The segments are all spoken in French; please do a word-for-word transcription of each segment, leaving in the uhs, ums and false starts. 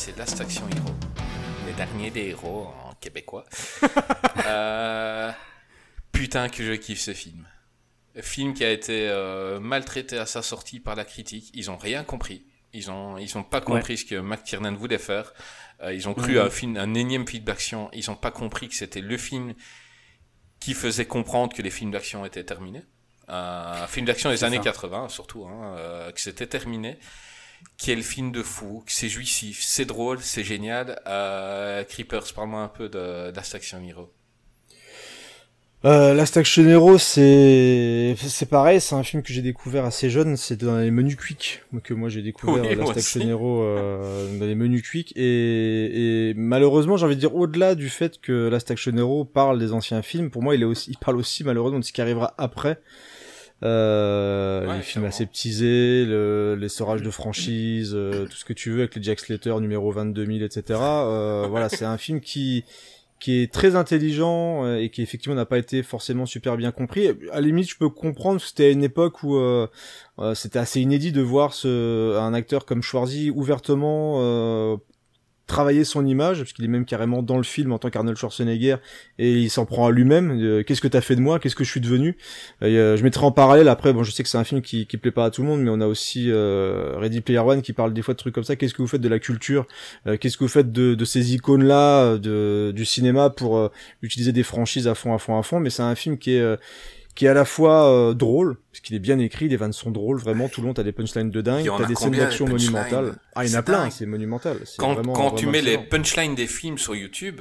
c'est Last Action Hero. Les derniers des héros en québécois. euh, putain que je kiffe ce film. Film qui a été euh, maltraité à sa sortie par la critique. Ils ont rien compris. Ils ont, ils ont pas compris ouais. ce que McTiernan voulait faire. Euh, ils ont cru mmh. à un film, un énième film d'action. Ils ont pas compris que c'était le film qui faisait comprendre que les films d'action étaient terminés. Euh, un film d'action des c'est années ça. quatre-vingts, surtout, hein, euh, que c'était terminé. Quel film de fou, que c'est jouissif, c'est drôle, c'est génial. Euh, Creepers, parle-moi un peu de Last Action Hero. Euh, Last Action Hero, c'est c'est pareil, c'est un film que j'ai découvert assez jeune, c'était dans les menus Quick que moi j'ai découvert oui, Last Action Hero euh, dans les menus Quick et, et malheureusement j'ai envie de dire au-delà du fait que Last Action Hero parle des anciens films, pour moi il est aussi il parle aussi malheureusement de ce qui arrivera après. Euh, ouais, les films aseptisés, le, l'essorage de franchise, euh, tout ce que tu veux avec les Jack Slater numéro vingt-deux mille, et cetera. Euh, voilà, c'est un film qui qui est très intelligent et qui effectivement n'a pas été forcément super bien compris. À la limite, je peux comprendre que c'était à une époque où euh, euh, c'était assez inédit de voir ce un acteur comme Schwarzy ouvertement euh, travailler son image, parce qu'il est même carrément dans le film en tant qu'Arnold Schwarzenegger, et il s'en prend à lui-même. Euh, qu'est-ce que t'as fait de moi ? Qu'est-ce que je suis devenu ? euh, Je mettrai en parallèle, après, bon, je sais que c'est un film qui, qui plaît pas à tout le monde, mais on a aussi euh, Ready Player One qui parle des fois de trucs comme ça. Qu'est-ce que vous faites de la culture ? euh, Qu'est-ce que vous faites de, de ces icônes-là, de, du cinéma pour euh, utiliser des franchises à fond, à fond, à fond ? Mais c'est un film qui est... Euh, qui est à la fois euh, drôle, parce qu'il est bien écrit, les vannes sont drôles, vraiment, tout le long, t'as des punchlines de dingue, t'as des scènes d'action monumentales. Ah, il y en a plein, c'est monumental. C'est quand vraiment, quand vraiment tu mets excellent. les punchlines des films sur YouTube,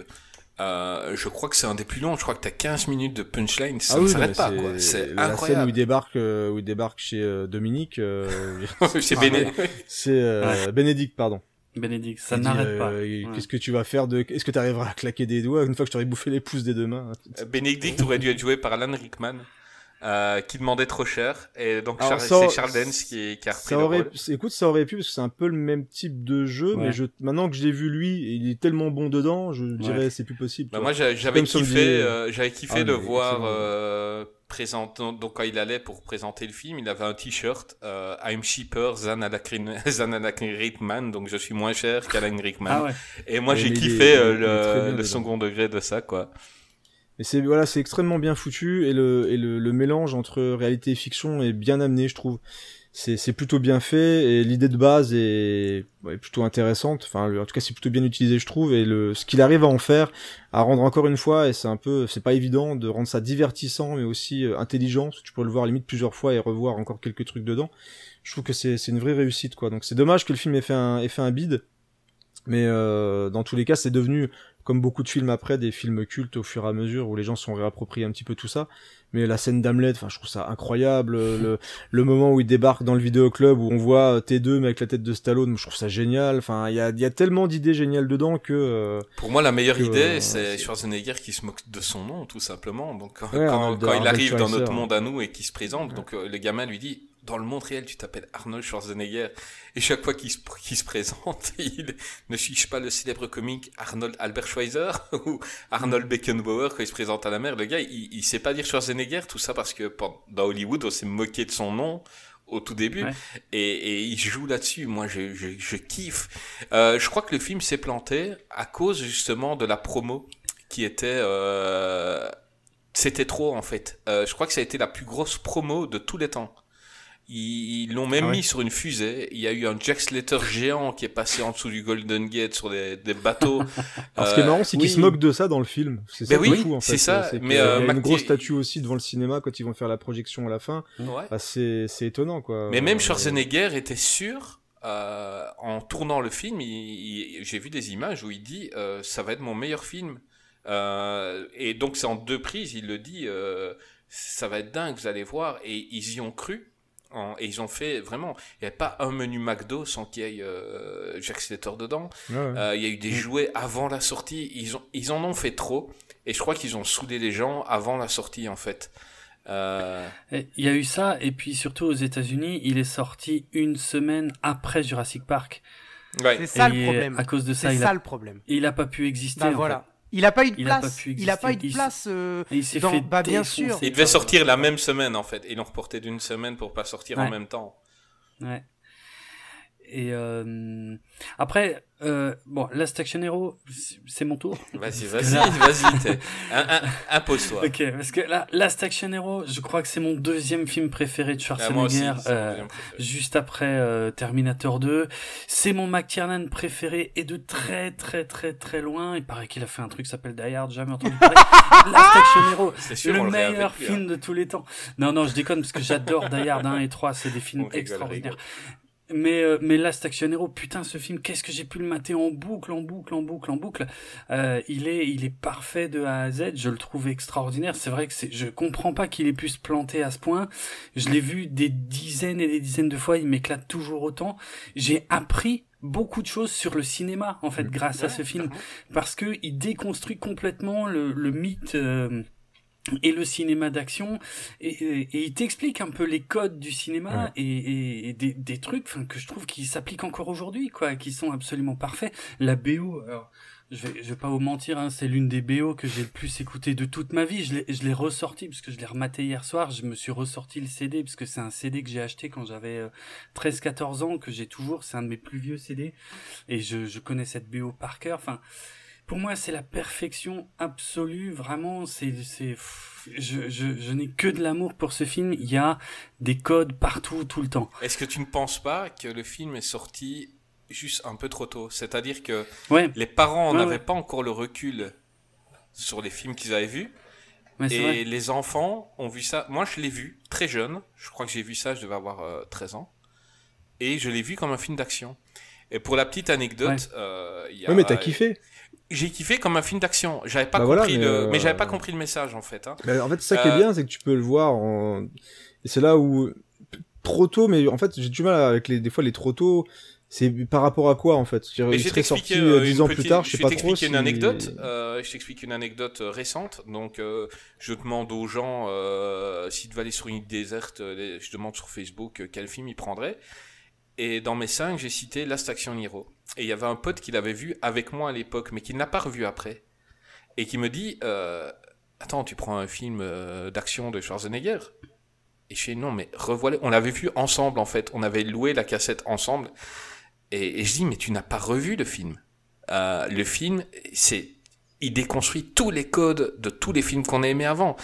euh, je crois que c'est un des plus longs, je crois que t'as quinze minutes de punchline, ça ah ne oui, s'arrête pas, quoi. C'est la incroyable. scène où il débarque, euh, où il débarque chez euh, Dominique, euh, c'est Bénédicte. C'est euh, ouais. Bénédicte, pardon. Bénédicte, ça il n'arrête dit, pas. Euh, qu'est-ce ouais. que tu vas faire de, est-ce que tu arriveras à claquer des doigts une fois que je t'aurai bouffé les pouces des deux mains? Euh, Bénédicte aurait dû être joué par Alan Rickman. Euh, qui demandait trop cher, et donc Alors, Charles, ça, c'est Charles Dance qui, qui a repris ça le aurait, rôle. Écoute, ça aurait pu, parce que c'est un peu le même type de jeu, ouais. mais je, maintenant que je l'ai vu lui, il est tellement bon dedans, je ouais. dirais c'est plus possible. Bah moi j'avais, j'avais kiffé, euh, j'avais kiffé ah, de voir euh, présenter, donc quand il allait pour présenter le film, il avait un t-shirt euh, I'm cheaper than Alan Rickman, donc je suis moins cher qu'Alan Rickman. Ah ouais. Et moi mais j'ai mais kiffé est, euh, le, le second degré de ça, quoi. Et c'est voilà, c'est extrêmement bien foutu et le et le, le mélange entre réalité et fiction est bien amené, je trouve. C'est c'est plutôt bien fait et l'idée de base est, ouais, plutôt intéressante. Enfin, le, en tout cas, c'est plutôt bien utilisé, je trouve. Et le ce qu'il arrive à en faire, à rendre encore une fois, et c'est un peu, c'est pas évident de rendre ça divertissant, mais aussi euh, intelligent. Parce que tu peux le voir limite plusieurs fois et revoir encore quelques trucs dedans. Je trouve que c'est c'est une vraie réussite, quoi. Donc c'est dommage que le film ait fait un ait fait un bide, mais euh, dans tous les cas, c'est devenu, comme beaucoup de films après, des films cultes au fur et à mesure où les gens se sont réappropriés un petit peu tout ça. Mais la scène d'Hamlet, enfin, je trouve ça incroyable. le, le moment où il débarque dans le vidéoclub où on voit T deux mais avec la tête de Stallone, je trouve ça génial. Enfin, il y a, il y a tellement d'idées géniales dedans que... Euh, Pour moi, la meilleure que, idée, euh, c'est Schwarzenegger qui se moque de son nom, tout simplement. Donc, quand, ouais, quand, quand il arrive dans notre ouais. monde à nous et qu'il se présente, ouais. donc euh, le gamin lui dit... Dans le monde réel, tu t'appelles Arnold Schwarzenegger. Et chaque fois qu'il se, qu'il se présente, il ne suis-je pas le célèbre comique Arnold Albert Schweitzer ou Arnold Beckenbauer quand il se présente à la mer. Le gars, il, il sait pas dire Schwarzenegger, tout ça parce que dans Hollywood, on s'est moqué de son nom au tout début. Ouais. Et, et il joue là-dessus. Moi, je, je, je kiffe. Euh, je crois que le film s'est planté à cause justement de la promo qui était... Euh, c'était trop, en fait. Euh, je crois que ça a été la plus grosse promo de tous les temps. Ils, ils l'ont même ah ouais. mis sur une fusée. Il y a eu un Jack Slater géant qui est passé en dessous du Golden Gate sur des, des bateaux. Alors, ce qui est marrant, c'est oui. qu'ils se moquent de ça dans le film. C'est ça ben oui, qui est fou, en fait. C'est ça. C'est mais euh, euh, il y a une Mac- grosse statue aussi devant le cinéma quand ils vont faire la projection à la fin. Ouais. Bah, c'est, c'est étonnant, quoi. Mais même Schwarzenegger euh... était sûr, euh, en tournant le film, il, il, j'ai vu des images où il dit euh, ça va être mon meilleur film. Euh, et donc, c'est en deux prises, il le dit euh, ça va être dingue, vous allez voir. Et ils y ont cru. En, et ils ont fait vraiment, il n'y avait pas un menu McDo sans qu'il y ait euh, Jack Slater dedans. Il ouais, ouais. euh, y a eu des jouets avant la sortie. Ils, ont, ils en ont fait trop. Et je crois qu'ils ont soudé les gens avant la sortie, en fait. Euh... Il y a eu ça. Et puis surtout aux États-Unis, il est sorti une semaine après Jurassic Park. Ouais. C'est ça et le problème. À cause de ça, c'est il ça a, le problème. Il n'a pas pu exister. Bah, en voilà. fait. Il a pas eu de il place. A pas pu il a pas eu de il place. Euh, il s'est dans... fait bah bien sûr. Il devait sortir la même semaine en fait. Ils l'ont reporté d'une semaine pour pas sortir ouais. en même temps. Ouais. et euh, après, euh, bon, Last Action Hero, c'est mon tour. Vas-y, vas-y, là... vas-y, un, un, impose-toi. Ok, parce que là, Last Action Hero, je crois que c'est mon deuxième film préféré de Schwarzenegger, ah, aussi, euh, juste après euh, Terminator deux. C'est mon McTiernan préféré et de très très très très loin. Il paraît qu'il a fait un truc qui s'appelle Die Hard, jamais entendu parler. Last Action Hero, sûr, le meilleur film lui, hein. de tous les temps. Non, non, je déconne parce que j'adore Die Hard un et trois, c'est des films on extraordinaires. Mais, euh, mais Last Action Hero, putain, ce film, qu'est-ce que j'ai pu le mater en boucle, en boucle, en boucle, en boucle. Euh, il est, il est parfait de A à Z. Je le trouve extraordinaire. C'est vrai que c'est, je comprends pas qu'il ait pu se planter à ce point. Je l'ai vu des dizaines et des dizaines de fois. Il m'éclate toujours autant. J'ai appris beaucoup de choses sur le cinéma, en fait, grâce ouais, à ce film. Parce que il déconstruit complètement le, le mythe, euh, et le cinéma d'action, et, et, et il t'explique un peu les codes du cinéma, ouais. et, et, et des, des trucs enfin que je trouve qui s'appliquent encore aujourd'hui, quoi, qui sont absolument parfaits. La B O, alors, je vais, je vais pas vous mentir, hein, c'est l'une des B O que j'ai le plus écouté de toute ma vie. Je l'ai, je l'ai ressorti, parce que je l'ai rematé hier soir, je me suis ressorti le C D, parce que c'est un C D que j'ai acheté quand j'avais euh, treize quatorze ans, que j'ai toujours, c'est un de mes plus vieux C D, et je, je connais cette B O par cœur, enfin... Pour moi, c'est la perfection absolue, vraiment, c'est, c'est, je, je, je n'ai que de l'amour pour ce film, il y a des codes partout, tout le temps. Est-ce que tu ne penses pas que le film est sorti juste un peu trop tôt ? C'est-à-dire que ouais. les parents ouais, n'avaient ouais. pas encore le recul sur les films qu'ils avaient vus, ouais, et vrai. les enfants ont vu ça, moi je l'ai vu très jeune, je crois que j'ai vu ça, je devais avoir euh, treize ans, et je l'ai vu comme un film d'action. Et pour la petite anecdote, ouais. euh, y a, oui, mais t'as kiffé. J'ai kiffé comme un film d'action. J'avais pas bah compris voilà, mais le, euh... mais j'avais pas compris le message en fait. Hein. Mais en fait, ça euh... qui est bien, c'est que tu peux le voir. En... Et c'est là où trop tôt, mais en fait, j'ai du mal avec les des fois les trop tôt. C'est par rapport à quoi en fait ? Je mais il serait sorti euh, dix ans petite, plus tard, je sais je pas trop. Si... Une anecdote. Euh, je t'explique une anecdote récente. Donc, euh, je demande aux gens euh, s'ils devaient aller sur une île déserte. Euh, je demande sur Facebook euh, quel film ils prendraient. Et dans mes cinq, j'ai cité Last Action Hero. Et il y avait un pote qui l'avait vu avec moi à l'époque, mais qui ne l'a pas revu après. Et qui me dit, euh, attends, tu prends un film euh, d'action de Schwarzenegger ? Et je dis, non, mais revoilà. On l'avait vu ensemble, en fait. On avait loué la cassette ensemble. Et, et je dis, mais tu n'as pas revu le film. Euh, le film, c'est... il déconstruit tous les codes de tous les films qu'on a aimés avant.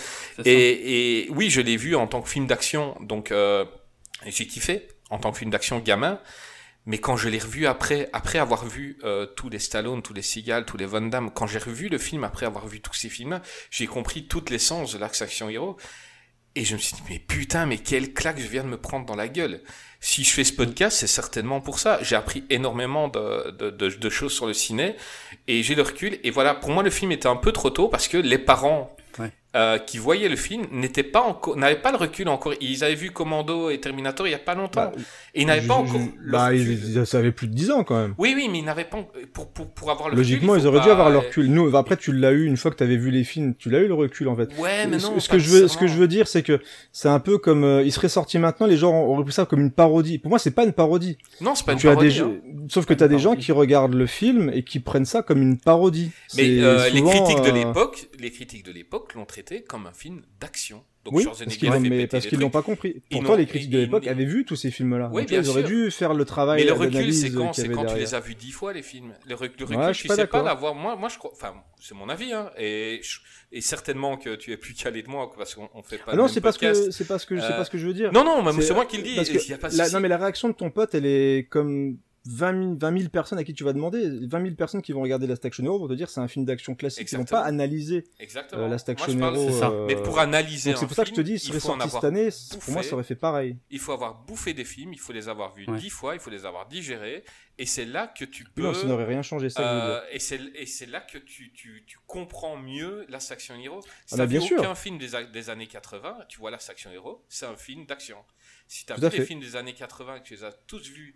Et, et oui, je l'ai vu en tant que film d'action, donc euh, j'ai kiffé en tant que film d'action gamin. Mais quand je l'ai revu après, après avoir vu euh, tous les Stallone, tous les Seagal, tous les Van Damme, quand j'ai revu le film après avoir vu tous ces films-là, j'ai compris toute l'essence de Last Action Hero. Et je me suis dit, mais putain, mais quelle claque je viens de me prendre dans la gueule. Si je fais ce podcast, c'est certainement pour ça. J'ai appris énormément de, de, de, de choses sur le ciné et j'ai le recul. Et voilà, pour moi, le film était un peu trop tôt parce que les parents ouais. euh, qui voyaient le film n'étaient pas encore, n'avaient pas le recul encore. Ils avaient vu Commando et Terminator il y a pas longtemps. Bah, et ils n'avaient je, pas encore le bah, recul. Ils, ils, ça avait plus de dix ans quand même. Oui, oui, mais ils n'avaient pas, pour, pour, pour avoir le Logiquement, recul. Logiquement, ils auraient pas... dû avoir le recul. Nous, après, tu l'as eu une fois que tu avais vu les films, tu l'as eu le recul en fait. Ouais, mais non. Ce, ce que je veux, ce que je veux dire, c'est que c'est un peu comme, euh, il serait sorti maintenant, les gens auraient pris ça comme une parodie. Pour moi, c'est pas une parodie. Non, c'est pas une tu parodie. As des... hein. Sauf que t'as des gens qui regardent le film et qui prennent ça comme une parodie. Mais euh, souvent, les critiques de euh... l'époque, les critiques de l'époque l'ont traité comme un film d'action. Donc oui, parce qu'ils, l'ont, mais parce qu'ils l'ont pas compris. Pourtant, les critiques de l'époque ils... avaient vu tous ces films-là. Oui, donc, bien ils auraient sûr. dû faire le travail. Mais le recul, c'est quand, c'est quand derrière. tu les as vus dix fois les films. Le, re- le recul, ouais, tu pas sais d'accord. pas l'avoir. Moi, moi, je crois. Enfin, c'est mon avis, hein. Et, je... et certainement que tu es plus calé de moi parce qu'on on fait pas. Ah non, le c'est même pas ce podcast. que c'est pas ce que euh... c'est pas ce que je veux dire. Non, non, c'est, c'est moi qui le dis. Parce que y a pas la... non, mais la réaction de ton pote, elle est comme vingt mille personnes à qui tu vas demander, vingt mille personnes qui vont regarder Last Action Hero vont te dire c'est un film d'action classique. Exactement. Ils vont pas analyser euh, Last Action moi, Hero. C'est ça. Euh... Mais pour analyser, donc, c'est pour ça que je te dis, il serait sorti cette année. Bouffé. Pour moi, ça aurait fait pareil. Il faut avoir bouffé des films, il faut les avoir vus ouais. dix fois, il faut les avoir digérés, et c'est là que tu peux. Non, ça n'aurait rien changé. Ça. Euh, et c'est et c'est là que tu tu tu comprends mieux Last Action Hero. Si ah, t'as bien vu sûr. aucun film des des années quatre-vingts, tu vois Last Action Hero, c'est un film d'action. Si t'as vu des films des années quatre-vingts que tu les as tous vus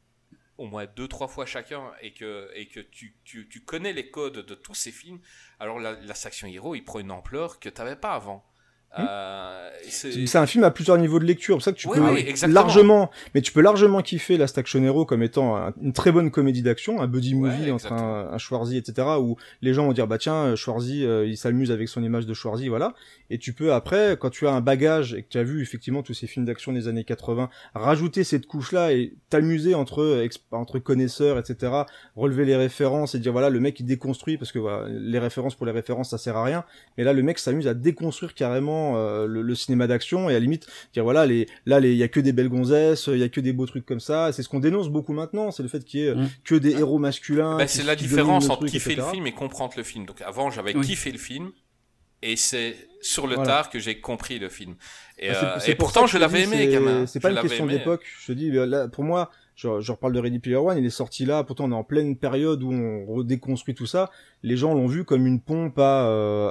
au moins deux, trois fois chacun, et que, et que tu, tu, tu connais les codes de tous ces films, alors la, la Last Action Hero, il prend une ampleur que tu n'avais pas avant. Euh, c'est... c'est un film à plusieurs niveaux de lecture, c'est pour ça que tu oui, peux oui, largement, mais tu peux largement kiffer Last Action Hero comme étant un, une très bonne comédie d'action, un buddy movie ouais, entre un, un Schwarzy, et cetera, où les gens vont dire bah tiens, Schwarzy, euh, il s'amuse avec son image de Schwarzy, voilà. Et tu peux après, quand tu as un bagage et que tu as vu effectivement tous ces films d'action des années quatre-vingts, rajouter cette couche-là et t'amuser entre entre connaisseurs, et cetera, relever les références et dire voilà le mec il déconstruit parce que voilà les références pour les références ça sert à rien, mais là le mec s'amuse à déconstruire carrément Euh, le, le cinéma d'action et à la limite dire voilà les là les il y a que des belles gonzesses, il y a que des beaux trucs comme ça, c'est ce qu'on dénonce beaucoup maintenant, c'est le fait qu'il y ait mmh. que des héros masculins. Bah, c'est la différence entre kiffer et cetera le film et comprendre le film. Donc avant j'avais oui. kiffé le film et c'est sur le voilà. tard que j'ai compris le film. Et, bah, c'est, euh, c'est et pourtant je l'avais aimé, gamin. C'est pas je une question aimé. d'époque. Je te dis là pour moi. Je, je reparle de Ready Player One, il est sorti là, pourtant on est en pleine période où on redéconstruit tout ça. Les gens l'ont vu comme une pompe à, euh,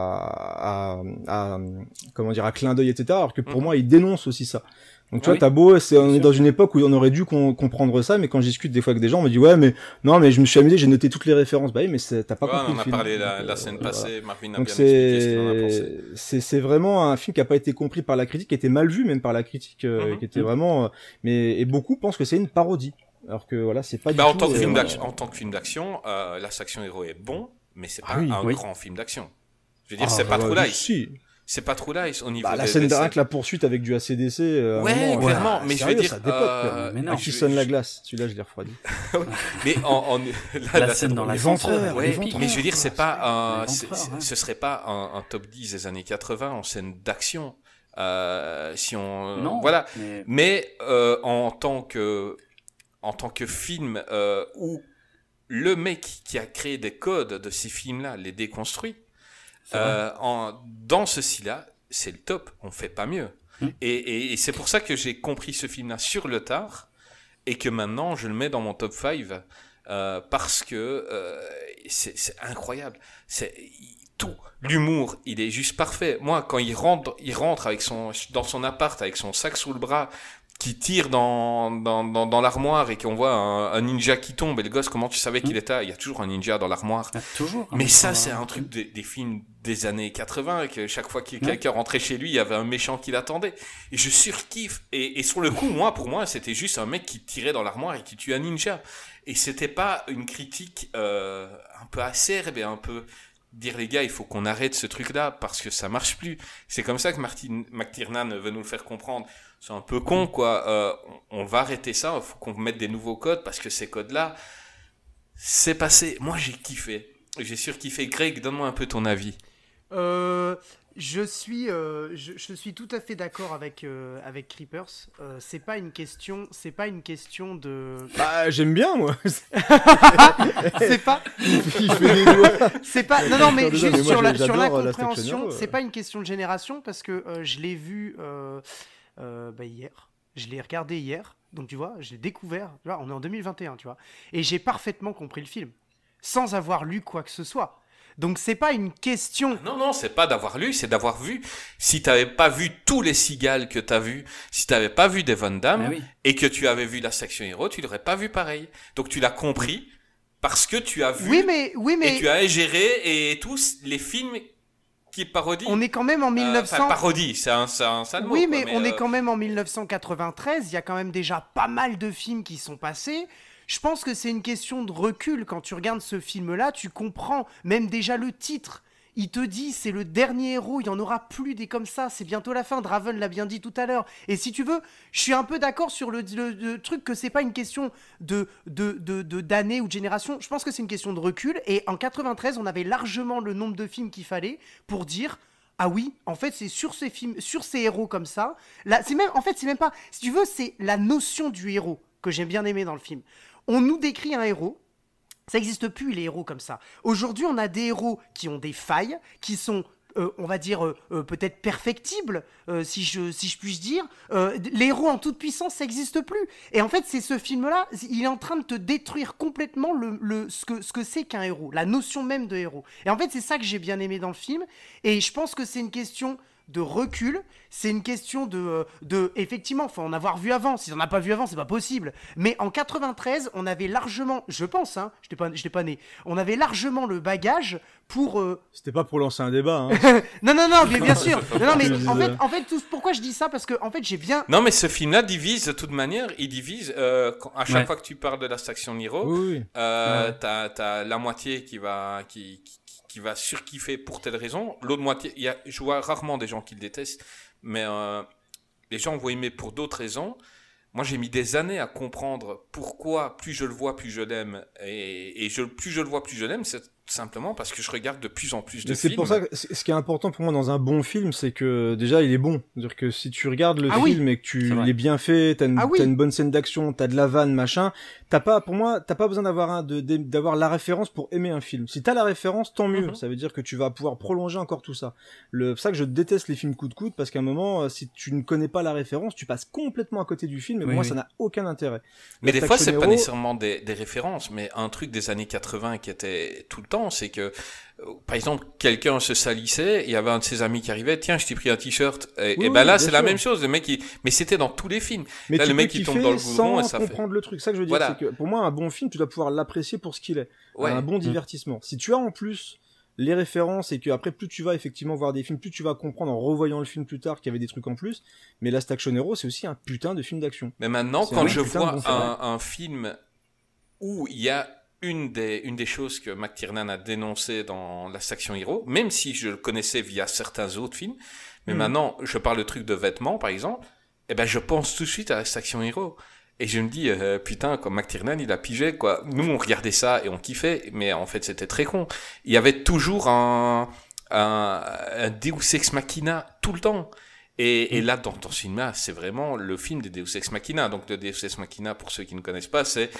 à, à, à, comment dire, à clin d'œil, et cetera. Alors que pour mmh. moi, il dénonce aussi ça. Donc tu ah vois, oui. t'as beau, c'est, on est dans une époque où on aurait dû con, comprendre ça, mais quand je discute des fois avec des gens, on me dit ouais, mais non, mais je me suis amusé, j'ai noté toutes les références. Bah oui, mais c'est, t'as pas ouais, compris on le a film. parlé la, Donc, la scène euh, passée, voilà. Marvin a Donc bien c'est, expliqué ce qu'il en a pensé. C'est, c'est vraiment un film qui a pas été compris par la critique, qui a été mal vu même par la critique, euh, mmh. qui était mmh. vraiment, euh, mais et beaucoup pensent que c'est une parodie. Alors que voilà, c'est pas bah, du en tout. Tant que euh, film d'action, en tant que film d'action, euh, Last Action Hero est bon, mais c'est pas ah, oui, un oui. grand film d'action. Je veux dire, ah, c'est pas bah, trop bah, light. Si. C'est pas trop light au niveau. Bah, la scène d'arrêt, la poursuite avec du A C D C. Euh, ouais, moment, clairement. ouais, mais sérieux, je veux dire, ça dépote, euh, mais non, qui sonne la glace. Celui-là, je l'ai refroidi. mais en, en la, la, la scène dans la ventreur. Ouais, mais je veux dire, c'est pas un, c'est, hein. ce serait pas un, un top dix des années quatre-vingts en scène d'action. Euh, si on, non, voilà. Mais, mais euh, en tant que en tant que film euh, où le mec qui a créé des codes de ces films-là les déconstruit, euh, en, dans ceci-là, c'est le top, on fait pas mieux. Mmh. Et, et, et c'est pour ça que j'ai compris ce film-là sur le tard, et que maintenant je le mets dans mon top cinq, euh, parce que euh, c'est, c'est incroyable. C'est tout. L'humour, il est juste parfait. Moi, quand il rentre, il rentre avec son, dans son appart avec son sac sous le bras, qui tire dans, dans, dans, dans l'armoire et qu'on voit un, un ninja qui tombe, et le gosse, comment tu savais qu'il était là? Il y a toujours un ninja dans l'armoire. Ah, toujours. Mais ça, c'est un truc de, des films des années quatre-vingts, que chaque fois que quelqu'un rentrait chez lui, il y avait un méchant qui l'attendait. Et je surkiffe. Et, et sur le coup, moi, pour moi, c'était juste un mec qui tirait dans l'armoire et qui tuait un ninja. Et c'était pas une critique, euh, un peu acerbe et un peu, dire les gars, il faut qu'on arrête ce truc-là parce que ça marche plus. C'est comme ça que Martin McTiernan veut nous le faire comprendre. C'est un peu con, quoi. Euh, on, on va arrêter ça. Il faut qu'on mette des nouveaux codes parce que ces codes-là, c'est passé. Moi, j'ai kiffé. J'ai surkiffé. Greg, donne-moi un peu ton avis. Euh, je suis, euh, je, je suis tout à fait d'accord avec euh, avec Creepers. Euh, c'est pas une question, c'est pas une question de. Bah, j'aime bien moi. c'est pas. Il fait des doigts. C'est pas. Non non mais juste mais sur la sur la compréhension, la c'est pas une question de génération parce que euh, je l'ai vu euh, euh, bah, hier. Je l'ai regardé hier. Donc tu vois, je l'ai découvert. Tu vois, on est en deux mille vingt et un, tu vois. Et j'ai parfaitement compris le film, sans avoir lu quoi que ce soit. Donc c'est pas une question. Ah non non, c'est pas d'avoir lu, c'est d'avoir vu. Si t'avais pas vu tous les Seagal que t'as vu, si t'avais pas vu des Van Damme ah oui. et que tu avais vu Last Action Hero, tu l'aurais pas vu pareil. Donc tu l'as compris parce que tu as vu. Oui mais oui mais. Et tu as géré et tous les films qui parodient. On est quand même en mille neuf cents. Euh, enfin, parodie, c'est un c'est un sale mot. Oui mais, quoi, mais on euh... est quand même en dix-neuf cent quatre-vingt-treize. Il y a quand même déjà pas mal de films qui sont passés. Je pense que c'est une question de recul. Quand tu regardes ce film-là, tu comprends même déjà le titre. Il te dit, c'est le dernier héros, il n'y en aura plus des comme ça, c'est bientôt la fin. Draven l'a bien dit tout à l'heure. Et si tu veux, je suis un peu d'accord sur le, le, le truc que c'est pas une question de, de, de, de, d'années ou de génération. Je pense que c'est une question de recul. Et en quatre-vingt-treize, on avait largement le nombre de films qu'il fallait pour dire... Ah oui, en fait, c'est sur ces films, sur ces héros comme ça. Là, c'est même, en fait, c'est même pas... Si tu veux, c'est la notion du héros que j'ai bien aimé dans le film. On nous décrit un héros, ça n'existe plus les héros comme ça. Aujourd'hui, on a des héros qui ont des failles, qui sont, euh, on va dire, euh, euh, peut-être perfectibles, euh, si, je, si je puis dire. Euh, les héros en toute puissance, ça n'existe plus. Et en fait, c'est ce film-là, il est en train de te détruire complètement le, le, ce, que, ce que c'est qu'un héros, la notion même de héros. Et en fait, c'est ça que j'ai bien aimé dans le film. Et je pense que c'est une question de recul, c'est une question de, de effectivement, faut en avoir vu avant. Si on n'a pas vu avant, c'est pas possible. Mais en quatre-vingt-treize, on avait largement, je pense, hein, je n'étais pas, j'étais pas né, on avait largement le bagage pour. Euh... C'était pas pour lancer un débat. Hein. non, non, non, bien, bien sûr. Non, non, mais en fait, en fait, tout, pourquoi je dis ça? Parce que en fait, j'ai bien. Non, mais ce film-là divise de toute manière. Il divise. Euh, à chaque ouais. fois que tu parles de la Station Nero, oui, oui. Euh, ouais. t'as, t'as la moitié qui va, qui, qui qui va surkiffer pour telle raison, l'autre moitié, il y a, je vois rarement des gens qui le détestent, mais euh, les gens vont aimer pour d'autres raisons. Moi, j'ai mis des années à comprendre pourquoi plus je le vois, plus je l'aime, et, et je, plus je le vois, plus je l'aime, c'est simplement parce que je regarde de plus en plus de mais c'est films. C'est pour ça que ce qui est important pour moi dans un bon film, c'est que déjà il est bon. C'est-à-dire que si tu regardes le ah film oui, et que tu l'es bien fait, t'as une, ah oui. t'as une bonne scène d'action, t'as de la vanne, machin, t'as pas, pour moi, t'as pas besoin d'avoir un, de, de, d'avoir la référence pour aimer un film. Si t'as la référence, tant mieux. Mm-hmm. Ça veut dire que tu vas pouvoir prolonger encore tout ça. Le, c'est pour ça que je déteste les films coup de coude parce qu'à un moment, si tu ne connais pas la référence, tu passes complètement à côté du film. Et oui, pour moi, oui. ça n'a aucun intérêt. Mais la des fois, c'est pas nécessairement des, des références, mais un truc des années quatre-vingts qui était tout le temps, c'est que par exemple, quelqu'un se salissait, il y avait un de ses amis qui arrivait, tiens, je t'ai pris un t-shirt. Et, oui, et ben là, c'est sûr. La même chose. Le mec, il... mais c'était dans tous les films. Mais là, tu le mec, il tombe dans le goudron et ça comprendre fait... le truc. Ça que je veux dire, voilà. C'est que pour moi, un bon film, tu dois pouvoir l'apprécier pour ce qu'il est. Ouais. Un bon mmh. divertissement. Si tu as en plus les références et que après plus tu vas effectivement voir des films, plus tu vas comprendre en revoyant le film plus tard qu'il y avait des trucs en plus. Mais Last Action Hero, c'est aussi un putain de film d'action. Mais maintenant, c'est quand je vois bon un, un film où il y a Une des, une des choses que McTiernan a dénoncé dans La Station Hero, même si je le connaissais via certains autres films, mais mmh. maintenant, je parle de trucs de vêtements, par exemple, eh ben, je pense tout de suite à La Station Hero. Et je me dis, euh, putain, comme McTiernan, il a pigé, quoi. Nous, on regardait ça et on kiffait, mais en fait, c'était très con. Il y avait toujours un, un, un Deus Ex Machina tout le temps. Et, mmh. et là, dans, dans ce film-là, c'est vraiment le film des Deus Ex Machina. Donc, le Deus Ex Machina, pour ceux qui ne connaissent pas, c'est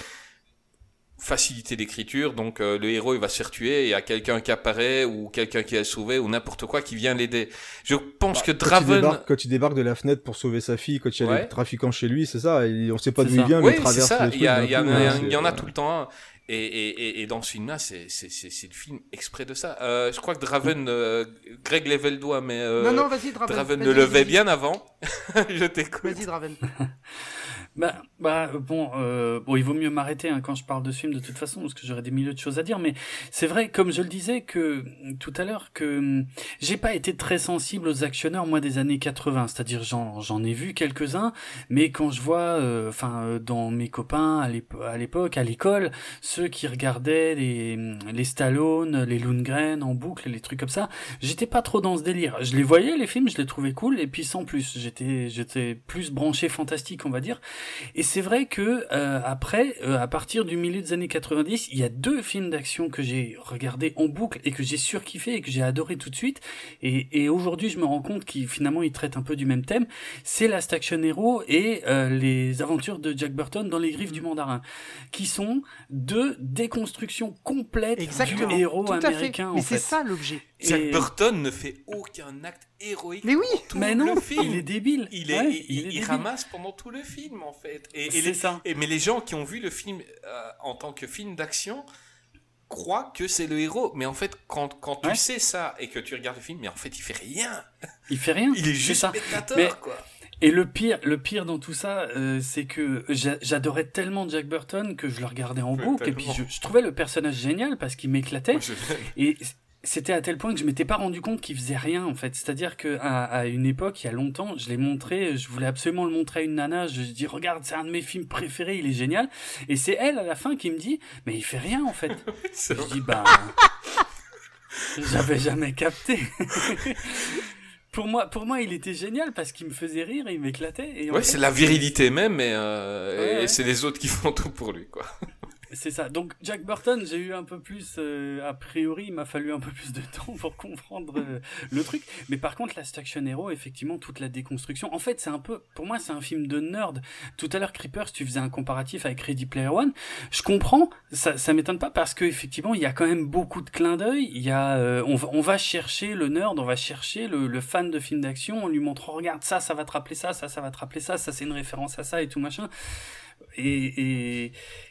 facilité d'écriture, donc euh, le héros il va se faire tuer, il y a quelqu'un qui apparaît ou quelqu'un qui est sauvé ou n'importe quoi qui vient l'aider. Je pense bah, que Draven... Quand il, débarque, quand il débarque de la fenêtre pour sauver sa fille, quand il y a ouais. les trafiquants chez lui, c'est ça, et on sait pas d'où il vient, oui, mais il traverse ça. le truc. Il y, a, il y, a, coup, il y, a, il y en a tout le temps un. Et, et, et dans ce film-là, c'est, c'est, c'est, c'est le film exprès de ça. Euh, je crois que Draven, euh, Greg lève le doigt, mais euh, non, non, vas-y, Draven, Draven vas-y, le levait vas-y. bien avant. Je t'écoute. Vas-y, Draven. Bah, bah bon, euh, bon, il vaut mieux m'arrêter hein, quand je parle de ce film de toute façon, parce que j'aurais des milliers de choses à dire. Mais c'est vrai, comme je le disais que tout à l'heure, que j'ai pas été très sensible aux actionneurs moi des années quatre-vingts. C'est-à-dire, j'en j'en ai vu quelques-uns, mais quand je vois, enfin, euh, dans mes copains à l'époque, à l'époque, à l'école, ceux qui regardaient les les Stallone, les Lundgren en boucle, les trucs comme ça, j'étais pas trop dans ce délire. Je les voyais les films, je les trouvais cool, et puis sans plus, j'étais j'étais plus branché fantastique, on va dire. Et c'est vrai que euh, après, euh, à partir du milieu des années quatre-vingt-dix, il y a deux films d'action que j'ai regardés en boucle et que j'ai surkiffé et que j'ai adoré tout de suite. Et, et aujourd'hui, je me rends compte qu'ils finalement ils traitent un peu du même thème. C'est Last Action Hero et euh, les aventures de Jack Burton dans les griffes du mandarin, qui sont deux déconstructions complètes Exactement. du héros tout américain. À fait. Mais en c'est fait. ça l'objet. Jack Et... Burton ne fait aucun acte héroïque. Mais oui, tout mais le non, film. il est débile. Il est, ouais, il, il, est il, il ramasse pendant tout le film en fait. Et, et c'est les, ça. Et, mais les gens qui ont vu le film euh, en tant que film d'action croient que c'est le héros. Mais en fait, quand, quand tu ouais. sais ça et que tu regardes le film, mais en fait, il fait rien. Il fait rien. Il est juste ça. spectateur, mais... quoi. Et le pire, le pire dans tout ça, euh, c'est que j'adorais tellement Jack Burton que je le regardais en boucle, et puis je, je trouvais le personnage génial parce qu'il m'éclatait. Moi, je... Et c'était à tel point que je m'étais pas rendu compte qu'il faisait rien en fait. C'est-à-dire que à, à une époque, il y a longtemps, je l'ai montré, je voulais absolument le montrer à une nana. Je dis regarde, c'est un de mes films préférés, il est génial. Et c'est elle à la fin qui me dit mais il fait rien en fait. Je dis bah j'avais jamais capté. Pour moi, pour moi, il était génial parce qu'il me faisait rire et il m'éclatait. Et ouais, fait, c'est la virilité même, et, euh, ouais, et ouais. c'est les autres qui font tout pour lui, quoi. C'est ça. Donc Jack Burton, j'ai eu un peu plus, euh, a priori, il m'a fallu un peu plus de temps pour comprendre euh, le truc. Mais par contre, Last Action Hero, effectivement, toute la déconstruction. En fait, c'est un peu, pour moi, c'est un film de nerd. Tout à l'heure, Creepers, tu faisais un comparatif avec Ready Player One. Je comprends, ça, ça m'étonne pas parce que effectivement, il y a quand même beaucoup de clins d'œil. Il y a, euh, on va, on va chercher le nerd, on va chercher le, le fan de films d'action en lui montrant, regarde ça, ça va te rappeler ça, ça, ça va te rappeler ça, ça c'est une référence à ça et tout machin. Et, et,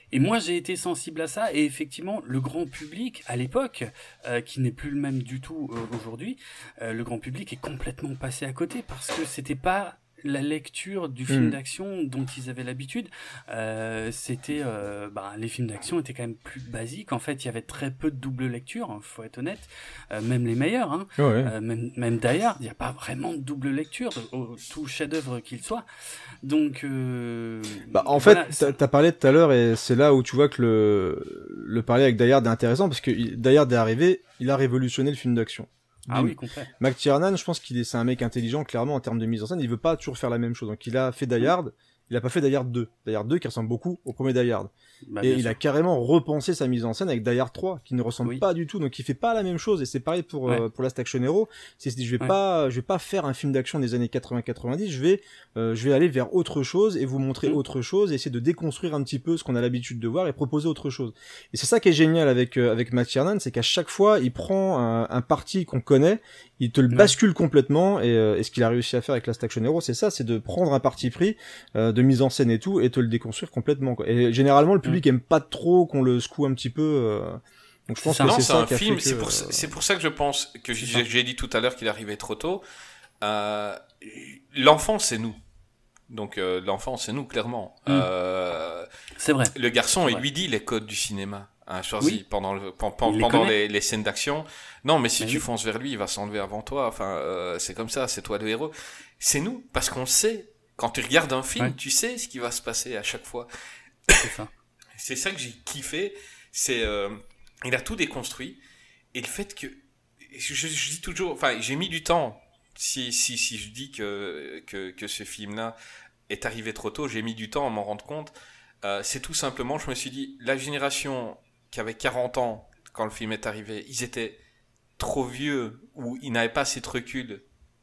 Et moi, j'ai été sensible à ça, et effectivement, le grand public, à l'époque, euh, qui n'est plus le même du tout euh, aujourd'hui, euh, le grand public est complètement passé à côté, parce que c'était pas la lecture du film mmh. d'action dont ils avaient l'habitude. Euh, c'était, euh, bah, les films d'action étaient quand même plus basiques. En fait, il y avait très peu de double lecture, hein, faut être honnête. Euh, même les meilleurs, hein, ouais. euh, même, même Die Hard, il n'y a pas vraiment de double lecture, au, tout chef-d'œuvre qu'il soit. Donc, euh, bah, en voilà, fait, t'as, t'as parlé tout à l'heure, et c'est là où tu vois que le, le parler avec Die Hard est intéressant, parce que Die Hard est arrivé, il a révolutionné le film d'action. Ah oui, complet. McTiernan, je pense qu'il est, c'est un mec intelligent, clairement, en termes de mise en scène, il veut pas toujours faire la même chose. Donc, il a fait Die Hard, il a pas fait Die Hard deux. Die Hard deux qui ressemble beaucoup au premier Die Hard. Bah, et il sûr. a carrément repensé sa mise en scène avec Die Hard trois, qui ne ressemble oui. pas du tout, donc il fait pas la même chose, et c'est pareil pour, ouais. euh, pour Last Action Hero. C'est, je vais ouais. pas, je vais pas faire un film d'action des années quatre-vingts quatre-vingt-dix, je vais, euh, je vais aller vers autre chose, et vous montrer mmh. autre chose, et essayer de déconstruire un petit peu ce qu'on a l'habitude de voir, et proposer autre chose. Et c'est ça qui est génial avec, euh, avec McTiernan, c'est qu'à chaque fois, il prend un, un parti qu'on connaît, il te le ouais. bascule complètement, et, euh, et ce qu'il a réussi à faire avec Last Action Hero, c'est ça, c'est de prendre un parti pris, euh, de mise en scène et tout, et te le déconstruire complètement, quoi. Et généralement, le public mmh. aime pas trop qu'on le secoue un petit peu, euh... donc je pense ça, que non, c'est, c'est ça un qui a film, fait c'est que, pour, euh... c'est pour ça que je pense que j'ai, j'ai dit tout à l'heure qu'il arrivait trop tôt. Euh, l'enfant, c'est nous. Donc euh, l'enfant, c'est nous, clairement. Mmh. Euh, c'est vrai. Le garçon, c'est il vrai. lui dit les codes du cinéma. Hein, Schwarzy, oui. pendant, le, pendant, les, pendant les, les scènes d'action. Non, mais si mais tu oui. fonces vers lui, il va s'enlever avant toi. Enfin, euh, c'est comme ça, c'est toi le héros. C'est nous, parce qu'on sait. Quand tu regardes un film, ouais. tu sais ce qui va se passer à chaque fois. C'est ça. C'est ça que j'ai kiffé. C'est, euh, il a tout déconstruit. Et le fait que, je, je, je dis toujours, enfin, j'ai mis du temps. Si, si, si je dis que, que, que ce film-là est arrivé trop tôt, j'ai mis du temps à m'en rendre compte. Euh, c'est tout simplement, je me suis dit, la génération qui avait quarante ans quand le film est arrivé, ils étaient trop vieux ou ils n'avaient pas assez de recul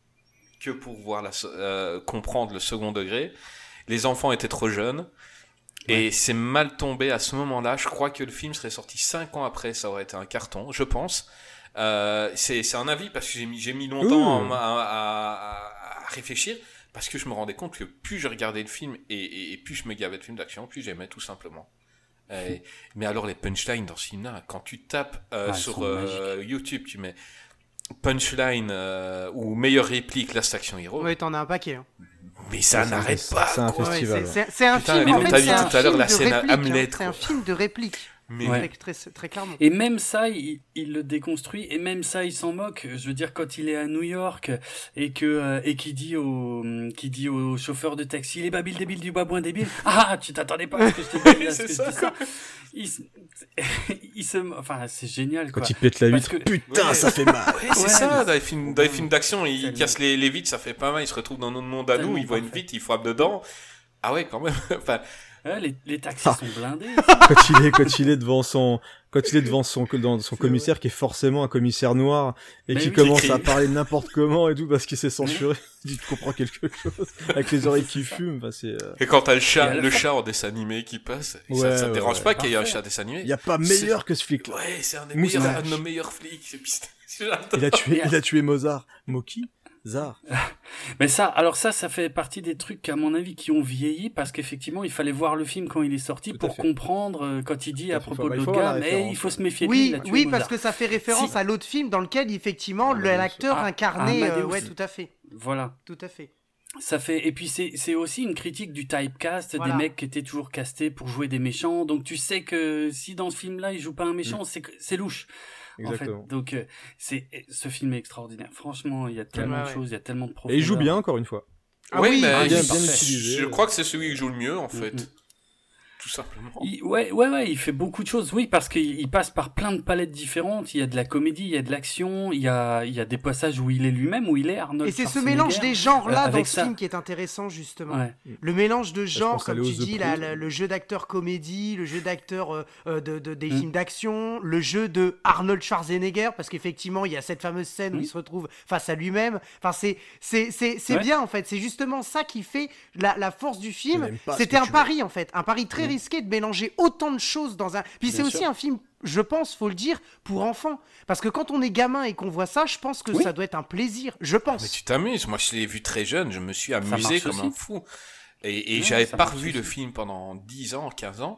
que pour voir la, euh, comprendre le second degré. Les enfants étaient trop jeunes. Ouais. Et c'est mal tombé à ce moment-là. Je crois que le film serait sorti cinq ans après, ça aurait été un carton, je pense. Euh, c'est, c'est un avis parce que j'ai mis, j'ai mis longtemps à, à, à, à réfléchir parce que je me rendais compte que plus je regardais le film et, et, et plus je me gavais de films d'action, plus j'aimais tout simplement. Et, mais alors les punchlines dans ce film-là, quand tu tapes euh, ouais, sur euh, YouTube, tu mets punchline euh, ou meilleure réplique Last Action Hero. Oui, t'en as un paquet. Hein. Mais ça ouais, n'arrête c'est, pas. C'est un festival. Ouais, c'est, c'est, c'est un Putain, film. En fait, c'est un tout à l'heure la scène réplique, Hamlet. Hein, c'est un film de réplique. Mais ouais. très, très, très clairement. Et même ça, il, il le déconstruit, et même ça, il s'en moque. Je veux dire, quand il est à New York et que euh, et qui dit au qui dit au chauffeur de taxi, les babiles débiles du babouin débile. Ah, tu t'attendais pas à ce que je t'ai dit, à ce que je dis ça. Il, il se, enfin, c'est génial. Quand quoi. il pète la vitre, que... putain, ouais. ça fait mal. Ouais, c'est ouais, ça. Dans les films, dans les films d'action, il casse les, les vitres, ça fait pas mal. Il se retrouve dans notre monde à nous, il voit une vitre, il frappe dedans. Ah ouais, quand même. Enfin. Ouais, les, les taxis ah. sont blindés. quand il est, quand il est devant son, quand il est devant son, dans son commissaire ouais. qui est forcément un commissaire noir et mais qui oui, commence à parler n'importe comment et tout parce qu'il s'est censuré, il comprend quelque chose avec les oreilles qui fument. Enfin, c'est. Euh... Et quand t'as le chat, le chat en dessin animé qui passe, ouais, ça, ça te dérange ouais, pas ouais. qu'il y ait un chat dessin animé. Il y a pas meilleur c'est... que ce flic. Ouais, c'est un des meilleurs, un de nos meilleurs flics. C'est il a tué, il a tué Mozart. Moki. Zar. Mais ça, alors ça, ça fait partie des trucs, à mon avis, qui ont vieilli, parce qu'effectivement, il fallait voir le film quand il est sorti Tout pour comprendre, euh, quand il dit à propos de l'autre gars, mais il faut se méfier de oui, lui. Là, oui, parce que ça fait référence si. à l'autre film dans lequel, effectivement, ah, l'acteur ah, incarnait, ah, euh, ouais, tout à fait. Voilà. Tout à fait. Ça fait, et puis c'est, c'est aussi une critique du typecast, voilà. des mecs qui étaient toujours castés pour jouer des méchants, donc tu sais que si dans ce film-là, il joue pas un méchant, mmh. c'est, c'est louche. Exactement. En fait, donc euh, c'est ce film est extraordinaire. Franchement, il y a tellement ouais, de choses, il ouais. y a tellement de profondeur. Et il joue bien encore une fois. Ah oui, mais bien, bien utilisé. Je crois que c'est celui qui joue le mieux en fait. Mm-hmm. Tout simplement. Il, ouais, ouais, ouais, il fait beaucoup de choses. Oui, parce qu'il il passe par plein de palettes différentes. Il y a de la comédie, il y a de l'action, il y a, il y a des passages où il est lui-même, où il est Arnold. Et c'est ce mélange des genres-là euh, dans ce ça. film qui est intéressant, justement. Ouais. Le mélange de genres, comme tu dis, la, le, le jeu d'acteur comédie, le jeu d'acteur euh, de, de, des mm. films d'action, le jeu de Arnold Schwarzenegger, parce qu'effectivement, il y a cette fameuse scène mm. où il se retrouve face à lui-même. Enfin, c'est, c'est, c'est, c'est ouais. bien, en fait. C'est justement ça qui fait la, la force du film. C'était un pari, veux. en fait. Un pari très mm. risqué de mélanger autant de choses dans un... Puis Bien c'est sûr. aussi un film, je pense, faut le dire, pour enfants. Parce que quand on est gamin et qu'on voit ça, je pense que oui. ça doit être un plaisir. Je pense. Mais tu t'amuses. Moi, je l'ai vu très jeune. Je me suis amusé comme aussi. un fou. Et, et ouais, j'avais pas revu le film pendant dix ans, quinze ans.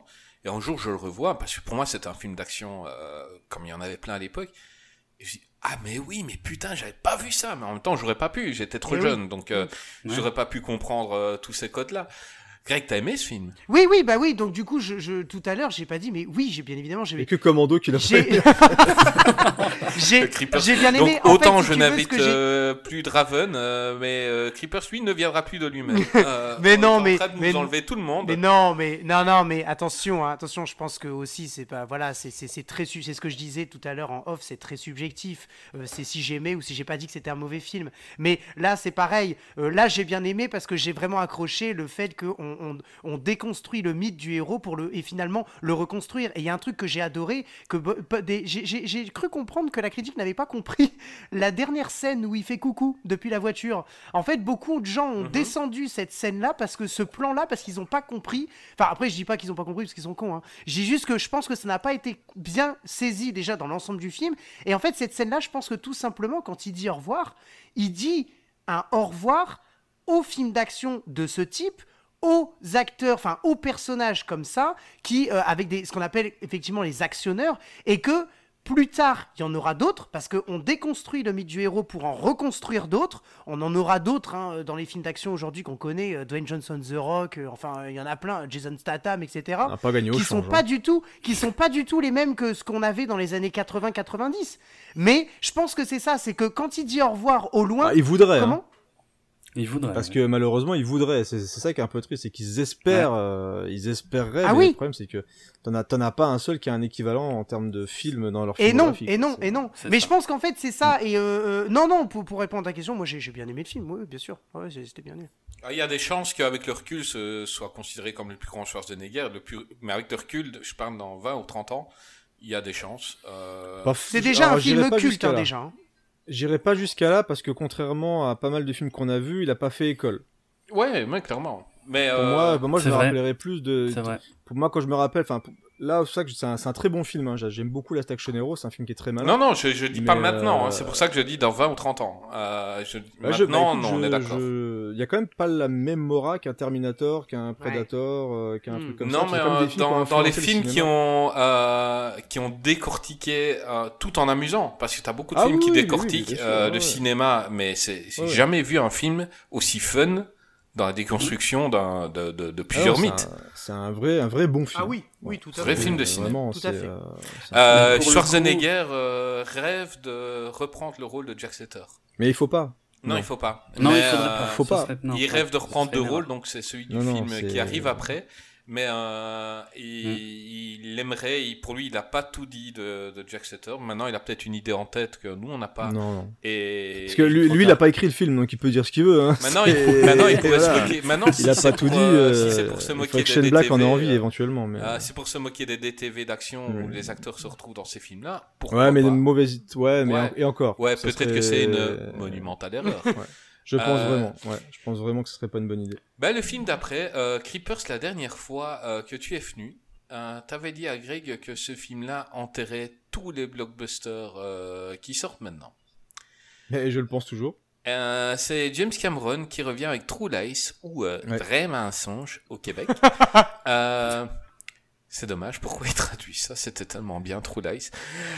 Et un jour, je le revois, parce que pour moi, c'était un film d'action, euh, comme il y en avait plein à l'époque. Et je dis, ah, mais oui, mais putain, j'avais pas vu ça. Mais en même temps, j'aurais pas pu, j'étais trop et jeune, oui. donc euh, ouais. j'aurais pas pu comprendre euh, tous ces codes-là. Greg, t'as aimé ce film? Oui, oui, bah oui. Donc du coup, je, je tout à l'heure, j'ai pas dit, mais oui, j'ai bien évidemment, j'ai. Et que Commando qui l'a fait. j'ai, j'ai bien aimé. Donc, en autant fait, si je n'invite euh, plus Draven, euh, mais euh, Creepers lui ne viendra plus de lui-même. Euh, mais non, mais en train de nous mais enlever tout le monde. Mais non, mais non, non, mais attention, hein, attention. Je pense que aussi, c'est pas, voilà, c'est, c'est, c'est très, c'est ce que je disais tout à l'heure en off, c'est très subjectif. Euh, c'est si j'aimais ou si j'ai pas dit que c'était un mauvais film. Mais là, c'est pareil. Euh, là, j'ai bien aimé parce que j'ai vraiment accroché le fait qu'on on, on dé construit le mythe du héros pour le et finalement le reconstruire. Et il y a un truc que j'ai adoré, que des, j'ai, j'ai, j'ai cru comprendre que la critique n'avait pas compris la dernière scène où il fait coucou depuis la voiture. En fait, beaucoup de gens ont mm-hmm. descendu cette scène-là parce que ce plan-là, parce qu'ils n'ont pas compris. Enfin, après, je dis pas qu'ils n'ont pas compris parce qu'ils sont cons. Hein. Je dis juste que je pense que ça n'a pas été bien saisi déjà dans l'ensemble du film. Et en fait, cette scène-là, je pense que tout simplement, quand il dit au revoir, il dit un au revoir au film d'action de ce type, aux acteurs, enfin aux personnages comme ça, qui euh, avec des, ce qu'on appelle effectivement les actionneurs, et que plus tard il y en aura d'autres, parce qu'on déconstruit le mythe du héros pour en reconstruire d'autres. On en aura d'autres hein, dans les films d'action aujourd'hui qu'on connaît, euh, Dwayne Johnson, The Rock, euh, enfin il y en a plein, Jason Statham, et cetera. Pas gagné qui au sont change, pas hein. du tout, qui sont pas du tout les mêmes que ce qu'on avait dans les années quatre-vingts quatre-vingt-dix. Mais je pense que c'est ça, c'est que quand il dit au revoir au loin, ah, il voudrait. Comment hein. Ils voudraient. Parce ouais. que malheureusement, ils voudraient. C'est, c'est ça qui est un peu triste, c'est qu'ils espèrent, ouais. euh, ils espéreraient. Ah mais oui. le problème, c'est que t'en as, t'en as pas un seul qui a un équivalent en termes de film dans leur et non, filmographie. et non, c'est... et non. C'est mais ça. je pense qu'en fait, c'est ça. Et euh, euh, non, non, pour, pour répondre à ta question, moi j'ai, j'ai bien aimé le film, oui, bien sûr. Ouais, c'était bien aimé. Il y a des chances qu'avec le recul, ce soit considéré comme le plus grand Schwarzenegger, le plus... mais avec le recul, je parle dans vingt ou trente ans, il y a des chances. Euh... Bah, c'est déjà alors, un film culte, hein, déjà. Hein. J'irai pas jusqu'à là parce que contrairement à pas mal de films qu'on a vus, il a pas fait école. Ouais, mais clairement. Mais pour euh... moi, bah, moi je c'est me vrai. rappellerai plus de. C'est vrai. Pour moi, quand je me rappelle, enfin, là, c'est ça que c'est un, c'est un très bon film. Hein. J'aime beaucoup Last Action Hero. C'est un film qui est très malin. Non, non, je, je dis mais pas maintenant. euh... Hein. C'est pour ça que je dis dans vingt ou trente ans. Euh, je... Ouais, maintenant, je, bah, écoute, non, je, on est d'accord. Je... Il y a quand même pas la même aura qu'un Terminator, qu'un Predator, ouais. euh, qu'un mmh. truc comme non, ça. Non, mais euh, dans, dans les films qui ont euh, qui ont décortiqué euh, tout en amusant, parce que t'as beaucoup de ah, films oui, qui oui, décortiquent oui, oui, euh, sûr, le ouais. cinéma, mais c'est, j'ai ouais. jamais vu un film aussi fun dans la déconstruction d'un, de, de, de plusieurs ah, non, mythes. C'est un, c'est un vrai, un vrai bon film. Ah oui, oui, tout à fait. Vrai film de cinéma. Vraiment, tout à fait. Euh, euh, Schwarzenegger coup... euh, rêve de reprendre le rôle de Jack Slater. Mais il faut pas. Non, non. il faut pas. Non, mais, il faudrait euh, pas. Faut pas. Serait... Non, il rêve de reprendre deux rôles, donc c'est celui du non, film non, qui arrive après. Mais euh, il, mm. il aimerait, il, pour lui, il n'a pas tout dit de, de Jack Slater. Maintenant, il a peut-être une idée en tête que nous, on n'a pas. Non, non. Et parce que lui, lui il n'a pas écrit le film, donc il peut dire ce qu'il veut. Hein. Maintenant, il, maintenant, il pourrait voilà. se moquer. Maintenant, il si n'a pas pour, tout dit. Euh, euh, si c'est pour se moquer des Shane D T V, Black en a envie euh, éventuellement. Mais... Euh, c'est pour se moquer des D T V d'action mm. où les acteurs se retrouvent dans ces films-là. Pourquoi ouais, mais pas. des mauvaises. Ouais, mais ouais. et encore. Ouais, peut-être serait... que c'est une monumentale erreur. ouais. Je pense euh... vraiment, ouais. Je pense vraiment que ce serait pas une bonne idée. Ben, le film d'après, euh, Creepers, la dernière fois euh, que tu es venu, euh, t'avais dit à Greg que ce film-là enterrait tous les blockbusters euh, qui sortent maintenant. Et je le pense toujours. Euh, c'est James Cameron qui revient avec True Lies, ou euh, ouais. Vrai mensonge au Québec. euh, c'est dommage, pourquoi il traduit ça? C'était tellement bien, True Lies.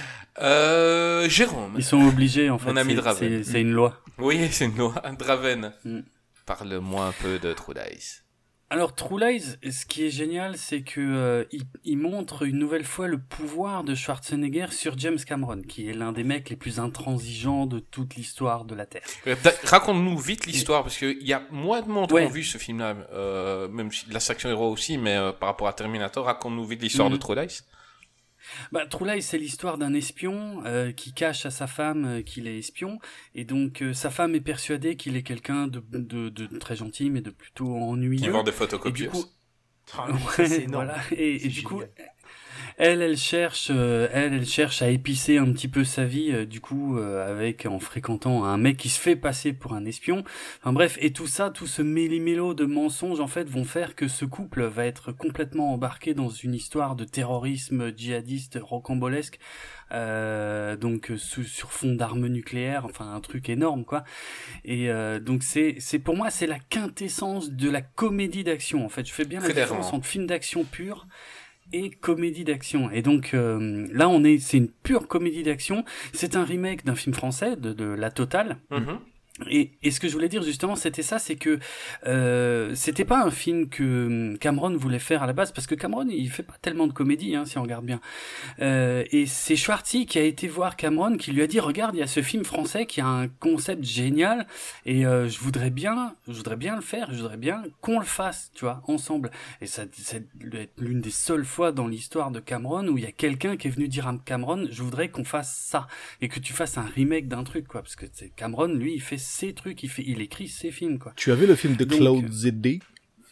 Euh, Jérôme. Ils sont obligés, en fait. Mon ami c'est, Draven. C'est, c'est une loi. Oui, c'est une loi. Draven. Mm. Parle-moi un peu de True Lies. Alors, True Lies, ce qui est génial, c'est que euh, il, il montre une nouvelle fois le pouvoir de Schwarzenegger sur James Cameron, qui est l'un des mecs les plus intransigeants de toute l'histoire de la Terre. Euh, raconte-nous vite l'histoire, parce qu'il y a moins de monde ouais. qui ont vu ce film-là, euh, même la Section Hero aussi, mais euh, par rapport à Terminator, raconte-nous vite l'histoire mmh. de True Lies. Bah, True Lies, c'est l'histoire d'un espion euh, qui cache à sa femme euh, qu'il est espion, et donc euh, sa femme est persuadée qu'il est quelqu'un de, de, de très gentil, mais de plutôt ennuyeux. Qui vend des photocopieuses. Et du coup, oh, ouais, c'est énorme. Voilà. Et, et du génial. coup, elle, elle cherche, euh, elle, elle cherche à épicer un petit peu sa vie, euh, du coup, euh, avec en fréquentant un mec qui se fait passer pour un espion. Enfin bref, et tout ça, tout ce méli-mélo de mensonges, en fait, vont faire que ce couple va être complètement embarqué dans une histoire de terrorisme djihadiste rocambolesque, euh, donc sous, sur fond d'armes nucléaires, enfin un truc énorme, quoi. Et euh, donc c'est, c'est pour moi, c'est la quintessence de la comédie d'action. En fait, je fais bien la différence entre film d'action pur et comédie d'action. Et donc euh, là, on est, c'est une pure comédie d'action. C'est un remake d'un film français de, de La Totale. Mm-hmm. Et, et ce que je voulais dire justement, c'était ça, c'est que euh, c'était pas un film que Cameron voulait faire à la base, parce que Cameron, il fait pas tellement de comédie, hein, si on regarde bien. Euh, et c'est Schwartzy qui a été voir Cameron, qui lui a dit, regarde, il y a ce film français qui a un concept génial, et euh, je voudrais bien, je voudrais bien le faire, je voudrais bien qu'on le fasse, tu vois, ensemble. Et ça, ça doit être l'une des seules fois dans l'histoire de Cameron où il y a quelqu'un qui est venu dire à Cameron, je voudrais qu'on fasse ça, et que tu fasses un remake d'un truc, quoi, parce que c'est Cameron, lui, il fait ses trucs, il fait, il écrit ses films, quoi. Tu as vu le film de Claude Zedi?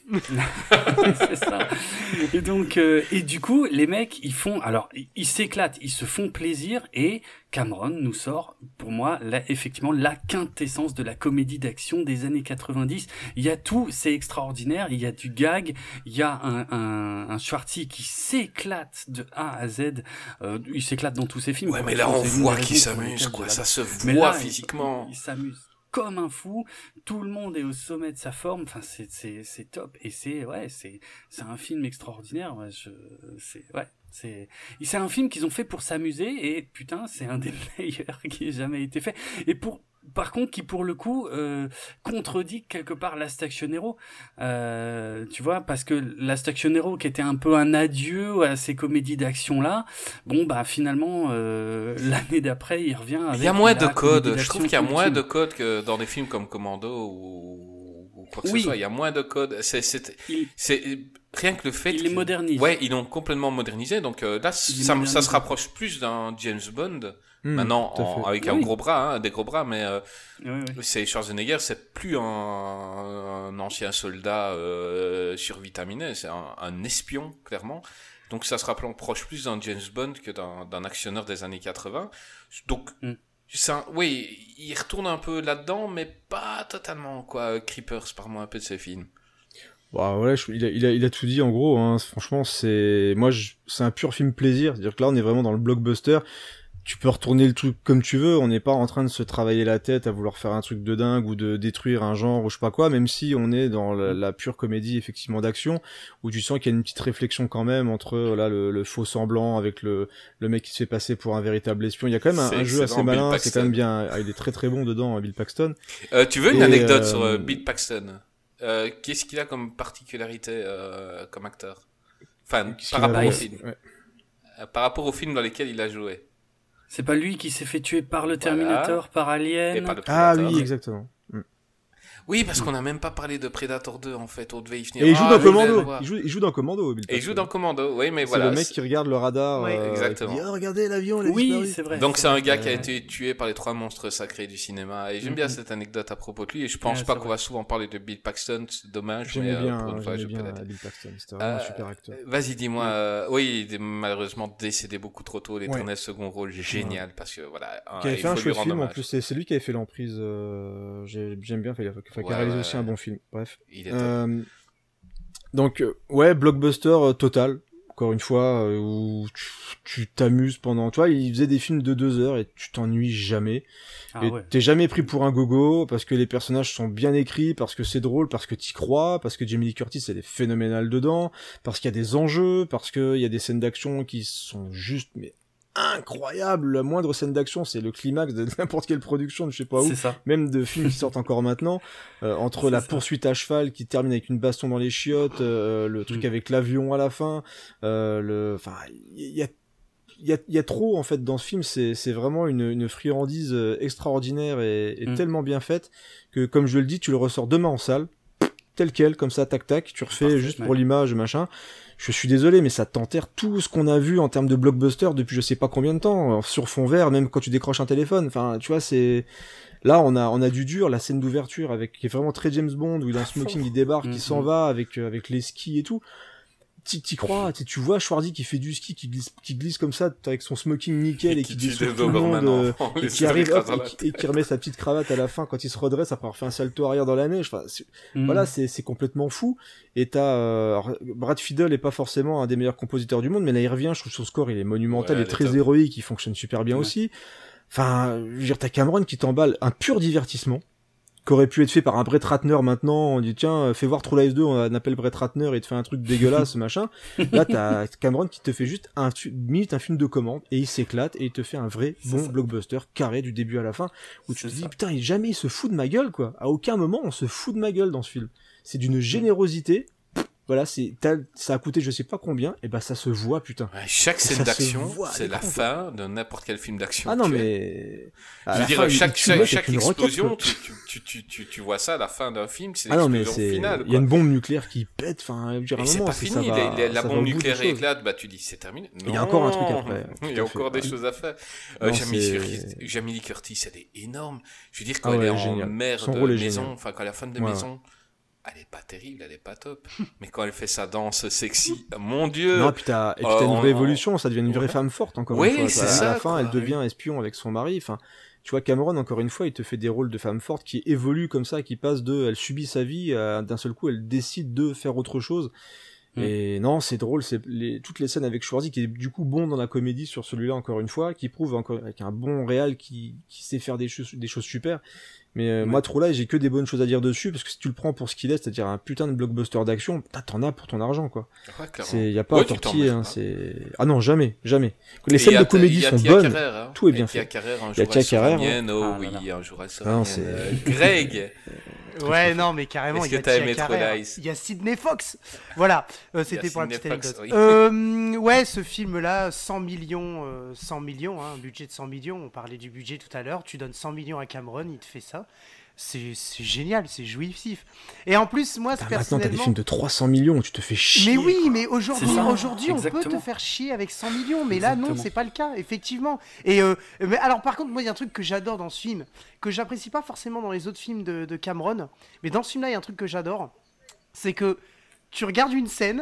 C'est ça. Et donc, euh, et du coup, les mecs, ils font, alors, ils, ils s'éclatent, ils se font plaisir, et Cameron nous sort, pour moi, là, effectivement, la quintessence de la comédie d'action des années quatre-vingt-dix. Il y a tout, c'est extraordinaire, il y a du gag, il y a un, un, un Schwartzy qui s'éclate de A à Z, euh, il s'éclate dans tous ses films. Ouais, mais là, on voit qu'il s'amuse, quoi, ça se voit physiquement. Il, il s'amuse comme un fou, tout le monde est au sommet de sa forme, enfin c'est c'est c'est top, et c'est ouais c'est c'est un film extraordinaire. Ouais, je c'est ouais c'est c'est un film qu'ils ont fait pour s'amuser, et putain c'est un des meilleurs qui ait jamais été fait, et pour par contre qui pour le coup euh, contredit quelque part Last Action Hero, euh, tu vois, parce que Last Action Hero qui était un peu un adieu à ces comédies d'action là, bon bah finalement euh, l'année d'après il revient avec il y a moins de codes, je trouve qu'il y a moins de codes que dans des films comme Commando ou, ou quoi que oui. ce soit, il y a moins de codes, c'est c'est il... c'est rien que le fait il les modernise, ouais ils l'ont complètement modernisé, donc euh, là ça, ça se rapproche plus d'un James Bond. Mmh, maintenant en, avec oui. un gros bras, hein, des gros bras, mais euh, oui, oui. c'est Schwarzenegger, c'est plus un, un ancien soldat euh, survitaminé, c'est un, un espion clairement. Donc ça se rapproche plus d'un James Bond que d'un, d'un actionneur des années quatre-vingts. Donc mmh. c'est un, oui, il retourne un peu là-dedans, mais pas totalement quoi. Creepers, parle-moi un peu de ces films. Bah ouais, je, il, a, il, a, il a tout dit en gros. Hein. Franchement, c'est moi, je, c'est un pur film plaisir. C'est-à-dire que là, on est vraiment dans le blockbuster. Tu peux retourner le truc comme tu veux, on n'est pas en train de se travailler la tête à vouloir faire un truc de dingue ou de détruire un genre ou je sais pas quoi, même si on est dans la, la pure comédie effectivement d'action, où tu sens qu'il y a une petite réflexion quand même entre là le, le faux semblant avec le, le mec qui se fait passer pour un véritable espion. Il y a quand même un, un jeu assez malin, c'est quand même bien, ah, il est très très bon dedans, Bill Paxton. Euh, tu veux une Et anecdote euh... sur euh, Bill Paxton euh, Qu'est-ce qu'il a comme particularité euh, comme acteur, enfin par rapport au film, ouais. euh, par rapport aux films dans lesquels il a joué? C'est pas lui qui s'est fait tuer par le Terminator, voilà. par Alien. Par ah oui, exactement. Oui, parce qu'on n'a même pas parlé de Predator deux, en fait. On devait y venir. Et il joue ah, dans Commando. Il joue, il joue dans Commando, Bill Et il joue dans Commando, oui, mais c'est voilà. C'est le mec qui regarde le radar. Oui, euh, exactement. Qui dit, oh, regardez l'avion, il a Oui, disparu. c'est vrai. Donc c'est, c'est vrai. un gars euh... qui a été tué par les trois monstres sacrés du cinéma. Et j'aime mm-hmm. bien cette anecdote à propos de lui. Et je pense ouais, pas qu'on vrai. va souvent parler de Bill Paxton. C'est dommage. J'aimais mais bien, euh, pour une fois, je bien peux la dire. Bill Paxton. C'était vraiment euh, un super acteur. Vas-y, dis-moi. Mm. Euh, oui, il est malheureusement décédé beaucoup trop tôt. L'éternel ouais. second rôle, génial. Ouais. Parce que voilà. Qui avait fait un chouette film. En plus, c'est lui qui avait fait l'emprise. J'aime bien. Enfin, qui a réalisé aussi un bon film. Bref. Euh, donc euh, ouais, blockbuster euh, total, encore une fois, euh, où tu, tu t'amuses pendant, toi, il faisait des films de deux heures et tu t'ennuies jamais. Ah, et ouais. T'es jamais pris pour un gogo parce que les personnages sont bien écrits, parce que c'est drôle, parce que t'y crois, parce que Jamie Lee Curtis elle est phénoménale dedans, parce qu'il y a des enjeux, parce qu'il y a des scènes d'action qui sont juste mais incroyable, la moindre scène d'action c'est le climax de n'importe quelle production de je sais pas où, même de films qui sortent encore maintenant, euh, entre c'est la ça. poursuite à cheval qui termine avec une baston dans les chiottes, euh, le truc mm. avec l'avion à la fin, euh, le enfin il y a il y a il y a trop en fait dans ce film, c'est c'est vraiment une une friandise extraordinaire et, et mm. tellement bien faite que comme je le dis, tu le ressors demain en salle tel quel, comme ça, tac tac, tu refais Parfait, juste ouais. pour l'image, machin. Je suis désolé, mais ça t'enterre tout ce qu'on a vu en termes de blockbuster depuis je sais pas combien de temps, sur fond vert, même quand tu décroches un téléphone. Enfin, tu vois, c'est là on a on a du dur, la scène d'ouverture avec qui est vraiment très James Bond où il a un smoking, il débarque, mm-hmm. il s'en va avec euh, avec les skis et tout. T'y, t'y crois, t'y, tu vois Schwarzy qui fait du ski, qui glisse, qui glisse comme ça avec son smoking nickel et, et qui, qui dissout tout le monde, euh, et qui arrive hop, et, qui, et qui remet sa petite cravate à la fin quand il se redresse après avoir fait un salto arrière dans la neige. Enfin, c'est, mm. voilà, c'est, c'est complètement fou. Et t'as euh, Brad Fiedel est pas forcément un des meilleurs compositeurs du monde, mais là il revient. Je trouve son score il est monumental, ouais, il est très top. Héroïque, il fonctionne super bien ouais. aussi. Enfin, je veux dire, t'as Cameron qui t'emballe un pur divertissement. qu'aurait pu être fait par un Brett Ratner maintenant, on dit tiens, fais voir True Lies deux, on appelle Brett Ratner, il te fait un truc dégueulasse, machin. Là, t'as Cameron qui te fait juste un, minute, un film de commande, et il s'éclate, et il te fait un vrai c'est bon ça. blockbuster, carré du début à la fin, où tu c'est te dis, ça. putain, jamais il se fout de ma gueule, quoi. À aucun moment, on se fout de ma gueule dans ce film. C'est d'une générosité. Voilà, c'est, ça a coûté je sais pas combien, et ben ça se voit, putain. Ouais, chaque scène d'action, c'est la fin de n'importe quel film d'action. Ah non, mais... Je veux dire, fin, chaque, chaque, chaque explosion, roquette, tu, tu, tu, tu, tu vois ça à la fin d'un film, c'est l'explosion ah finale. Il y a une bombe nucléaire qui pète, enfin, je veux dire, un c'est moment, pas fini, ça va, la, la bombe nucléaire éclate, bah tu dis, c'est terminé. Il y a encore un truc après. Il y a encore des choses à faire. Jamie Lee Curtis, elle est énorme. Je veux dire, quand elle est en mère de maison, enfin, quand elle est femme de maison... Elle est pas terrible, elle est pas top. Mais quand elle fait sa danse sexy, mon Dieu. Non, puis t'as, et puis t'as une vraie évolution, ça devient une vraie ouais. femme forte encore oui, une fois. C'est à ça, la fin, quoi, elle devient espion avec son mari. Enfin, tu vois, Cameron, encore une fois, il te fait des rôles de femme forte qui évoluent comme ça, qui passent de, elle subit sa vie, à, d'un seul coup, elle décide de faire autre chose. Mm. Et non, c'est drôle, c'est les, toutes les scènes avec Schwarzy qui est du coup bon dans la comédie sur celui-là encore une fois, qui prouve encore avec un bon réal qui, qui sait faire des choses, des choses super. Mais euh, ouais. moi, True Lies, j'ai que des bonnes choses à dire dessus, parce que si tu le prends pour ce qu'il est, c'est-à-dire un putain de blockbuster d'action, t'en as pour ton argent, quoi. Ouais, c'est, y a pas ouais, à tortiller, hein, c'est... Ah non, jamais, jamais. Les et scènes de comédie sont bonnes, Carrère, hein. Tout est bien fait. Il y a Tia Carrère, un jour à Soranienne, oh oui, un jour à Soranienne. Greg Ouais, non, mais carrément, il y a Tia Carrère, il y a Sidney Fox. Voilà, euh, c'était pour la petite anecdote. Oui. Euh, ouais, ce film-là, cent millions, euh, cent millions, hein, budget de cent millions, on parlait du budget tout à l'heure, tu donnes cent millions à Cameron, il te fait ça. C'est, c'est génial, c'est jouissif. Et en plus, moi, bah, personnellement... Maintenant, t'as des films de trois cents millions, tu te fais chier. Mais oui, quoi. mais aujourd'hui, aujourd'hui on peut te faire chier avec cent millions. Mais Exactement. Là, non, c'est pas le cas, effectivement. Et euh, mais alors, par contre, moi, il y a un truc que j'adore dans ce film, que j'apprécie pas forcément dans les autres films de, de Cameron. Mais dans ce film-là, il y a un truc que j'adore. C'est que tu regardes une scène,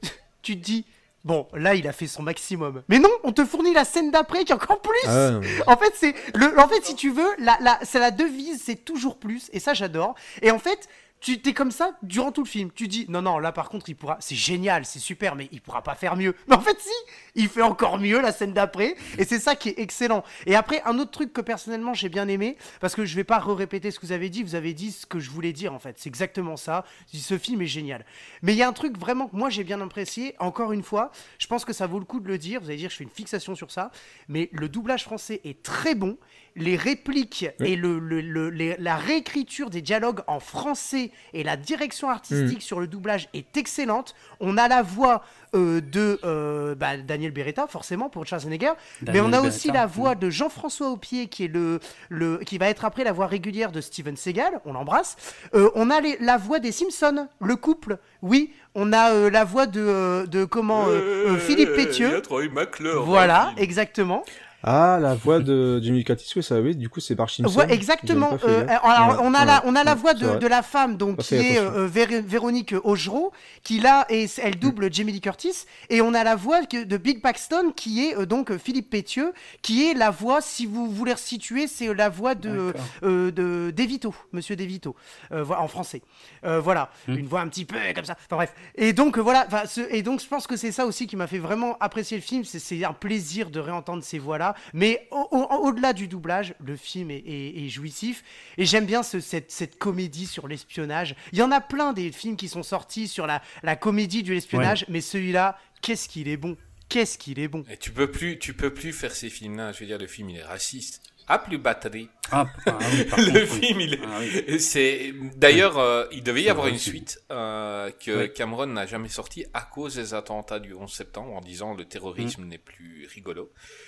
tu te dis... Bon, là, il a fait son maximum. Mais non, on te fournit la scène d'après qui est encore plus. Ah ouais, mais... En fait, c'est le, en fait, si tu veux, la, la, c'est la devise, c'est toujours plus. Et ça, j'adore. Et en fait, tu t'es comme ça durant tout le film. Tu dis, non, non, là, par contre, il pourra. C'est génial, c'est super, mais il pourra pas faire mieux. Mais en fait, si, il fait encore mieux la scène d'après. Et c'est ça qui est excellent. Et après, un autre truc que personnellement j'ai bien aimé, parce que je vais pas répéter ce que vous avez dit. Vous avez dit ce que je voulais dire en fait. C'est exactement ça. Je dis, ce film est génial. Mais il y a un truc vraiment que moi j'ai bien apprécié. Encore une fois, je pense que ça vaut le coup de le dire. Vous allez dire, je fais une fixation sur ça. Mais le doublage français est très bon. Les répliques oui. et le, le, le, les, la réécriture des dialogues en français et la direction artistique mmh. sur le doublage est excellente. On a la voix euh, de euh, bah, Daniel Beretta, forcément, pour Schwarzenegger, Daniel mais on a Beretta, aussi la voix mmh. de Jean-François Aupier, qui, est le, le, qui va être après la voix régulière de Steven Seagal, on l'embrasse. Euh, on a les, la voix des Simpsons, le couple, oui. On a euh, la voix de, euh, de comment, euh, euh, Philippe Pétieux. Il y a Troy McClure. Voilà, exactement. Ah, la voix de Jimmy Curtis, oui, ça, oui, du coup, c'est Bart Simpson. Ouais, exactement. Euh, alors, ouais, on a ouais, la, on a la voix de, de la femme, donc, qui est euh, Vé- Véronique Augereau, qui là, et elle double mm. Jamie Lee Curtis, et on a la voix de Bill Paxton, qui est euh, donc Philippe Pétieux, qui est la voix, si vous voulez resituer, c'est la voix de, euh, de DeVito, Monsieur DeVito, euh, en français. Euh, voilà, mm. une voix un petit peu comme ça. Enfin bref. Et donc, euh, voilà, ce, et donc, je pense que c'est ça aussi qui m'a fait vraiment apprécier le film, c'est, c'est un plaisir de réentendre ces voix-là. Mais au, au, au-delà du doublage, le film est, est, est jouissif. Et j'aime bien ce, cette, cette comédie sur l'espionnage. Il y en a plein des films qui sont sortis sur la, la comédie de l'espionnage. Ouais. Mais celui-là, qu'est-ce qu'il est bon. Qu'est-ce qu'il est bon. Et tu peux plus, tu peux plus faire ces films-là. Je veux dire, le film, il est raciste. Ah, plus batterie. Ah, ah oui, par le contre, film, oui. il est... Ah, oui. c'est... D'ailleurs, euh, il devait y avoir une film. suite euh, que oui. Cameron n'a jamais sorti à cause des attentats du onze septembre, en disant le terrorisme mmh. n'est plus rigolo.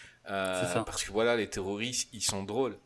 Euh, parce que voilà, les terroristes, ils sont drôles.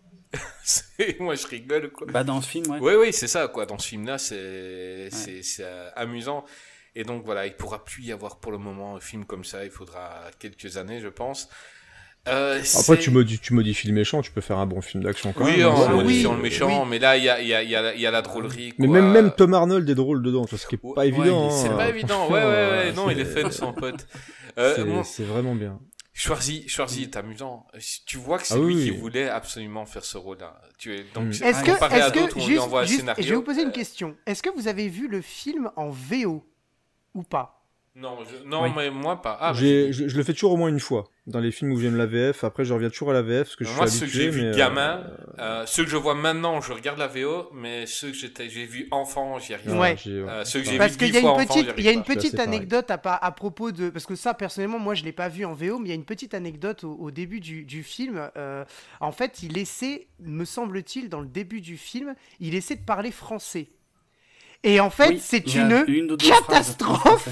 Moi, je rigole, quoi. Bah, dans ce film, ouais. Oui, oui, c'est ça, quoi. Dans ce film-là, c'est, ouais. c'est, c'est euh, amusant. Et donc, voilà, il pourra plus y avoir pour le moment un film comme ça. Il faudra quelques années, je pense. Euh, Après, c'est... tu, modifies, tu modifies le méchant, tu peux faire un bon film d'action quand oui, même. Oui, en oui, modifiant le méchant, oui. mais là, il y a, y, a, y, a, y a la drôlerie. Mais quoi. même, même Tom Arnold est drôle dedans, ce qui est pas ouais, évident. C'est hein, pas évident, ouais, ouais, ouais. Non, c'est... il est fun, son pote. Euh, c'est, bon, c'est vraiment bien. Schwarzy, Schwarzy est amusant. Tu vois que c'est ah, lui oui. qui voulait absolument faire ce rôle-là. Tu es donc mmh. est-ce que, comparé est-ce à d'autres que, où on lui envoie un scénario. Je vais vous poser une question. Est-ce que vous avez vu le film en V O ou pas? Non, je... non oui. mais moi pas. Ah, j'ai, je, je le fais toujours au moins une fois dans les films où j'aime la V F. Après, je reviens toujours à la V F parce que je moi, suis habitué. Moi, ceux que j'ai mais vu gamin, euh... Euh, ceux que je vois maintenant, je regarde la V O, mais ceux que j'étais, j'ai vu enfant, j'y arrive. Ouais. J'ai, ouais. Euh, ceux que j'ai parce vu qu'il y a une enfant, petite, il y a une petite anecdote à, à propos de, parce que ça, personnellement, moi, je l'ai pas vu en V O, mais il y a une petite anecdote au, au début du, du film. Euh, en fait, il essaie, me semble-t-il, dans le début du film, il essaie de parler français. Et en fait, oui, c'est une, une catastrophe.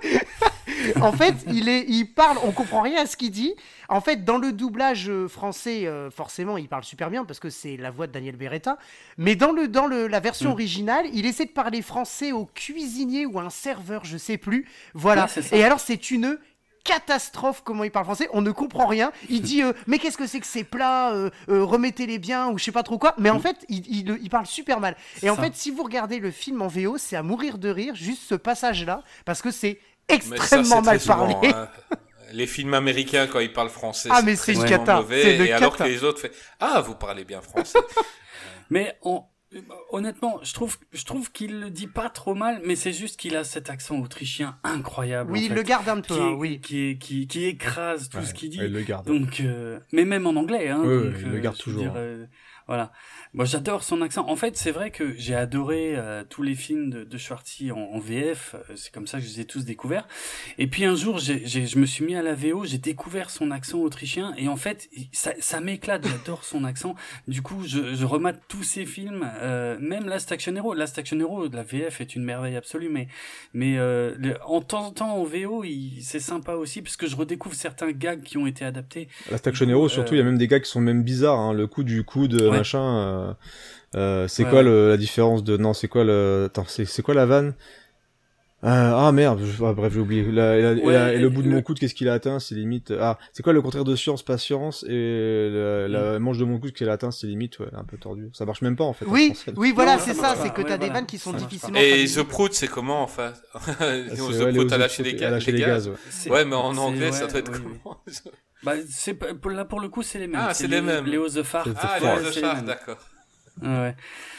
En fait, il est, il parle, on comprend rien à ce qu'il dit. En fait, dans le doublage français, euh, forcément, il parle super bien parce que c'est la voix de Daniel Beretta. Mais dans le, dans le, la version mmh. originale, il essaie de parler français au cuisinier ou à un serveur, je sais plus. Voilà. Ouais, et alors, c'est une catastrophe comment il parle français, on ne comprend rien. Il dit euh, mais qu'est-ce que c'est que ces plats, euh, euh, remettez-les bien ou je sais pas trop quoi. Mais en fait, il, il, il parle super mal. Et en fait, si vous regardez le film en V O, c'est à mourir de rire, juste ce passage-là, parce que c'est extrêmement ça, c'est mal parlé. Souvent, hein. Les films américains, quand ils parlent français, ah, mais c'est, c'est une cata. Mauvais, c'est et cata. alors que les autres font ah, vous parlez bien français. Mais on honnêtement, je trouve, je trouve qu'il le dit pas trop mal, mais c'est juste qu'il a cet accent autrichien incroyable. Oui, en il fait, le garde un peu, qui, hein, oui. Qui, qui, qui écrase tout ouais, ce qu'il dit. Il le garde. Donc, euh, mais même en anglais, hein. Oui, donc, il euh, le garde toujours. Dire, euh, voilà. Moi, j'adore son accent. En fait, c'est vrai que j'ai adoré euh, tous les films de, de Schwartzy en, en V F. C'est comme ça que je les ai tous découverts. Et puis un jour, j'ai, j'ai, je me suis mis à la V O, j'ai découvert son accent autrichien. Et en fait, ça, ça m'éclate. J'adore son accent. Du coup, je, je remate tous ces films, euh, même Last Action Hero. Last Action Hero, la V F est une merveille absolue. Mais, mais euh, le, en temps en temps en V O, il, c'est sympa aussi parce que je redécouvre certains gags qui ont été adaptés. Last Action Hero, surtout, il euh... y a même des gags qui sont même bizarres. Hein, le coup du coude, ouais. machin. Euh... Euh, c'est ouais, quoi ouais. Le, la différence de non c'est quoi le attends c'est c'est quoi la vanne euh, ah merde je... ah, bref j'ai oublié la, la, ouais, la, et le bout de le... mon coude qu'est-ce qu'il a atteint c'est limite ah c'est quoi le contraire de science patience et la, la mm. manche de mon coude qu'elle a atteint c'est limite ouais un peu tordu ça marche même pas en fait oui en oui voilà non, c'est ça, ça c'est que ouais, t'as voilà. des vannes qui sont difficilement et The Prout c'est comment enfin The Prout à lâcher les gaz les gaz ouais mais en anglais ça doit être comment bah c'est là pour le coup c'est les mêmes ah c'est les mêmes Léo the Fart ah Léo the Fart d'accord. Ouais.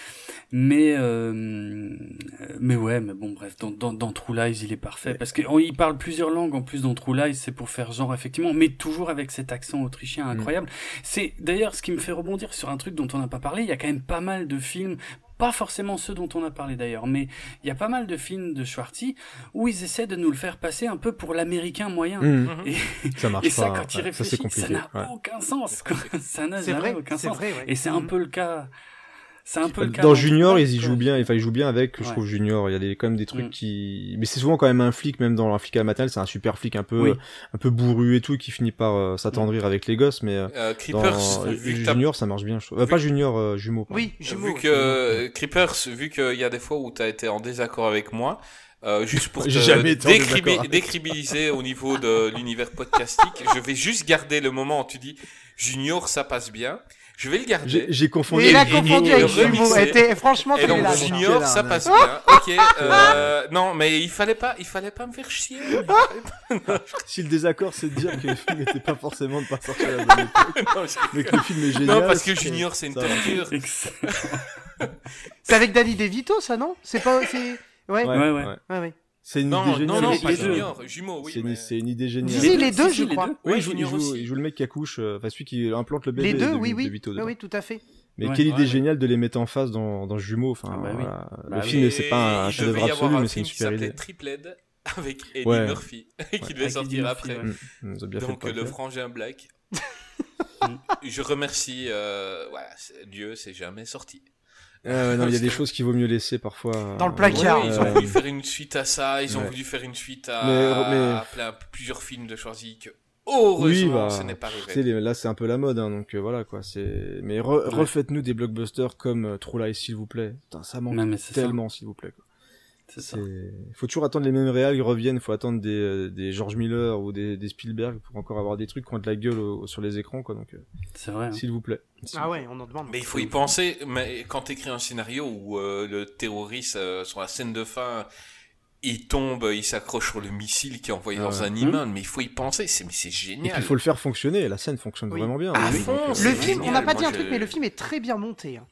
Mais euh, mais ouais, mais bon bref, dans dans, dans True Lies, il est parfait parce que il parle plusieurs langues en plus dans True Lies, c'est pour faire genre effectivement, mais toujours avec cet accent autrichien incroyable. Mmh. C'est d'ailleurs ce qui me fait rebondir sur un truc dont on n'a pas parlé, il y a quand même pas mal de films, pas forcément ceux dont on a parlé d'ailleurs, mais il y a pas mal de films de Schwartzy où ils essaient de nous le faire passer un peu pour l'américain moyen. Mmh. Et ça marche et ça pas, quand il ouais, réfléchit, ça, ça n'a ouais. aucun sens quoi. Ça n'a c'est jamais vrai, aucun c'est sens. vrai, ouais. Et c'est mmh. un peu le cas C'est un peu le cas dans Junior, ils y jouent bien, enfin, ils jouent bien avec, je ouais. trouve, Junior, il y a des, quand même des trucs mm. qui, mais c'est souvent quand même un flic, même dans un flic à la maternelle, c'est un super flic un peu, oui. un peu bourru et tout, qui finit par euh, s'attendrir mm. avec les gosses, mais, euh, Creepers, dans vu Junior, ça marche bien, je trouve. Euh, pas Junior, euh, Jumeau. Pardon. Oui, Jumeau. Vu que, euh, Creepers, vu qu'il y a des fois où t'as été en désaccord avec moi, Euh, juste pour te décribi- décribiliser au niveau de l'univers podcastique, je vais juste garder le moment où tu dis Junior, ça passe bien. Je vais le garder. J'ai, j'ai confondu. Mais il a confondu avec Jumeau. Et franchement, et donc là, Junior, ça passe bien. Ok. Euh, non, mais il fallait pas, il fallait pas me faire chier. Si le désaccord, c'est de dire que le film n'était pas forcément de pas sortir la bonne époque, mais que le film est génial. Non, parce que Junior, c'est une torture. C'est avec Danny DeVito, ça, non? C'est pas, c'est. Ouais, ouais, ouais. ouais. ouais, ouais. C'est une non, idée géniale. Non, non, pas Junior, Jumeau, oui. C'est, mais... une, c'est une idée géniale. Si, les deux, je crois. Oui, ouais, il, joue, il, joue, il joue le mec qui accouche, enfin celui qui implante le bébé. Les deux, de, oui, de, oui. De Vito, oui, oui, tout à fait. Mais ouais, quelle idée ouais, géniale ouais. de les mettre en face dans, dans Jumeau. Enfin, ah bah oui. voilà. bah le oui. film, c'est pas un chef-d'œuvre absolu, mais c'est une super idée. Il s'appelait Tripled avec Eddie ouais. Murphy, qui ouais. devait sortir après. Ouais. Mmh, mmh, bien donc fait le frangin Black. Je remercie, euh, voilà, Dieu, c'est jamais sorti. Euh, non, il y a des choses qu'il vaut mieux laisser parfois. Dans le placard. Ouais, ils ont euh... voulu faire une suite à ça, ils ont ouais. voulu faire une suite à, mais, mais... à plein, plusieurs films de Schwarzenegger que heureusement oui, bah, ce n'est pas arrivé. Les... Là c'est un peu la mode, hein, donc euh, voilà quoi. C'est. Mais re... ouais. refaites-nous des blockbusters comme euh, True Lies s'il vous plaît. Putain, ça manque non, tellement ça. S'il vous plaît. Quoi. C'est ça. Il faut toujours attendre les mêmes réals qui reviennent. Il faut attendre des, euh, des George Miller ou des, des Spielberg pour encore avoir des trucs qui ont de la gueule au, sur les écrans, quoi. Donc, euh, c'est vrai. Hein. S'il vous plaît. S'il ah vous ouais, on en demande. Mais il faut y penser. Mais quand t'écris un scénario où euh, le terroriste euh, sur la scène de fin, il tombe, il s'accroche sur le missile qui est envoyé ah dans ouais. un immeuble, mmh. mais il faut y penser. C'est mais c'est génial. Il faut le faire fonctionner. La scène fonctionne oui. vraiment bien. Ah oui. fond, donc, le film, génial. On n'a pas dit Moi, un truc, je... mais le film est très bien monté. Hein.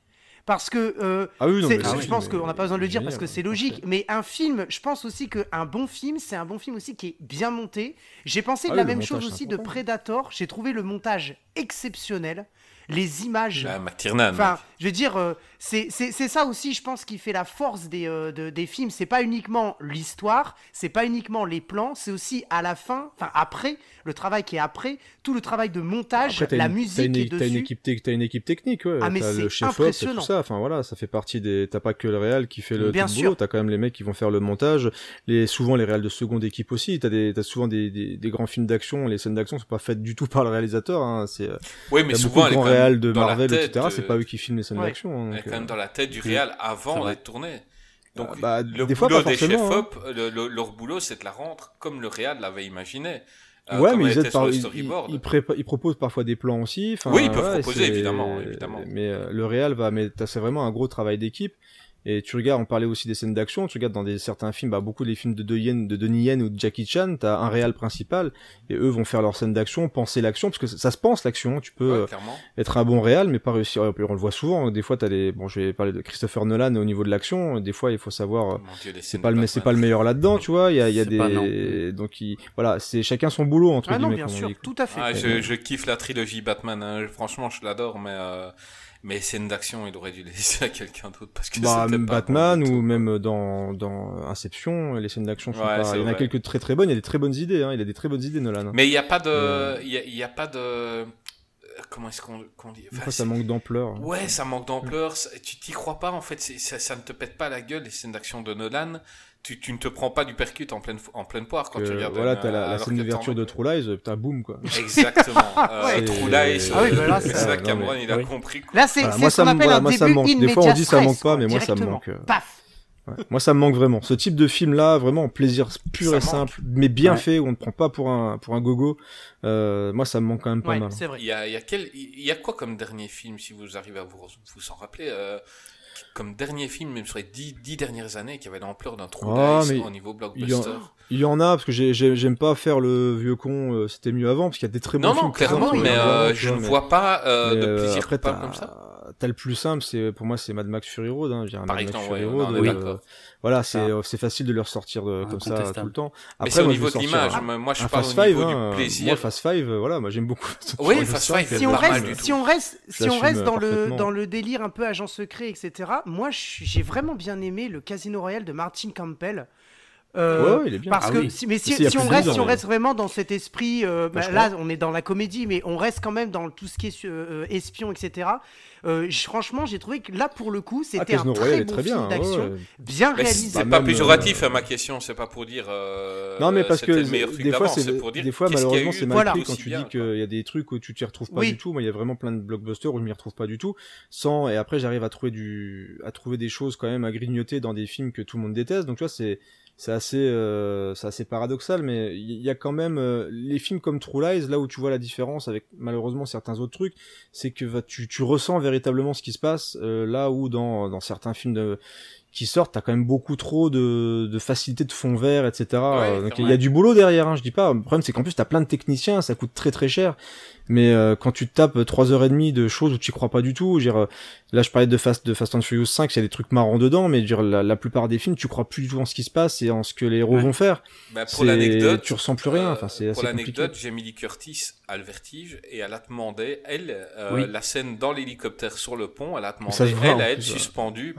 Parce que, euh, ah oui, non, mais je oui, pense mais qu'on n'a pas besoin de le dire génial, parce que c'est logique, mais un film, je pense aussi qu'un bon film, c'est un bon film aussi qui est bien monté. J'ai pensé de Ah la oui, le même montage, chose c'est aussi de important. Predator, j'ai trouvé le montage exceptionnel, les images... Bah, McTiernan. Enfin, je veux dire, euh, c'est, c'est, c'est ça aussi, je pense, qui fait la force des, euh, de, des films. C'est pas uniquement l'histoire, c'est pas uniquement les plans, c'est aussi à la fin, enfin après, le travail qui est après, tout le travail de montage, Après, la une, musique t'as une, qui est t'as dessus. Une équipe, t'as une équipe technique, ouais. Ah, mais t'as c'est le chef-op, impressionnant. tout ça. Enfin voilà, ça fait partie des. T'as pas que le réal qui fait le Bien tout le sûr. boulot. T'as quand même les mecs qui vont faire le montage. Les souvent les réals de seconde équipe aussi. T'as des, t'as souvent des, des, des grands films d'action. Les scènes d'action sont pas faites du tout par le réalisateur. Hein. C'est. Oui, mais T'as souvent, beaucoup de grands elle est quand même réals de dans la Marvel, tête et cetera. de- C'est pas eux qui filment les scènes Ouais. d'action. Hein, Elle est donc, quand même euh, dans la tête du c'est- réal c'est avant vrai. d'être tournée. Donc, Bah, le des fois, boulot pas des forcément, chefs-op, le- le- leur boulot, c'est de la rendre comme le réal l'avait imaginé. Euh, ouais, comme mais elle ils, était aident sur par... le ils, storyboard. ils, ils prépa- ils proposent parfois des plans aussi. Enfin, Oui, ils peuvent voilà, proposer, c'est- évidemment, évidemment. Mais euh, le réal va, mais t'as- c'est vraiment un gros travail d'équipe. Et tu regardes, on parlait aussi des scènes d'action, tu regardes dans des, certains films, bah, beaucoup des films de, de, Yen, de Donnie Yen ou de Jackie Chan, t'as un réal principal, et eux vont faire leurs scènes d'action, penser l'action, parce que ça, ça se pense l'action, tu peux Ouais, euh, clairement. être un bon réal, mais pas réussir, on le voit souvent, des fois t'as des, bon je vais parler de Christopher Nolan au niveau de l'action, des fois il faut savoir, euh, Mon Dieu, les c'est scènes pas de le, c'est Batman. pas le meilleur là-dedans, tu vois, il y a, il y a C'est pas des, donc il, voilà, c'est chacun son boulot, entre Ah non, guillemets, bien comme on sûr, dit. tout à fait. Ah, je, je kiffe la trilogie Batman, hein. Franchement, je l'adore, mais euh, mais scènes d'action, il aurait dû les laisser à quelqu'un d'autre parce que Bah, c'était pas Batman bon du ou tout. même dans, dans Inception, les scènes d'action sont Ouais, pas, c'est il y en a vrai. quelques très très bonnes, il y a des très bonnes idées, hein, il a des très bonnes idées, Nolan. Mais il y a pas de, Euh. il y a, il y a pas de, euh, comment est-ce qu'on, qu'on dit? Des Enfin, fois, ça c'est- manque d'ampleur. Ouais, ça manque d'ampleur. ça- Tu t'y crois pas en fait. c'est- Ça, ça ne te pète pas la gueule les scènes d'action de Nolan. Tu, tu ne te prends pas du percut en pleine en pleine poire quand Que, tu regardes. voilà, un- t'as la, la alors scène que d'ouverture t'en- de True Lies, putain, boum, quoi. Exactement. euh, Ouais. True Lies. Ah oui, bah là, c'est c'est- ça. non, Cameron, mais- il a oui. compris. quoi. Là, c'est, Voilà, c'est moi, ce ça qu'on me- appelle voilà, un moi, ça début me manque. in Des fois, on medias dit ça res, manque pas, quoi, mais moi, ça me directement. manque, euh. Paf. Ouais. Moi, ça me manque vraiment. Ce type de film-là, vraiment, plaisir pur Ça et manque. simple, mais bien Ouais. fait, où on ne prend pas pour un, pour un gogo, euh, moi, ça me manque quand même pas Ouais, mal. c'est vrai. Il y a, il y a quel, il y a quoi comme dernier film si vous arrivez à vous vous en rappeler euh, comme dernier film même sur les dix, dix dernières années qui avait l'ampleur d'un True Ah, Lies mais au niveau Il y, en, blockbuster. il y en a, parce que j'ai- j'ai- j'aime pas faire le vieux con, euh, c'était mieux avant, parce qu'il y a des très bons Non, films. non, qui sortent clairement, sur mais les euh, écrans, tu je vois, ne mais- vois pas euh, mais, de euh, plaisir après, coupable t'as- comme ça. T'as le plus simple, c'est pour moi, c'est Mad Max Fury Road. Hein, je dirais Par Mad Max exemple, Fury ouais, Road. on est euh, d'accord. voilà, c'est Ça. euh, c'est facile de le ressortir de, comme ça tout Incontestable. le temps. Mais Après, c'est au moi, je niveau vais de sortir l'image. un- Moi, moi, je un parle Fast au Five, niveau hein, du plaisir. Moi, Fast Five, euh, voilà, moi j'aime beaucoup. Oui, Sur Fast ça, Five, c'est Si on, pas mal reste, du tout. si on reste, Je si on l'assume reste dans le, parfaitement. dans le délire un peu agent secret, et cetera, moi, je suis- j'ai vraiment bien aimé le Casino Royale de Martin Campbell. Euh, Ouais, ouais, il est bien. Parce Ah que, oui. si, mais si, Mais c'est il y a si on plus de reste, dix ans, si on ouais. reste vraiment dans cet esprit, euh, bah, je là, on est dans la comédie, mais on reste quand même dans tout ce qui est euh, espion, et cetera. Euh, j- franchement, j'ai trouvé que là, pour le coup, Ah, c'était Casino un Royale très est bon très bien. film ouais, d'action, ouais. bien Mais réalisé. c'est Bah, pas même, péjoratif euh, à ma question, c'est pas pour dire. Euh, Non, mais parce c'était que le meilleur truc des fois, d'avant, c'est c'est pour dire des fois qu'est-ce qu'il y a malheureusement eu c'est mal Voilà. pris quand aussi tu bien, dis qu'il y a des trucs où tu t'y retrouves pas Oui. du tout. Moi, il y a vraiment plein de blockbusters où je m'y retrouve pas du tout. Sans et après, j'arrive à trouver du à trouver des choses quand même à grignoter dans des films que tout le monde déteste. Donc tu vois, c'est c'est assez euh, c'est assez paradoxal, mais il y a quand même euh, les films comme True Lies, là où tu vois la différence avec malheureusement certains autres trucs, c'est que va, tu tu ressens véritablement ce qui se passe euh, là où dans dans certains films de qui sortent, t'as quand même beaucoup trop de, de facilité de fond vert, et cetera. Ouais, Euh, donc il clairement. y a du boulot derrière, hein, je dis pas. Le problème c'est qu'en plus t'as plein de techniciens, ça coûte très très cher. Mais euh, quand tu te tapes trois heures et demie de choses où tu y crois pas du tout, je veux dire, euh, là je parlais de Fast de Fast and Furious cinq, il y a des trucs marrants dedans, mais je veux dire, la, la plupart des films, tu crois plus du tout en ce qui se passe et en ce que les héros Ouais. vont faire. Bah, pour C'est- l'anecdote, tu ressens plus rien. Enfin, c'est euh, assez pour l'anecdote, compliqué. Jamie Lee Curtis a le vertige et elle a demandé, elle, euh, Oui. la scène dans l'hélicoptère sur le pont, elle a demandé, Ça se voit, elle, en à être plus, ouais. suspendue.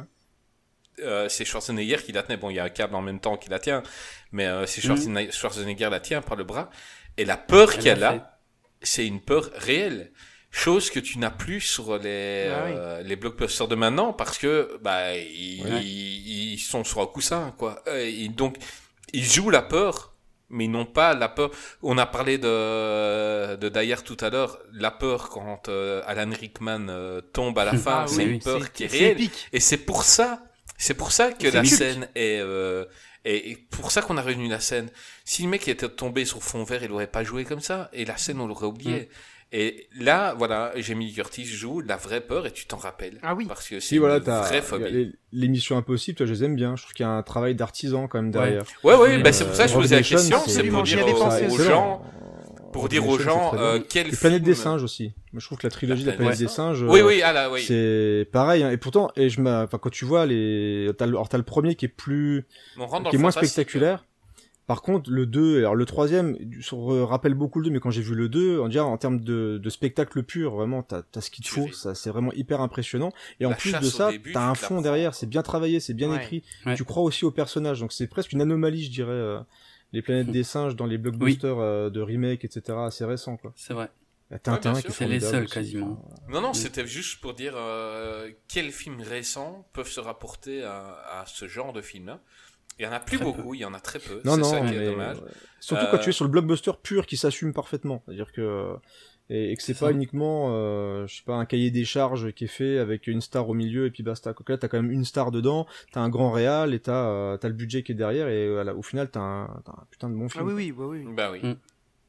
Euh, c'est Schwarzenegger qui la tenait. Bon, il y a un câble en même temps qui la tient, mais euh, c'est Mhm. Schwarzenegger, Schwarzenegger la tient par le bras. Et la peur Elle qu'elle l'a a, c'est une peur réelle. Chose que tu n'as plus sur les, Ah oui. euh, les blockbusters de maintenant parce que, bah, ils, Ouais. ils, ils sont sur un coussin, quoi. Euh, et donc, ils jouent la peur, mais ils n'ont pas la peur. On a parlé de, de Dyer tout à l'heure, la peur quand euh, Alan Rickman euh, tombe à la fin, Ah c'est oui, une peur c'est- qui est c'est réelle. épique. Et c'est pour ça, c'est pour ça que C'est la culte. scène est, euh, et, et pour ça qu'on a retenu la scène. Si le mec était tombé sur fond vert, il aurait pas joué comme ça, et la scène on l'aurait oublié. Et là, voilà, Jamie Lee Curtis joue la vraie peur et tu t'en rappelles. Ah oui. Parce que c'est Si voilà, une t'as vraie phobie. les, les missions impossibles, toi, je les aime bien. Je trouve qu'il y a un travail d'artisan quand même derrière. Ouais, ouais, Euh, bah c'est pour ça que je Rogue posais la Nation, question, c'est- c'est pour Absolument, j'y dire avais aux, pensé aux aussi. gens, Pour dire aux gens euh, quel film... Planète des singes aussi. Moi, je trouve que la trilogie de la Planète des singes, oui, oui, ah là, oui. c'est pareil. Hein. Et pourtant, et je enfin, quand tu vois les, t'as le, alors t'as le premier qui est plus, qui est moins spectaculaire. Par contre, le deux, alors le troisième, rappelle beaucoup le deux, mais quand j'ai vu le deux, on dirait en termes de, de spectacle pur, vraiment, t'as, t'as ce qu'il te faut, ça, c'est vraiment hyper impressionnant. Et en plus de ça, début, t'as un fond derrière, c'est bien travaillé, c'est bien ouais. écrit. Ouais. Tu crois aussi au personnage, donc c'est presque une anomalie, je dirais, euh, les planètes mmh. des singes dans les blockbusters oui. euh, de remake, et cetera, assez récents, quoi. C'est vrai. Tintin ouais, qui c'est les seuls aussi, quasiment. Non, non, c'était juste pour dire euh, quels films récents peuvent se rapporter à, à ce genre de film-là. Il y en a plus très beaucoup, peu. Il y en a très peu. Non, c'est non, ça qui mais, est dommage. Ouais. Surtout euh... quand tu es sur le blockbuster pur qui s'assume parfaitement. C'est-à-dire que et, et que c'est, c'est pas ça. uniquement, euh, je sais pas, un cahier des charges qui est fait avec une star au milieu et puis basta. Donc là, t'as quand même une star dedans, t'as un grand réal et t'as, euh, t'as le budget qui est derrière et voilà, au final, t'as un, t'as un putain de bon film. Ah oui, oui, oui, oui. Bah oui. Mm.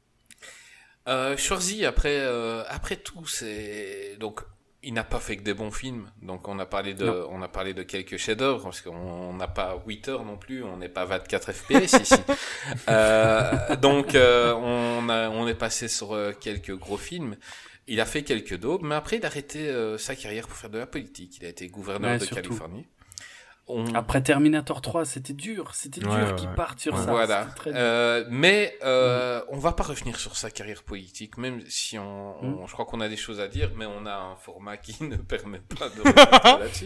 Euh, Schwarzy, après, euh, après tout, c'est donc. Il n'a pas fait que des bons films, donc on a parlé de, non. on a parlé de quelques chefs-d'œuvre parce qu'on n'a pas huit heures non plus, on n'est pas vingt-quatre F P S ici. Euh, donc euh, on a, on est passé sur euh, quelques gros films. Il a fait quelques daubes, mais après il a arrêté euh, sa carrière pour faire de la politique. Il a été gouverneur ouais, de surtout. Californie. On... Après Terminator trois, c'était dur, c'était ouais, dur ouais, qu'il ouais. parte sur ouais. ça. Voilà. Euh, mais euh, mmh. on va pas revenir sur sa carrière politique, même si on, on mmh. je crois qu'on a des choses à dire, mais on a un format qui ne permet pas de revenir là-dessus.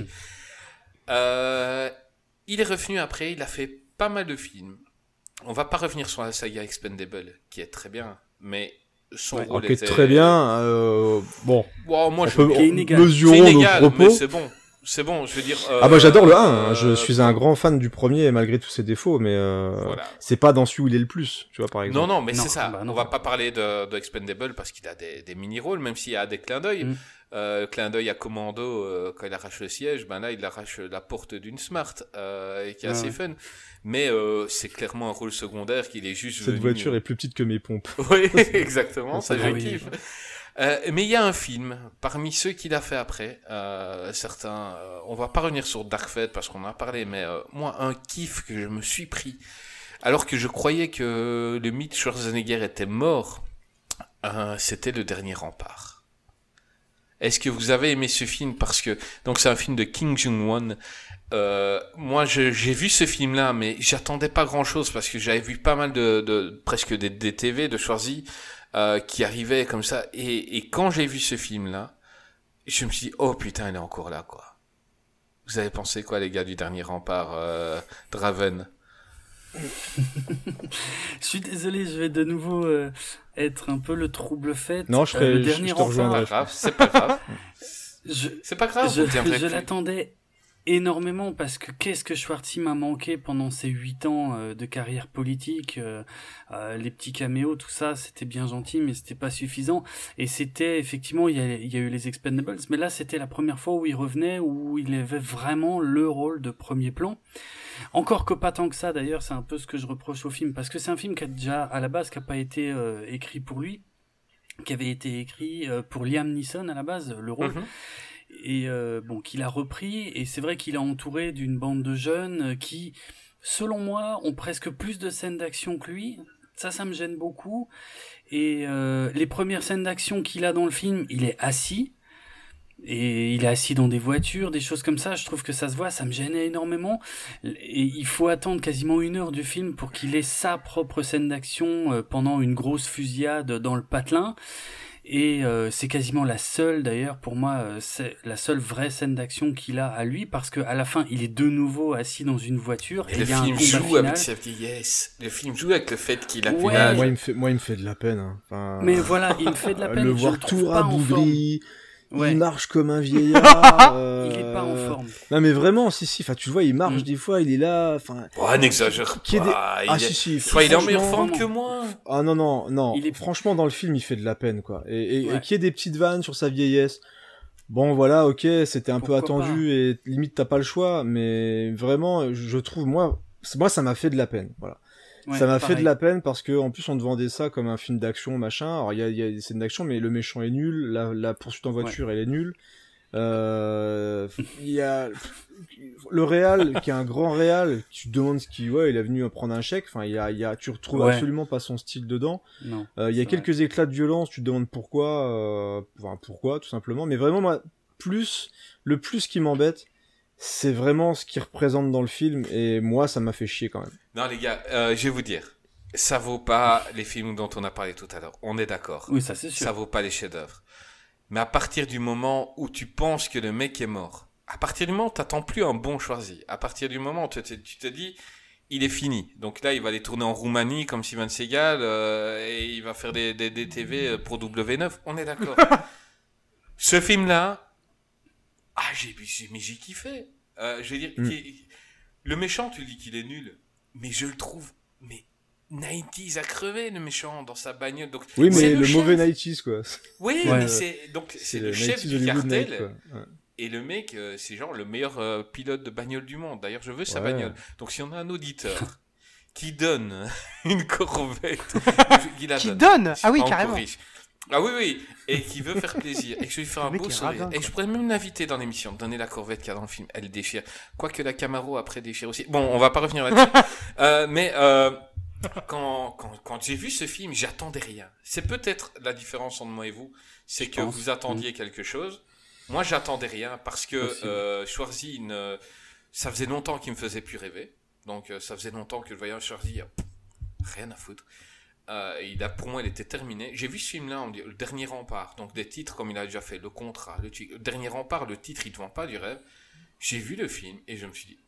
Euh, il est revenu après, il a fait pas mal de films. On va pas revenir sur la saga Expendable, qui est très bien, mais son ouais, rôle okay, était très bien. Euh, bon, wow, moi on je peut mesurer nos propos. Mais c'est bon. C'est bon, je veux dire... Euh, ah bah j'adore le un, hein. euh, je suis un grand fan du premier malgré tous ses défauts, mais euh, voilà. C'est pas dans celui où il est le plus, tu vois par exemple. Non, non, mais non, c'est ça, bah non. On va pas parler de, de Expendable parce qu'il a des, des mini-rôles, même s'il y a des clins d'œil. Mm. Euh, clin d'œil à Commando, euh, quand il arrache le siège, ben là il arrache la porte d'une Smart, euh, et qui est assez ouais. fun. Mais euh, c'est clairement un rôle secondaire qu'il est juste Cette venu... voiture est plus petite que mes pompes. Oui, exactement, ça, ça je oui. kiffe. Euh, mais il y a un film, parmi ceux qu'il a fait après, euh, certains, euh, on va pas revenir sur Dark Fate parce qu'on en a parlé, mais euh, moi, un kiff que je me suis pris, alors que je croyais que le mythe Schwarzenegger était mort, euh, c'était Le Dernier Rempart. Est-ce que vous avez aimé ce film? Parce que, donc c'est un film de Kim Jong-un. Euh, moi, je, j'ai vu ce film-là, mais j'attendais pas grand-chose parce que j'avais vu pas mal de, de presque des, des T V de Schwarzy, Euh, qui arrivait comme ça, et, et quand j'ai vu ce film-là, je me suis dit, oh putain, elle est encore là, quoi. Vous avez pensé quoi, les gars, du Dernier Rempart, euh, Draven? Je suis désolé, je vais de nouveau euh, être un peu le trouble fait. Non, je serais, euh, le Dernier je te Rempart. C'est pas grave, c'est pas grave. je, c'est pas grave, je, je, je l'attendais énormément parce que qu'est-ce que Schwarzy m'a manqué pendant ces huit ans euh, de carrière politique, euh, euh, les petits caméos, tout ça, c'était bien gentil, mais c'était pas suffisant. Et c'était effectivement, il y a, il y a eu les Expendables, mais là c'était la première fois où il revenait, où il avait vraiment le rôle de premier plan. Encore que pas tant que ça d'ailleurs, c'est un peu ce que je reproche au film, parce que c'est un film qui a déjà à la base qui a pas été euh, écrit pour lui, qui avait été écrit euh, pour Liam Neeson à la base, le rôle. Mm-hmm. Et euh, bon, qu'il a repris, et c'est vrai qu'il est entouré d'une bande de jeunes qui, selon moi, ont presque plus de scènes d'action que lui. Ça, ça me gêne beaucoup. Et euh, les premières scènes d'action qu'il a dans le film, il est assis, et il est assis dans des voitures, des choses comme ça. Je trouve que ça se voit, ça me gênait énormément. Et il faut attendre quasiment une heure du film pour qu'il ait sa propre scène d'action euh, pendant une grosse fusillade dans le patelin. Et euh, c'est quasiment la seule, d'ailleurs, pour moi, euh, c'est la seule vraie scène d'action qu'il a à lui, parce que à la fin, il est de nouveau assis dans une voiture. Et, et le il y a film un joue final. avec sa vieillesse. Le film joue avec le fait qu'il a ouais. plus d'âge. Moi, il me fait, moi, il me fait de la peine. Hein. Enfin, mais voilà, il me fait de la peine. Le je voir le tout rabougri. Ouais. Il marche comme un vieillard. euh... Il est pas en forme. Non mais vraiment, si si. Enfin, tu vois, il marche mm. des fois, il est là. Enfin. Oh, n'exagère pas. Des... Il ah est... si si. Soit il est en meilleure forme que moi. Ah non non non. Il est... Franchement, dans le film, il fait de la peine quoi. Et, et, ouais. et qu'il y ait des petites vannes sur sa vieillesse. Bon voilà, ok, c'était un Pourquoi peu attendu pas. Et limite t'as pas le choix, mais vraiment, je trouve moi, moi ça m'a fait de la peine. Voilà. Ouais, ça m'a pareil. fait de la peine parce que en plus on te vendait ça comme un film d'action machin. Alors il y a, y a des scènes d'action, mais le méchant est nul, la, la poursuite en voiture ouais. elle est nulle. Euh, il y a, le réal, qui est un grand réal, tu te demandes ce qu'il, ouais, il est venu prendre un chèque. Enfin, il y a, il y a, tu retrouves ouais. absolument pas son style dedans. Non. Euh, il y a quelques vrai. éclats de violence, tu te demandes pourquoi, euh, enfin, pourquoi, tout simplement. Mais vraiment, moi, plus, le plus qui m'embête, c'est vraiment ce qu'il représente dans le film. Et moi, ça m'a fait chier quand même. Non, les gars, euh, je vais vous dire. Ça vaut pas les films dont on a parlé tout à l'heure. On est d'accord. Oui, ça c'est sûr. Ça vaut pas les chefs-d'œuvre. Mais à partir du moment où tu penses que le mec est mort, à partir du moment où t'attends plus un bon Schwarzy, à partir du moment où tu te, tu te dis, il est fini. Donc là, il va aller tourner en Roumanie comme Steven Seagal euh, et il va faire des, des, des T V pour W neuf. On est d'accord. Ce film-là, ah, j'ai, j'ai, mais j'ai kiffé. Euh, je veux dire, mm. le méchant, tu dis qu'il est nul, mais je le trouve, mais quatre-vingt-dix à crever le méchant dans sa bagnole. Donc, oui, mais le, le mauvais nineties quoi. Oui, ouais, mais ouais. c'est donc c'est, c'est le, le chef du cartel. Night, ouais. Et le mec, euh, c'est genre le meilleur euh, pilote de bagnole du monde. D'ailleurs, je veux sa ouais. bagnole. Donc, si on a un auditeur qui donne une Corvette, qui donne, donne Ah oui, carrément. Riche. Ah oui, oui, et qui veut faire plaisir, et que je lui fais un beau sourire, radin, et je pourrais même l'inviter dans l'émission, donner la Corvette qu'il y a dans le film, elle déchire. Quoique la Camaro après déchire aussi. Bon, on va pas revenir là-dessus. euh, mais euh, quand, quand, quand j'ai vu ce film, j'attendais rien. C'est peut-être la différence entre moi et vous, c'est je que pense. vous attendiez mmh. quelque chose. Moi, j'attendais rien parce que euh, Schwarzy, ne... ça faisait longtemps qu'il me faisait plus rêver. Donc, euh, ça faisait longtemps que je voyais Schwarzy, rien à foutre. Euh, il a, pour moi, il était terminé. J'ai vu ce film-là, on dit, le dernier rempart. Donc, des titres comme il a déjà fait, le contrat, le, t- le dernier rempart, le titre, il te vend pas du rêve. J'ai vu le film et je me suis dit,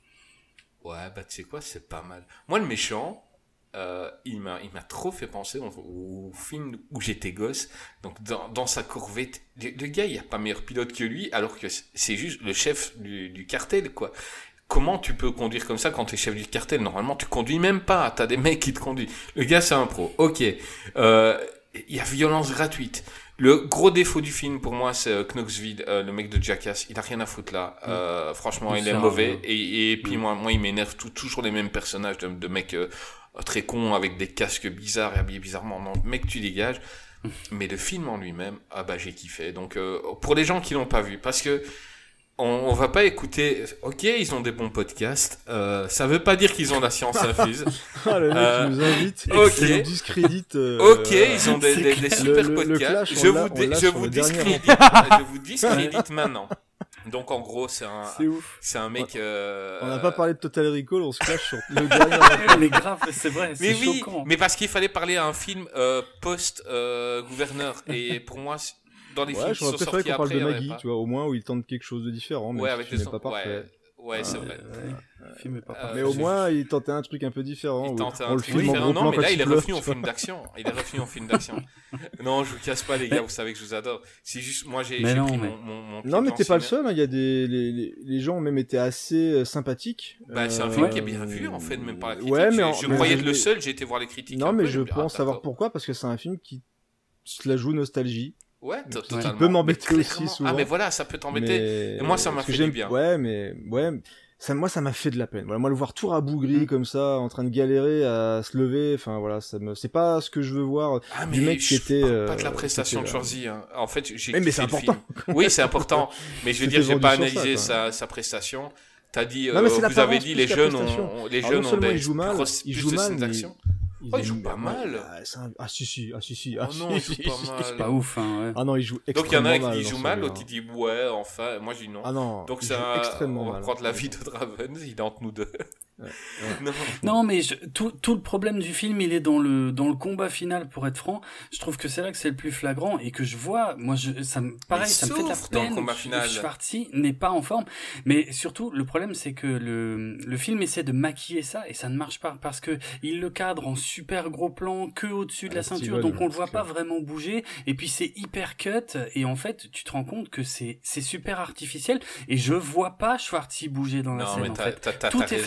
ouais, bah, tu sais quoi, c'est pas mal. Moi, le méchant, euh, il m'a, il m'a trop fait penser au, au film où j'étais gosse. Donc, dans, dans sa Corvette, le, le gars, il n'y a pas meilleur pilote que lui, alors que c'est juste le chef du, du cartel, quoi. Comment tu peux conduire comme ça quand t'es chef du cartel? Normalement, tu conduis même pas. T'as des mecs qui te conduisent. Le gars, c'est un pro. Ok. Euh, il y a violence gratuite. Le gros défaut du film, pour moi, c'est Knoxville, euh, le mec de Jackass. Il a rien à foutre là. Euh, mmh. Franchement, il, il est mauvais. Et, et puis, mmh. moi, moi, il m'énerve tout, toujours les mêmes personnages de, de mecs euh, très cons avec des casques bizarres et habillés bizarrement. Non, mec, tu dégages. Mmh. Mais le film en lui-même, ah bah, j'ai kiffé. Donc, euh, pour les gens qui l'ont pas vu, parce que On, on va pas écouter. Ok, ils ont des bons podcasts. Euh, ça veut pas dire qu'ils ont la science infuse. Ah, le mec euh, qui nous invite. Ok. Nous discrédite. Euh, ok, ils ont des, des, des super le, le, podcasts. Le clash, je, vous dé, je, vous discrédite, je vous discrédite maintenant. Donc en gros, c'est un, c'est, ouf. c'est un mec. Euh... On n'a pas parlé de Total Recall, on se clash sur le dernier. Mais grave, c'est vrai, c'est mais oui, choquant. Mais parce qu'il fallait parler à un film euh, post-gouverneur. Euh, et pour moi. Dans les ouais, films qui sont sortis qu'on après, parle de Maggie, tu vois, au moins où il tente quelque chose de différent, mais ouais, avec le film n'est pas parfait. Ouais, ouais, c'est vrai. Ouais, le film est pas parfait. Mais au moins, il tentait un truc un peu différent. Il tentait un on truc le différent. Non, mais là, il est revenu en film d'action. Il est revenu en film d'action. Non, je vous casse pas, les gars. Vous savez que je vous adore. C'est juste, moi, j'ai, j'ai pris mon, mon, mon. Non, mais t'es pas le seul. Il y a des, les, les, les gens ont même été assez sympathiques. Bah, c'est un film qui est bien vu, en fait, même par la critique. Ouais, mais je croyais être le seul. J'ai été voir les critiques. Non, mais je pense savoir pourquoi, parce que c'est un film qui se la joue nostalgie. Ouais, totalement. Qui peut m'embêter aussi souvent. Ah, mais voilà, ça peut t'embêter. Mais... Et moi, ça m'a fait du bien. Ouais, mais, ouais, ça, moi, ça m'a fait de la peine. Voilà, moi, le voir tout rabougri mmh. comme ça, en train de galérer à se lever, enfin, voilà, ça me, c'est pas ce que je veux voir ah, du mec qui était, euh, pas de la prestation de Schwarzy, hein. En fait, j'ai mais, mais c'est important. Oui, c'est important. Mais je veux dire, j'ai pas analysé sa, sa prestation. T'as dit, non, euh, vous avez dit, les jeunes ont, les jeunes ont des, il joue mal, il joue mal, actions. Oh, il joue pas mal. Ah, un... ah si si, ah si si. Ah, oh non, il joue pas mal. C'est pas ouf, hein, ouais. Ah non, il joue extrêmement mal. Donc il y en a qui jouent mal, l'autre il dit ouais, enfin, moi je dis non. Ah non. Donc c'est un... extrêmement on va mal. Prendre la vie de Draven, il est entre nous deux. Ouais. Ouais. Non, non, mais je, tout, tout le problème du film, il est dans le dans le combat final. Pour être franc, je trouve que c'est là que c'est le plus flagrant et que je vois, moi, je, ça me, pareil, il ça me fait de la peine. Dans le combat final. Schwarzy n'est pas en forme, mais surtout le problème, c'est que le le film essaie de maquiller ça et ça ne marche pas parce que il le cadre en super gros plan que au-dessus de ah, la ceinture, Steven, donc on le voit pas vraiment bouger. Et puis c'est hyper cut et en fait, tu te rends compte que c'est c'est super artificiel et je vois pas Schwarzy bouger dans la non, scène. Mais en t'as, fait, t'as, t'as, tout t'as est fait par le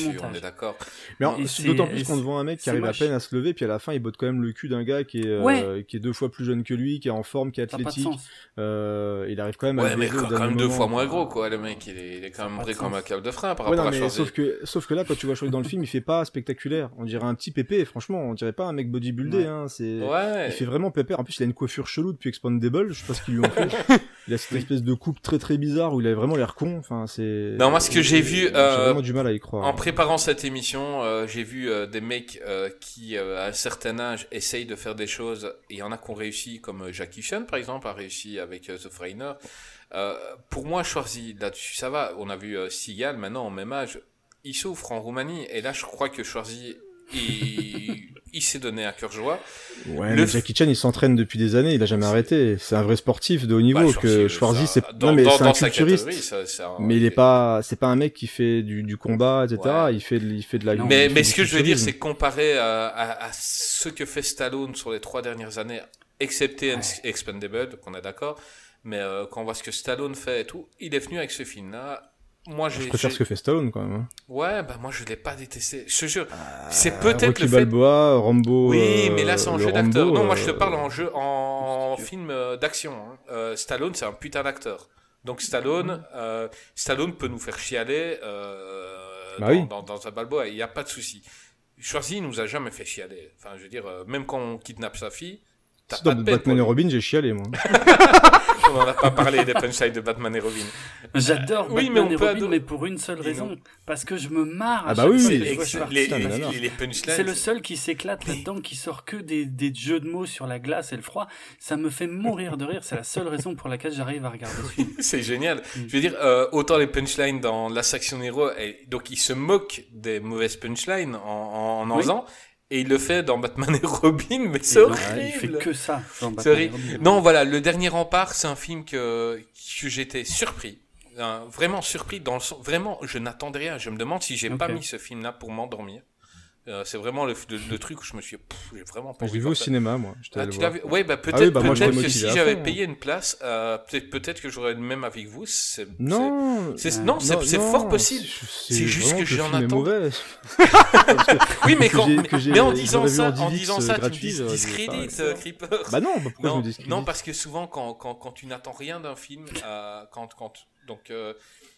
montage. On est d'accord. Mais en, d'autant plus qu'on te vend un mec qui arrive moche. à peine à se lever, puis à la fin il botte quand même le cul d'un gars qui est ouais. euh, qui est deux fois plus jeune que lui, qui est en forme, qui est athlétique. Euh, il arrive quand même ouais, à. Ouais, mais quand même deux fois moins gros, quoi. Le mec, il est, il est quand même vrai comme un câble de frein par ouais, rapport non, à mais sauf que sauf que là, quand tu vois Schwarzenegger dans le film, il fait pas spectaculaire. On dirait un petit pépé. Franchement, on dirait pas un mec bodybuildé. Ouais. Hein. C'est. Ouais. Il fait vraiment pépère. En plus, il a une coiffure chelou depuis Expandable. Je sais pas ce qu'ils lui ont fait. Il a cette espèce de coupe très très bizarre où il a vraiment l'air con. Enfin, c'est. Non, moi, ce que j'ai vu, euh, j'ai vraiment du mal à y croire. En préparant cette émission, euh, j'ai vu euh, des mecs euh, qui, euh, à un certain âge, essayent de faire des choses. Et il y en a qui ont réussi, comme Jackie Chan, par exemple, a réussi avec euh, The Foreigner. Euh, pour moi, Schwarzy, là-dessus, ça va. On a vu euh, Seagal, maintenant, au même âge. Il souffre en Roumanie. Et là, je crois que Schwarzy, il, il s'est donné à cœur joie. Ouais, le mais Jackie Chan, il s'entraîne depuis des années. Il a jamais arrêté. C'est un vrai sportif de haut niveau. Bah, que Schwarzy, c'est dans, non, mais dans, c'est dans un culturiste. Ça, c'est un... Mais il est pas, c'est pas un mec qui fait du, du combat, et cetera. Ouais. Il fait, il fait de la. Non, mais, mais ce que je veux dire, c'est comparé à, à, à ce que fait Stallone sur les trois dernières années, excepté ouais. Expendable, qu'on est d'accord. Mais euh, quand on voit ce que Stallone fait et tout, il est venu avec ce film-là. Moi, j'ai, je préfère j'ai... ce que fait Stallone quand même. Hein. Ouais, bah moi je l'ai pas détesté. Je te jure, euh, c'est peut-être Rocky le fait. Balboa, Rambo. Oui, mais là c'est en jeu Rambo, d'acteur. Non, euh... moi je te parle en jeu, en film d'action. Hein. Euh, Stallone, c'est un putain d'acteur. Donc Stallone, euh, Stallone peut nous faire chialer euh, bah dans, oui. dans, dans un Balboa. Il y a pas de souci. Schwarzy, il nous a jamais fait chialer. Enfin, je veux dire, euh, même quand on kidnappe sa fille. Si dans Batman et Robin, j'ai chialé, moi. On n'en a pas parlé des punchlines de Batman et Robin. J'adore oui, Batman mais et Robin, ador... mais pour une seule raison. Parce que je me marre. Ah bah oui, oui. Les, les, les, les punchlines. C'est le seul qui s'éclate là-dedans, qui sort que des, des jeux de mots sur la glace et le froid. Ça me fait mourir de rire. C'est la seule raison pour laquelle j'arrive à regarder ce film. C'est génial. Mm. Je veux dire, euh, autant les punchlines dans Last Action Hero, et donc il se moque des mauvaises punchlines en en, en oui. faisant. Et il le fait dans Batman et Robin, mais c'est horrible. Il fait que ça dans Batman et Robin. Non, voilà, Le Dernier Rempart, c'est un film que, que j'étais surpris. Hein, vraiment surpris dans le sens, vraiment, je n'attendais rien. Je me demande si j'ai okay. pas mis ce film-là pour m'endormir. Euh, c'est vraiment le, le, le truc où je me suis, pff, j'ai vraiment pas. J'ai vu au cinéma, moi. Ah, tu l'as vu? Ouais, bah peut-être, ah oui, bah, peut-être que si j'avais fond, payé hein. une place, euh, peut-être, peut-être que j'aurais le même avec vous. C'est, non, c'est, c'est, non, c'est, non, c'est non, fort possible. C'est, c'est juste que, que j'en attends. Oui, mais quand, mais, mais en disant ça, en disant ça, tu me discrédites Creeper. Bah non, bah pourquoi je me discrédite? Non, parce que souvent, quand, quand, quand tu n'attends rien d'un film, euh, quand, quand, donc. Euh,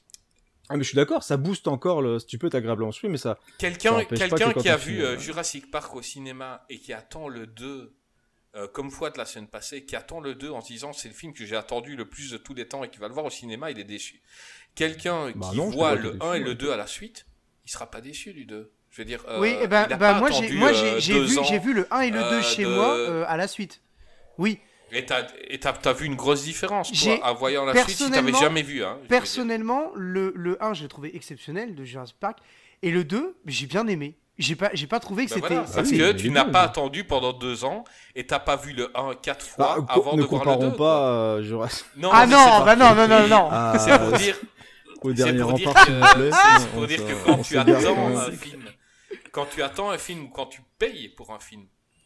Ah mais je suis d'accord, ça booste encore le, si tu peux t'agréable en mais ça. Quelqu'un, ça quelqu'un qui a vu film, euh, Jurassic Park au cinéma et qui attend le deux, euh, comme Fouad la semaine passée, qui attend le deux en se disant c'est le film que j'ai attendu le plus de tous les temps et qui va le voir au cinéma, il est déçu. Quelqu'un bah qui non, voit le déçu, un et ouais. le deux à la suite, il sera pas déçu du deux. Je veux dire, euh, oui, et ben, bah, moi j'ai, moi j'ai, j'ai vu, j'ai vu le un et le deux euh, chez de... moi euh, à la suite. Oui. Et t'as, et t'as, t'as vu une grosse différence, toi, en voyant la suite, si t'avais jamais vu, hein. Personnellement, le, le un, je l'ai trouvé exceptionnel, de Jurassic Park, et le deux, j'ai bien aimé. J'ai pas, j'ai pas trouvé que ben c'était... Voilà, parce que tu n'as pas attendu pendant deux ans, et t'as pas vu le un quatre fois bah, avant de voir le deux. Ne comparons pas euh, Jurassic Park. Non, ah non, bah non, non, non, non. Ah, c'est pour dire... Au dernier rempart, s'il vous plaît. C'est pour dire que quand tu attends un film, quand tu attends un film, ou quand tu payes pour un film,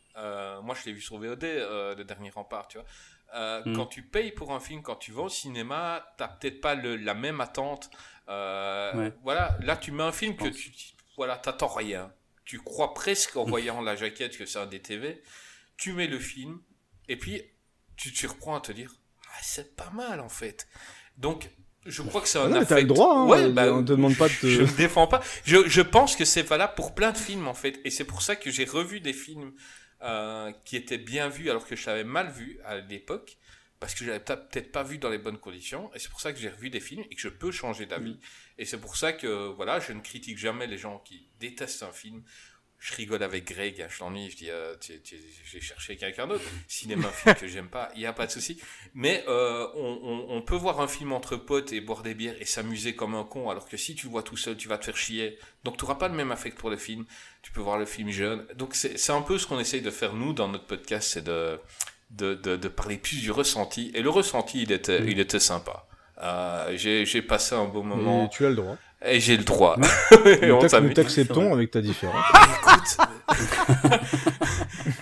moi je l'ai vu sur V O D, le dernier rempart, tu vois. Euh, mm. Quand tu payes pour un film, quand tu vas au cinéma, t'as peut-être pas le, la même attente. Euh, ouais. Voilà, là tu mets un film que tu, voilà, t'attends rien. Tu crois presque en voyant la jaquette que c'est un D T V. Tu mets le film et puis tu te reprends à te dire, ah, c'est pas mal en fait. Donc je crois que c'est un. Ouais, affect... t'as le droit. Hein, ouais, bah, on te demande pas de. Te... Je me défends pas. Je, je pense que c'est valable pour plein de films en fait, et c'est pour ça que j'ai revu des films. Euh, qui était bien vu alors que je l'avais mal vu à l'époque parce que je l'avais peut-être pas vu dans les bonnes conditions et c'est pour ça que j'ai revu des films et que je peux changer d'avis mmh. et c'est pour ça que voilà je ne critique jamais les gens qui détestent un film. Je rigole avec Greg, hein, je l'ennuie, je dis euh, tu, tu, j'ai cherché quelqu'un d'autre, cinéma un film que j'aime pas, il y a pas de souci, mais euh, on, on, on peut voir un film entre potes et boire des bières et s'amuser comme un con, alors que si tu le vois tout seul, tu vas te faire chier, donc tu auras pas le même affect pour le film, tu peux voir le film jeune, donc c'est, c'est un peu ce qu'on essaye de faire nous dans notre podcast, c'est de, de, de, de parler plus du ressenti, et le ressenti il était, mmh. il était sympa. Euh, j'ai, j'ai passé un beau moment. Et tu as le droit. Et j'ai le droit. Nous, nous t'acceptons avec ta différence. Écoute. Ouais,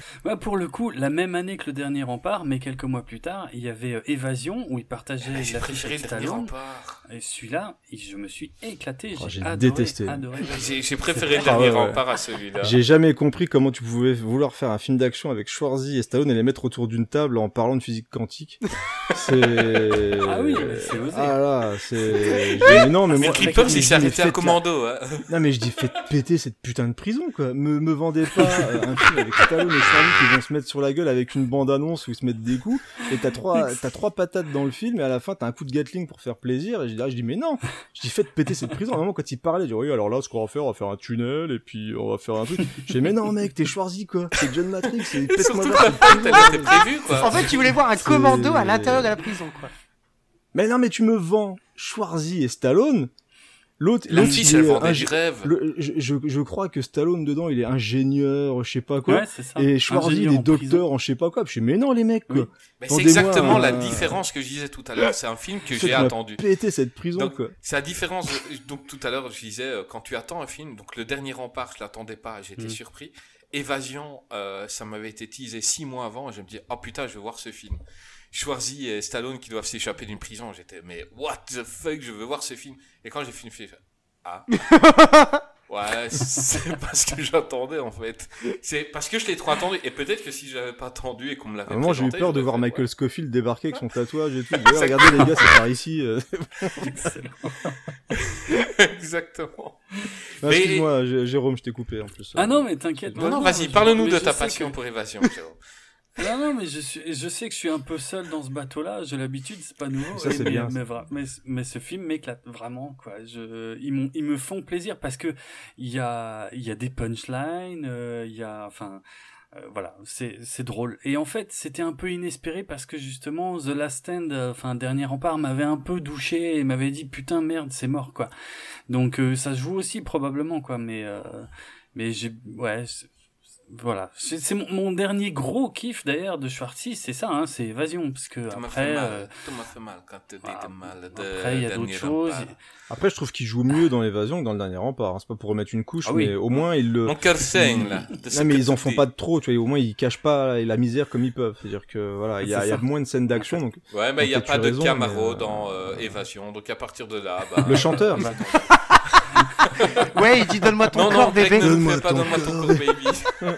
pour le coup, la même année que le dernier Rempart, mais quelques mois plus tard, il y avait euh, Évasion, où il partageait j'ai l'affiche avec Stallone. Et celui-là, je me suis éclaté. Oh, j'ai j'ai adoré, détesté. Adoré. J'ai, j'ai préféré le dernier ah, ouais, Rempart ouais. à celui-là. J'ai jamais compris comment tu pouvais vouloir faire un film d'action avec Schwarzy et Stallone et les mettre autour d'une table en parlant de physique quantique. C'est... Ah oui, c'est osé. Ah là, c'est... Mais non, mais, mais moi... Creepers, il s'est arrêté à Commando. Hein. Non, mais je dis, faites péter cette putain de prison, quoi. Me, me vendez pas euh, un film avec Stallone et Schwarzy qui vont se mettre sur la gueule avec une bande-annonce où ils se mettent des coups, et t'as trois, t'as trois patates dans le film, et à la fin, t'as un coup de Gatling pour faire plaisir, et je dis, je dis mais non! Je dis, faites péter cette prison. À un moment, quand il parlait, je dis, oui, alors là, ce qu'on va faire, on va faire un tunnel, et puis on va faire un truc. Je dis, mais non, mec, t'es Schwarzy, quoi. C'est John Matrix, c'est pète-moi là. C'était prévu, quoi. En fait, tu voulais voir un commando à l'intérieur de la prison, quoi. Mais non, mais tu me vends Schwarzy et Stallone. L'autre, l'autre il est un du rêve. Le, je, je, je crois que Stallone dedans, il est ingénieur, je sais pas quoi. Ouais, c'est ça. Et Schwarzy, il est docteur en je sais pas quoi. Je dis, mais non, les mecs, quoi. Oui. Mais c'est exactement euh... la différence que je disais tout à l'heure. C'est un film que j'ai attendu. Péter cette prison, donc, quoi. C'est la différence. Donc, tout à l'heure, je disais, quand tu attends un film, donc le dernier Rempart, je l'attendais pas, j'étais mmh. surpris. Évasion, euh, ça m'avait été teasé six mois avant, et je me dis, oh putain, je veux voir ce film. Schwarzy et Stallone qui doivent s'échapper d'une prison, j'étais, mais what the fuck, je veux voir ce film. Et quand j'ai fini le film, ah. Ouais, c'est pas ce que j'attendais en fait. C'est parce que je l'ai trop attendu. Et peut-être que si j'avais pas attendu et qu'on me l'avait présenté... Moi j'ai eu peur de voir fait, Michael ouais. Scofield débarquer avec son tatouage et tout. Dis, regardez les gars, c'est par ici. Exactement. Non, mais... Excuse-moi, Jérôme, je t'ai coupé en plus. Ah non, mais t'inquiète. Non, non, non vas-y, parle-nous de ta passion que... pour Évasion, Jérôme. Non, non, mais je, suis, je sais que je suis un peu seul dans ce bateau-là, j'ai l'habitude, c'est pas nouveau. Ça, c'est mais, bien, mais, mais, mais, mais ce film m'éclate vraiment, quoi. Je, ils, m'ont, ils me font plaisir parce que il y a, il y a des punchlines, euh, il y a, enfin, euh, voilà, c'est, c'est drôle. Et en fait, c'était un peu inespéré parce que justement, The Last Stand, enfin, Dernier Rempart, m'avait un peu douché et m'avait dit, putain, merde, c'est mort, quoi. Donc, euh, ça se joue aussi, probablement, quoi, mais, euh, mais j'ai, ouais, c'est, voilà, c'est, c'est mon, mon dernier gros kiff d'ailleurs de Schwarzy, c'est ça, hein, c'est Évasion, parce que tout après, m'a fait mal, euh, tout m'a fait mal quand tu dis ah, de mal. De, après, il y a d'autres choses. Et... Après, je trouve qu'il joue mieux dans Évasion que dans le Dernier Rempart. Hein. C'est pas pour remettre une couche, ah, oui. mais au moins il le. Mon cœur saigne là. Non, mais ils en font dis. pas de trop, tu vois. Au moins ils cachent pas la misère comme ils peuvent. C'est-à-dire que voilà, il y a, y a moins de scènes d'action, donc. Ouais, mais il y a pas de raison, Camaro mais... dans euh, Évasion, donc à partir de là, bah, le chanteur. Bah... Ouais, il dit donne-moi ton non, corps, non, bébé. Ne donne-moi pas donne-moi ton corps, baby.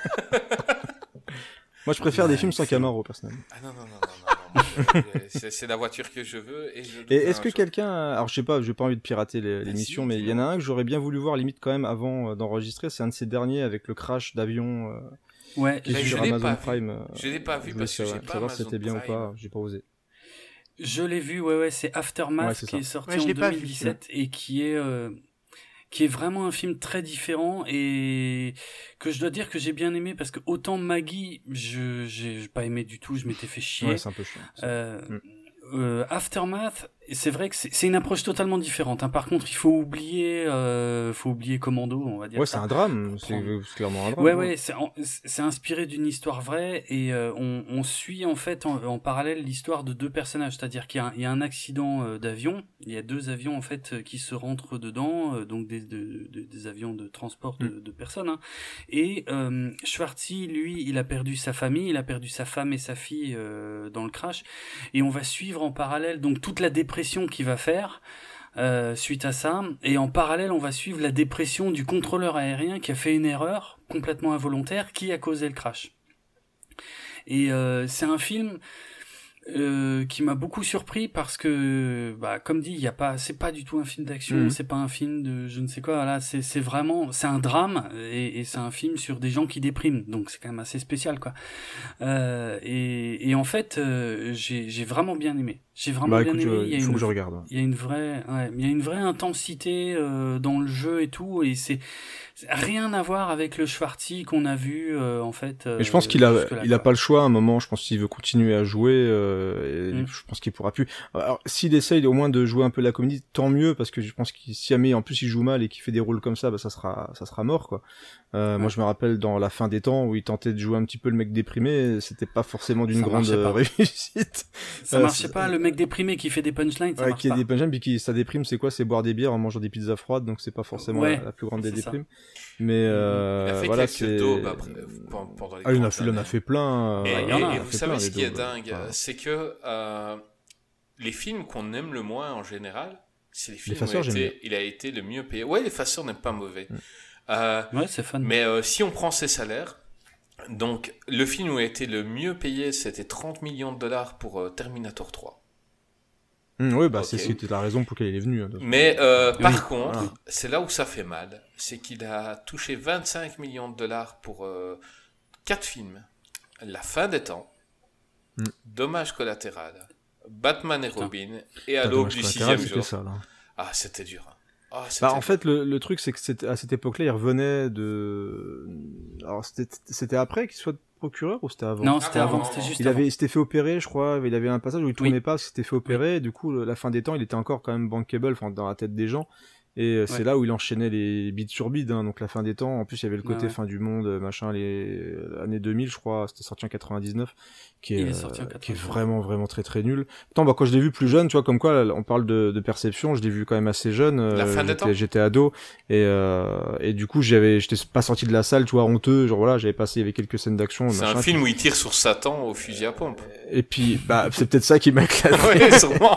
Moi, je préfère ouais, des films sans Camaro, personnellement. Ah non, non, non, non, non, non. c'est, c'est la voiture que je veux. Et, je et est-ce que quelqu'un... Alors, je sais pas, j'ai pas envie de pirater les, l'émission, mais il y en a un que j'aurais bien voulu voir, limite, quand même, avant euh, d'enregistrer. C'est un de ces derniers avec le crash d'avion euh, ouais, qui est sur Amazon Prime. Euh, je l'ai pas vu je parce que j'ai pas savoir si c'était bien Prime. ou pas, j'ai pas osé. Je l'ai vu, ouais, ouais, c'est Aftermath ouais, c'est qui est sorti ouais, en deux mille dix-sept et qui est... Euh... qui est vraiment un film très différent et que je dois dire que j'ai bien aimé parce que autant Maggie, je j'ai pas aimé du tout, je m'étais fait chier. Ouais, c'est un peu chiant. Euh, mm. euh, Aftermath, c'est vrai que c'est, c'est une approche totalement différente. Hein. Par contre, il faut oublier, euh, faut oublier Commando, on va dire. Ouais, ça, c'est un drame. C'est, c'est clairement un drame. Ouais, ouais, ouais c'est, c'est inspiré d'une histoire vraie et euh, on, on suit en fait en, en parallèle l'histoire de deux personnages. C'est-à-dire qu'il y a un, il y a un accident euh, d'avion. Il y a deux avions en fait qui se rentrent dedans, euh, donc des, de, de, des avions de transport de, de personnes. Hein. Et euh, Schwarzy, lui, il a perdu sa famille, il a perdu sa femme et sa fille euh, dans le crash. Et on va suivre en parallèle donc toute la dépression qu'il va faire euh, suite à ça, et en parallèle on va suivre la dépression du contrôleur aérien qui a fait une erreur complètement involontaire qui a causé le crash. Et euh, c'est un film euh, qui m'a beaucoup surpris parce que, bah, comme dit, il y a pas, c'est pas du tout un film d'action, mmh. c'est pas un film de je ne sais quoi. Là, c'est c'est vraiment, c'est un drame et, et c'est un film sur des gens qui dépriment, donc c'est quand même assez spécial, quoi. Euh, et, et en fait, euh, j'ai j'ai vraiment bien aimé. J'ai vraiment bah, bien écoute, aimé. Je, il y a faut une, que je regarde. Il y a une vraie, ouais, il y a une vraie intensité euh, dans le jeu et tout, et c'est, c'est rien à voir avec le Schwarzy qu'on a vu euh, en fait. Euh, Mais je pense qu'il a, il a pas le choix à un moment. Je pense qu'il veut continuer à jouer. Euh, euh, et mm. je pense qu'il pourra plus. Alors, s'il essaye au moins de jouer un peu la comédie, tant mieux, parce que je pense qu'il si jamais en plus il joue mal et qu'il fait des rôles comme ça, bah ça sera ça sera mort quoi. Euh, ouais. Moi je me rappelle dans La Fin des temps où il tentait de jouer un petit peu le mec déprimé, c'était pas forcément d'une ça grande pas. réussite. Ça euh, marchait pas, le mec déprimé qui fait des punchlines, ça ouais, marche qui pas. a des punchlines puis qui ça déprime, c'est quoi? C'est boire des bières en mangeant des pizzas froides, donc c'est pas forcément ouais, la, la plus grande des déprimes. Mais euh, il a fait voilà, quelques c'est daubes après, pendant les ah, il en a fait, il en a fait plein. Et, euh, et, a, et vous savez plein, ce qui est daubes, dingue, enfin. c'est que euh, les films qu'on aime le moins en général, c'est les films les fasseurs, où il a, été, il a été le mieux payé. Ouais, les fasseurs n'aiment pas mauvais. Mm. Euh, ouais, c'est fun. Mais euh, si on prend ses salaires, donc le film où il a été le mieux payé, c'était trente millions de dollars pour euh, Terminator trois. Mmh, oui, bah okay. c'est c'était la raison pour laquelle il est venu. Hein, mais euh, oui. par contre, voilà. c'est là où ça fait mal, c'est qu'il a touché vingt-cinq millions de dollars pour euh, quatre films. La Fin des temps, mmh. Dommage collatéral, Batman et Robin, et à l'aube du sixième jour. Ça, là. Ah, c'était dur. Oh, bah, en fait, le, le truc, c'est que c'était, à cette époque-là, il revenait de... Alors, c'était, c'était après qu'il soit procureur ou c'était avant? Non, c'était ah, avant, non, c'était non. juste il avant. avait, il s'était fait opérer, je crois, il avait un passage où il tournait oui. pas parce qu'il s'était fait opérer, oui. et du coup, la Fin des temps, il était encore quand même bankable, enfin, dans la tête des gens. Et ouais. c'est là où il enchaînait les bits sur bits, hein, donc La Fin des temps. En plus, il y avait le côté ah ouais. fin du monde, machin, les années deux mille, je crois, c'était sorti en quatre-vingt-dix-neuf, qui est, est, sorti en quatre-vingt-dix-neuf. Qui est vraiment, vraiment très, très nul. Pourtant, bah, quand je l'ai vu plus jeune, tu vois, comme quoi, là, on parle de, de perception, je l'ai vu quand même assez jeune. La Fin des temps. J'étais, j'étais ado, et, euh, et du coup, j'avais, j'étais pas sorti de la salle, tu vois, honteux, genre voilà, j'avais passé, il y avait quelques scènes d'action. C'est machin, un film puis... où il tire sur Satan au fusil à pompe. Et puis, bah, c'est peut-être ça qui m'a éclaté. Oui, sûrement.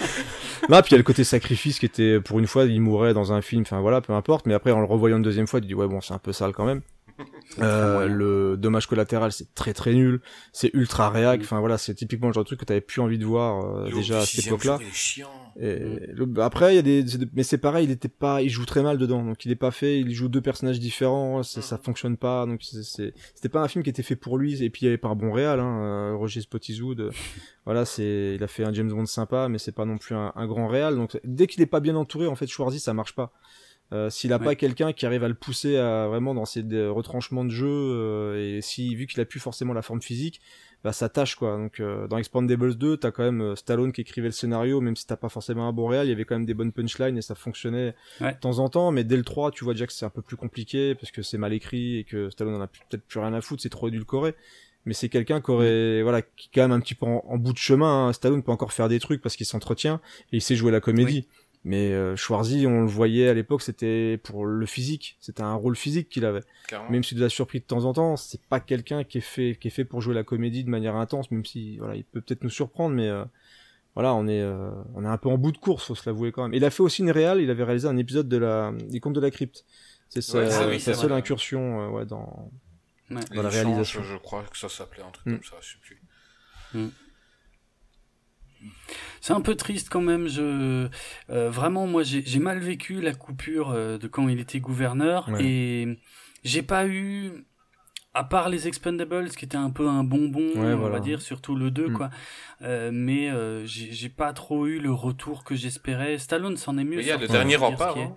Là, puis il y a le côté sacrifice qui était, pour une fois, il mourait dans un film, enfin voilà, peu importe, mais après, en le revoyant une deuxième fois, tu dis, ouais, bon, c'est un peu sale quand même. Euh, le dommage collatéral, c'est très très nul, c'est ultra réac, enfin voilà, c'est typiquement le genre de truc que t'avais plus envie de voir euh, déjà à cette époque-là. Et le, après, il y a des, mais c'est pareil, il était pas, il joue très mal dedans, donc il est pas fait, il joue deux personnages différents, c'est, ça fonctionne pas, donc c'est, c'est, c'était pas un film qui était fait pour lui, et puis il y avait pas un bon réal, hein, Roger Spottiswoode, voilà, c'est, il a fait un James Bond sympa, mais c'est pas non plus un, un grand réal, donc dès qu'il est pas bien entouré, en fait, Schwarzy, ça marche pas. Euh, s'il a ouais. pas quelqu'un qui arrive à le pousser à vraiment dans ses retranchements de jeu euh, et si vu qu'il a plus forcément la forme physique, bah ça tâche quoi. Donc euh, dans Expendables deux, t'as quand même euh, Stallone qui écrivait le scénario, même si t'as pas forcément un bon réal, il y avait quand même des bonnes punchlines et ça fonctionnait ouais. de temps en temps. Mais dès le trois, tu vois déjà que c'est un peu plus compliqué parce que c'est mal écrit et que Stallone en a peut-être plus rien à foutre, c'est trop édulcoré. Mais c'est quelqu'un qui aurait, mmh. voilà, qui est quand même un petit peu en, en bout de chemin. Hein. Stallone peut encore faire des trucs parce qu'il s'entretient et il sait jouer la comédie. Oui. Mais euh, Schwarzy, on le voyait à l'époque, c'était pour le physique, c'était un rôle physique qu'il avait. Carrément. Même s'il nous a surpris de temps en temps, c'est pas quelqu'un qui est fait qui est fait pour jouer la comédie de manière intense, même si voilà, il peut peut-être nous surprendre, mais euh, voilà, on est euh, on est un peu en bout de course, faut se l'avouer quand même. Il a fait aussi une réal, il avait réalisé un épisode de la des Contes de la Crypte. C'est sa, ouais, ah oui, sa seule vrai. incursion euh, ouais dans ouais. dans la réalisation. Je, je crois que ça s'appelait un truc mm. comme ça, je sais plus. Mm. C'est un peu triste quand même. Je euh, vraiment moi j'ai, j'ai mal vécu la coupure euh, de quand il était gouverneur ouais. et j'ai pas eu, à part les Expendables qui étaient un peu un bonbon, ouais, on voilà. va dire, surtout le deux mm. quoi. Euh, mais euh, j'ai, j'ai pas trop eu le retour que j'espérais. Stallone s'en est mieux. Il y a le dernier rempart. Hein.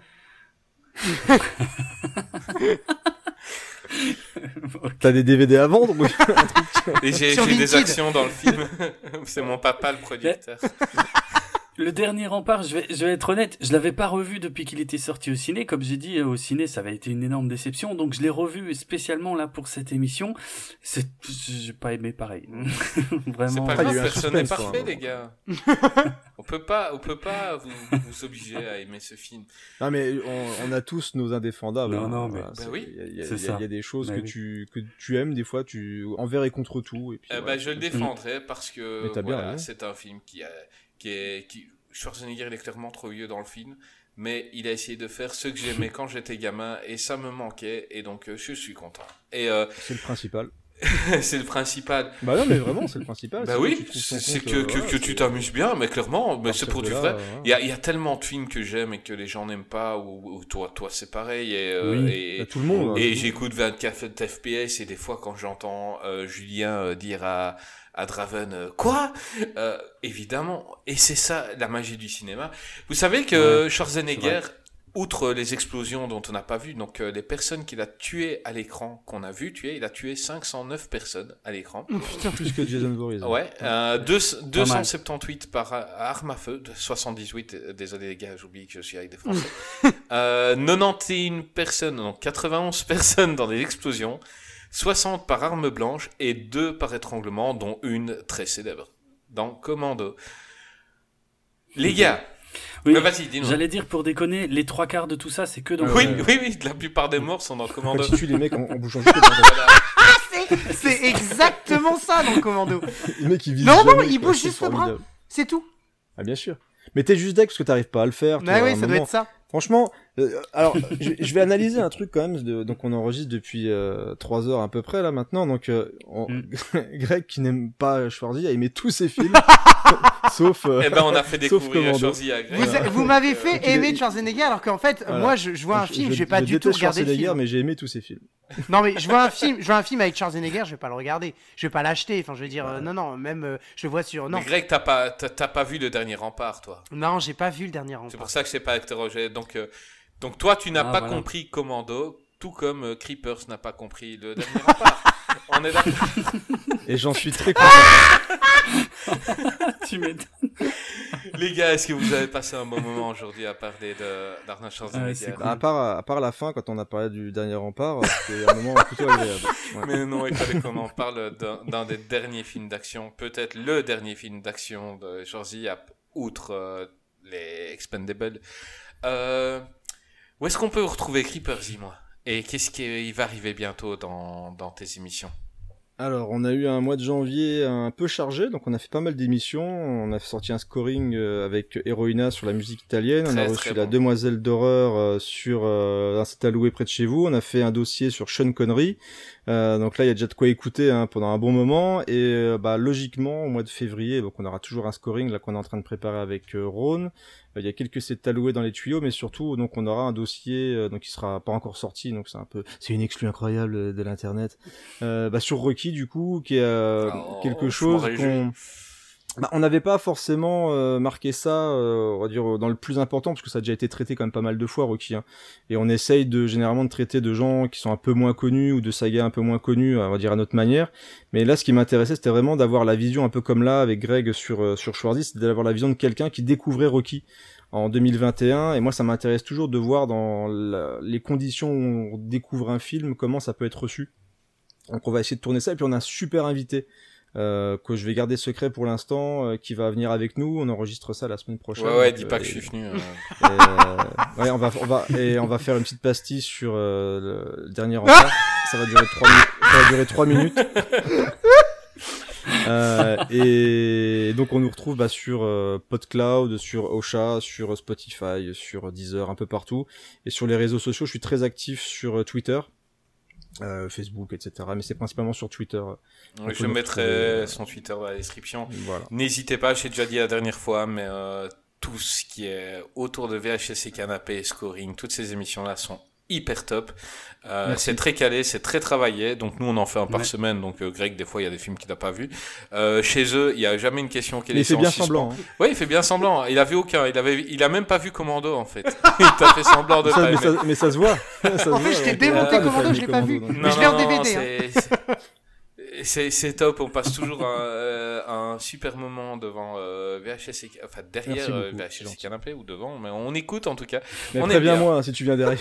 T'as des D V D à vendre ou Et j'ai, j'ai des actions dans le film. C'est mon papa le producteur. Le dernier rempart, je vais, je vais être honnête, je l'avais pas revu depuis qu'il était sorti au ciné. Comme j'ai dit, au ciné, ça avait été une énorme déception. Donc je l'ai revu spécialement là pour cette émission. C'est, j'ai pas aimé pareil. Vraiment. C'est pas grave, personne n'est parfait, les gars. on peut pas, on peut pas vous, vous obliger à aimer ce film. Non mais on, on a tous nos indéfendables. Non, non, mais bah oui. Il y a, y, y a des choses bah que oui. tu que tu aimes des fois, tu envers et contre tout. Et puis, euh, voilà. bah je le défendrai parce que voilà, bien, c'est un film qui a qui est qui Schwarzenegger il est clairement trop vieux dans le film, mais il a essayé de faire ce que j'aimais quand j'étais gamin et ça me manquait et donc euh, je suis content. Et euh, c'est le principal. c'est le principal. Bah non mais vraiment c'est le principal. Bah oui, que c'est que que, euh, que, que tu t'amuses bien, mais clairement, mais c'est pour du vrai. Il y a il y a tellement de films que j'aime et que les gens n'aiment pas ou, ou toi toi c'est pareil et euh, oui, et, tout le monde. Et hein, j'écoute vingt-quatre F P S et des fois quand j'entends euh, Julien euh, dire à à Draven, euh, quoi euh, évidemment, et c'est ça la magie du cinéma. Vous savez que ouais, Schwarzenegger outre les explosions dont on n'a pas vu, donc euh, les personnes qu'il a tuées à l'écran, qu'on a vu tuer, il a tué cinq cent neuf personnes à l'écran. Oh, putain, plus que Jason Voorhees. Ouais, euh, deux, deux cent soixante-dix-huit par arme à feu, soixante-dix-huit, désolé les gars, j'oublie que je suis avec des Français. euh, quatre-vingt-onze personnes, donc quatre-vingt-onze personnes dans des explosions, soixante par arme blanche et deux par étranglement, dont une très célèbre, dans Commando. Les gars, oui, bah, vas-y, dis-nous. J'allais dire, pour déconner, les trois quarts de tout ça, c'est que dans... Oui, euh... oui, oui, la plupart des morts sont dans Commando. Quand tu tues les mecs en, en bougeant juste c'est, c'est exactement ça dans Commando. Les mecs, ils visent non, jamais, non, ils bougent juste le bras, c'est tout. Ah, bien sûr. Mais t'es juste deck parce que t'arrives pas à le faire. Bah oui, ça moment. doit être ça. Franchement, euh, alors je, je vais analyser un truc quand même. De, donc on enregistre depuis euh, trois heures à peu près là maintenant. Donc euh, on, mm. Greg qui n'aime pas Schwarzy a aimé tous ses films, sauf. Euh, eh ben on a fait découvrir Schwarzy à Greg. Vous, a, vous m'avez fait euh, aimer Schwarzenegger alors qu'en fait voilà. moi je, je vois un je, film, je, je vais pas je du tout regarder le film. Mais j'ai aimé tous ses films. Non mais je vois un film, je vois un film avec Schwarzenegger, je vais pas le regarder, je vais pas l'acheter. Enfin je veux dire ouais. euh, non non même euh, je le vois sur. Non. Mais Greg t'as pas t'as, t'as pas vu le dernier Rempart toi. Non j'ai pas vu le dernier Rempart. C'est pour ça que je t'ai pas interrogé donc. Euh, Donc toi, tu n'as ah, pas voilà. compris Commando, tout comme euh, Creepers n'a pas compris le dernier Rempart. On est d'accord. Et j'en suis très content. Tu m'étonnes. Les gars, est-ce que vous avez passé un bon moment aujourd'hui à parler de d'Arnold Schwarzenegger ah, cool. à, part, à part la fin, quand on a parlé du dernier Rempart, c'était un moment plutôt agréable. Ouais. Mais non, il fallait qu'on en parle d'un, d'un des derniers films d'action, peut-être le dernier film d'action de Schwarzy, outre euh, les Expendables. Euh... Où est-ce qu'on peut retrouver Creepers, dis-moi? Et qu'est-ce qui va arriver bientôt dans, dans tes émissions? Alors, on a eu un mois de janvier un peu chargé, donc on a fait pas mal d'émissions. On a sorti un scoring avec Héroïna sur la musique italienne. Très, on a reçu bon. La Demoiselle d'horreur sur euh, un set alloué près de chez vous. On a fait un dossier sur Sean Connery. Euh, donc là, il y a déjà de quoi écouter hein, pendant un bon moment. Et euh, bah logiquement, au mois de février, donc on aura toujours un scoring là qu'on est en train de préparer avec euh, Rhône. Il y a quelques sets alloués dans les tuyaux, mais surtout, donc on aura un dossier euh, donc qui sera pas encore sorti, donc c'est un peu, c'est une exclue incroyable de l'internet. Euh, bah sur Rocky du coup, qui est euh, oh, quelque chose qu'on, bah, on n'avait pas forcément euh, marqué ça, euh, on va dire dans le plus important, parce que ça a déjà été traité quand même pas mal de fois Rocky. Hein. Et on essaye de généralement de traiter de gens qui sont un peu moins connus ou de sagas un peu moins connues, on va dire à notre manière. Mais là, ce qui m'intéressait, c'était vraiment d'avoir la vision un peu comme là avec Greg sur euh, sur Schwarzy, c'était d'avoir la vision de quelqu'un qui découvrait Rocky en deux mille vingt et un. Et moi, ça m'intéresse toujours de voir dans la, les conditions où on découvre un film comment ça peut être reçu. Donc, on va essayer de tourner ça. Et puis, on a un super invité euh, que je vais garder secret pour l'instant, euh, qui va venir avec nous. On enregistre ça la semaine prochaine. Ouais, ouais, donc, dis pas euh, que je suis venu. Euh... Et, euh, ouais, on va, on va, et on va faire une petite pastille sur euh, le dernier Rempart. Ça va durer trois minutes. Ça va durer trois minutes. Euh, et donc on nous retrouve bah, sur euh, PodCloud, sur Ocha, sur Spotify, sur Deezer, un peu partout. Et sur les réseaux sociaux, je suis très actif sur euh, Twitter, euh, Facebook, et cetera. Mais c'est principalement sur Twitter. Oui, je mettrai retrouver... son Twitter dans la description. Voilà. N'hésitez pas, j'ai déjà dit la dernière fois, mais euh, tout ce qui est autour de V H S et Canapé, Scoring, toutes ces émissions-là sont hyper top. Euh, c'est très calé, c'est très travaillé. Donc nous on en fait un par ouais. semaine. Donc euh, Greg des fois il y a des films qu'il n'a pas vus. Euh, chez eux il y a jamais une question qui est laissée en suspens. Il fait bien semblant. Hein. Oui il fait bien semblant. Il a vu aucun. Il avait, il a même pas vu Commando en fait. Il t'a fait semblant de ça, pas mais, ça, mais ça se voit. Ça se en fait je t'ai démonté euh, Commando, je l'ai pas vu. Non, mais je l'ai en D V D. C'est, hein. c'est, c'est, c'est top. On passe toujours un, euh, un super moment devant euh, V H S, et, enfin derrière euh, V H S et Canapé ou devant, mais on écoute en tout cas. Mais on préviens moi hein, si tu viens derrière.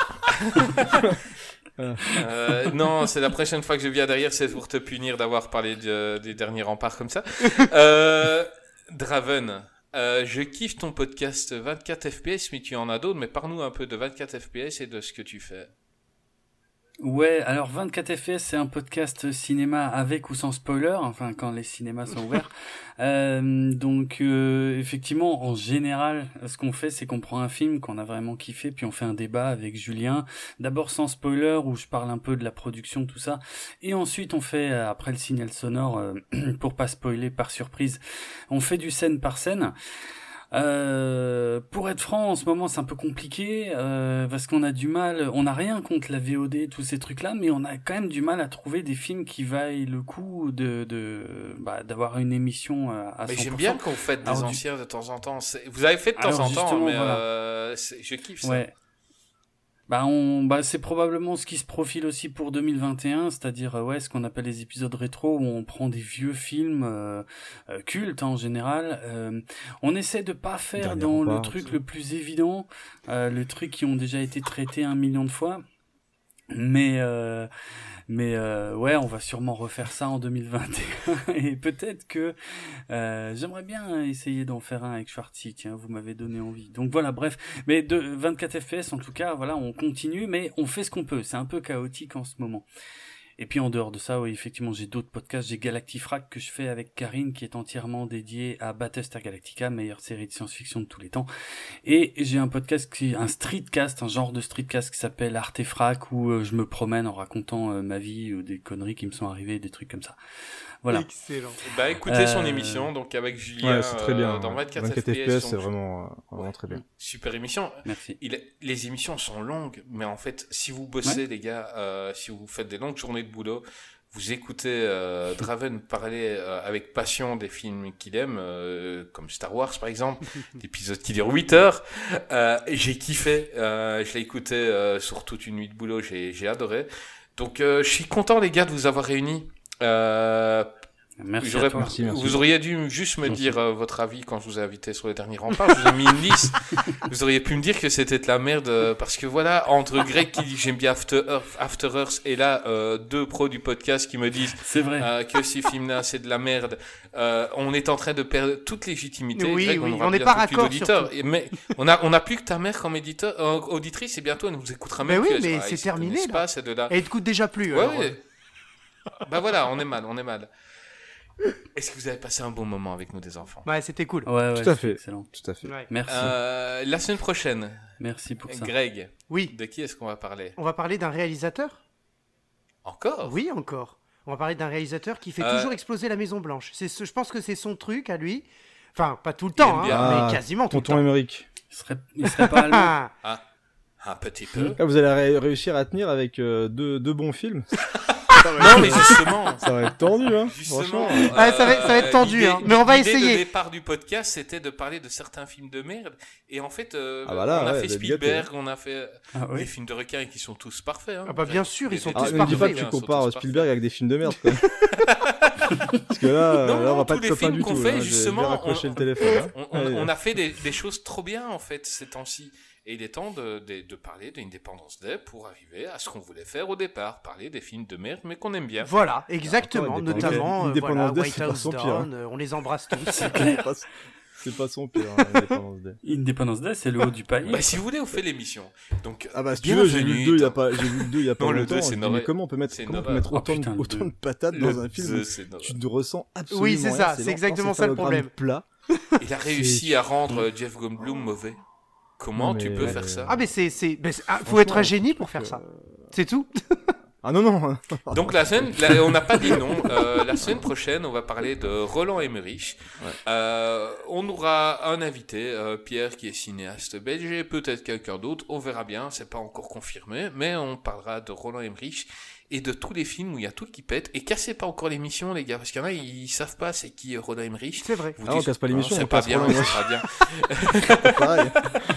euh, non, c'est la prochaine fois que je viens derrière, c'est pour te punir d'avoir parlé de, des derniers remparts comme ça. Euh, Draven, euh, je kiffe ton podcast vingt-quatre F P S, mais tu en as d'autres, mais parle-nous un peu de vingt-quatre F P S et de ce que tu fais. Ouais, alors vingt-quatre F P S, c'est un podcast cinéma avec ou sans spoiler, enfin quand les cinémas sont ouverts. euh, donc euh, effectivement, en général, ce qu'on fait, c'est qu'on prend un film qu'on a vraiment kiffé, puis on fait un débat avec Julien. D'abord sans spoiler, où je parle un peu de la production, tout ça, et ensuite on fait, après le signal sonore, euh, pour pas spoiler par surprise, on fait du scène par scène. Euh, pour être franc, en ce moment c'est un peu compliqué euh, parce qu'on a du mal, on n'a rien contre la V O D, tous ces trucs là, mais on a quand même du mal à trouver des films qui vaillent le coup de, de bah, d'avoir une émission à cent pour cent. Mais j'aime bien quand vous faites des Alors, anciens du... de temps en temps. C'est... Vous avez fait de temps Alors, en temps, mais voilà. euh, c'est... je kiffe ça. Ouais. Bah, on, bah, c'est probablement ce qui se profile aussi pour deux mille vingt et un, c'est-à-dire, euh, ouais, ce qu'on appelle les épisodes rétro, où on prend des vieux films euh, euh, cultes en général. Euh, on essaie de pas faire Dernier dans repas, le truc le plus évident, euh, le truc qui ont déjà été traités un million de fois. Mais euh, mais euh, ouais, on va sûrement refaire ça en deux mille vingt et un et peut-être que euh, j'aimerais bien essayer d'en faire un avec Schwartzy. Tiens, vous m'avez donné envie. Donc voilà, bref. Mais de vingt-quatre F P S en tout cas, voilà, on continue, mais on fait ce qu'on peut. C'est un peu chaotique en ce moment. Et puis en dehors de ça, oui, effectivement, j'ai d'autres podcasts. J'ai Galactifrac que je fais avec Karine, qui est entièrement dédié à Battlestar Galactica, meilleure série de science-fiction de tous les temps. Et j'ai un podcast, qui, un streetcast, un genre de streetcast qui s'appelle Artefrac, où euh, je me promène en racontant euh, ma vie, ou des conneries qui me sont arrivées, des trucs comme ça. Voilà. Excellent. Bah écoutez euh... son émission donc avec Julien ouais, c'est très bien, euh, dans vingt-quatre F P S, c'est vraiment, vraiment ouais, très bien. Super émission. Merci. Il, les émissions sont longues, mais en fait, si vous bossez ouais. les gars, euh, si vous faites des longues journées de boulot, vous écoutez euh, Draven parler euh, avec passion des films qu'il aime, euh, comme Star Wars par exemple, l'épisode qui dure huit heures. Euh, et j'ai kiffé, euh, je l'ai écouté euh, sur toute une nuit de boulot, j'ai, j'ai adoré. Donc euh, je suis content les gars de vous avoir réunis. Euh, Merci, à toi. Merci, merci. Vous auriez dû juste me merci. dire euh, votre avis quand je vous ai invité sur le dernier rempart. Je vous ai mis une liste. Vous auriez pu me dire que c'était de la merde euh, parce que voilà, entre Greg qui dit j'aime bien After Earth, After Earth et là euh, deux pros du podcast qui me disent c'est vrai. Euh, que ces films-là c'est de la merde. Euh, on est en train de perdre toute légitimité. Oui, Greg, oui, on n'est pas raccord. Mais on a on a plus que ta mère comme éditeur, euh, auditrice et bientôt elle nous écoutera même mais plus. Oui, mais c'est terminé. Là. Pas, c'est de là. Elle te coûte déjà plus. Ouais, alors, ouais. Bah voilà, on est mal, on est mal. Est-ce que vous avez passé un bon moment avec nous des enfants ? Ouais, c'était cool. Ouais, ouais, tout à fait. Excellent. Tout à fait. Ouais. Merci. Euh, la semaine prochaine. Merci pour ça. Greg. Oui. De qui est-ce qu'on va parler ? On va parler d'un réalisateur. Encore ? Oui, encore. On va parler d'un réalisateur qui fait euh... toujours exploser la Maison Blanche. C'est ce, je pense que c'est son truc à lui. Enfin, pas tout le temps, hein, ah, mais quasiment tout le temps. Tonton Émeric. Il serait, il serait pas allemand. Ah, un petit peu. Ah, vous allez ré- réussir à tenir avec euh, deux, deux bons films. Non, mais justement, ça va être tendu, hein. Justement, euh, ah, ça, va, ça va être tendu, l'idée, hein. Mais on va l'idée essayer. Le départ du podcast, c'était de parler de certains films de merde, et en fait, euh, ah bah là, on a ouais, fait Spielberg, on a fait ah, oui. des films de requins qui sont tous parfaits. Hein. Ah bah bien sûr, ils sont ah, tous ne parfaits. dis pas que tu compares Spielberg avec des films de merde, quoi. Parce que là, non, là on va non, pas être copains du qu'on tout. fait, Hein. Justement, on, le téléphone, on, on, on a fait des, des choses trop bien en fait ces temps-ci. Et il est temps de, de, de parler d'Independence Day pour arriver à ce qu'on voulait faire au départ, parler des films de merde mais qu'on aime bien. Voilà, exactement, notamment euh, voilà, Day, White House Down, euh, on les embrasse tous. C'est pas, c'est pas son pire, hein, Independence Day. Independence Day, c'est le haut du panier. Bah, si vous voulez, on fait l'émission. Donc, ah bah si tu veux, j'ai vu le deux il y a pas, j'ai vu le deux il y a pas non, longtemps. Le deux, c'est mais comment on peut mettre, comment on peut mettre autant, oh, putain, de, autant de patates le dans un film où tu te ressens absolument oui, c'est ça, c'est, c'est exactement ça le problème. Plat. Il a réussi à rendre Jeff Goldblum mauvais. Comment non, tu peux euh... faire ça ? Ah mais c'est c'est mais c'est... Ah, faut être un génie pour faire ça. C'est tout. Ah non non. Donc la semaine, la, on n'a pas dit non. Euh, la semaine prochaine, on va parler de Roland Emmerich. Ouais. Euh, on aura un invité, euh, Pierre, qui est cinéaste belge, et peut-être quelqu'un d'autre. On verra bien, c'est pas encore confirmé, mais on parlera de Roland Emmerich et de tous les films où il y a tout qui pète. Et cassez pas encore l'émission, les gars, parce qu'il y en a, ils savent pas c'est qui Roland Emmerich. C'est vrai. Vous ah, dites, on casse pas l'émission, c'est on pas bien, c'est pas bien. Pareil.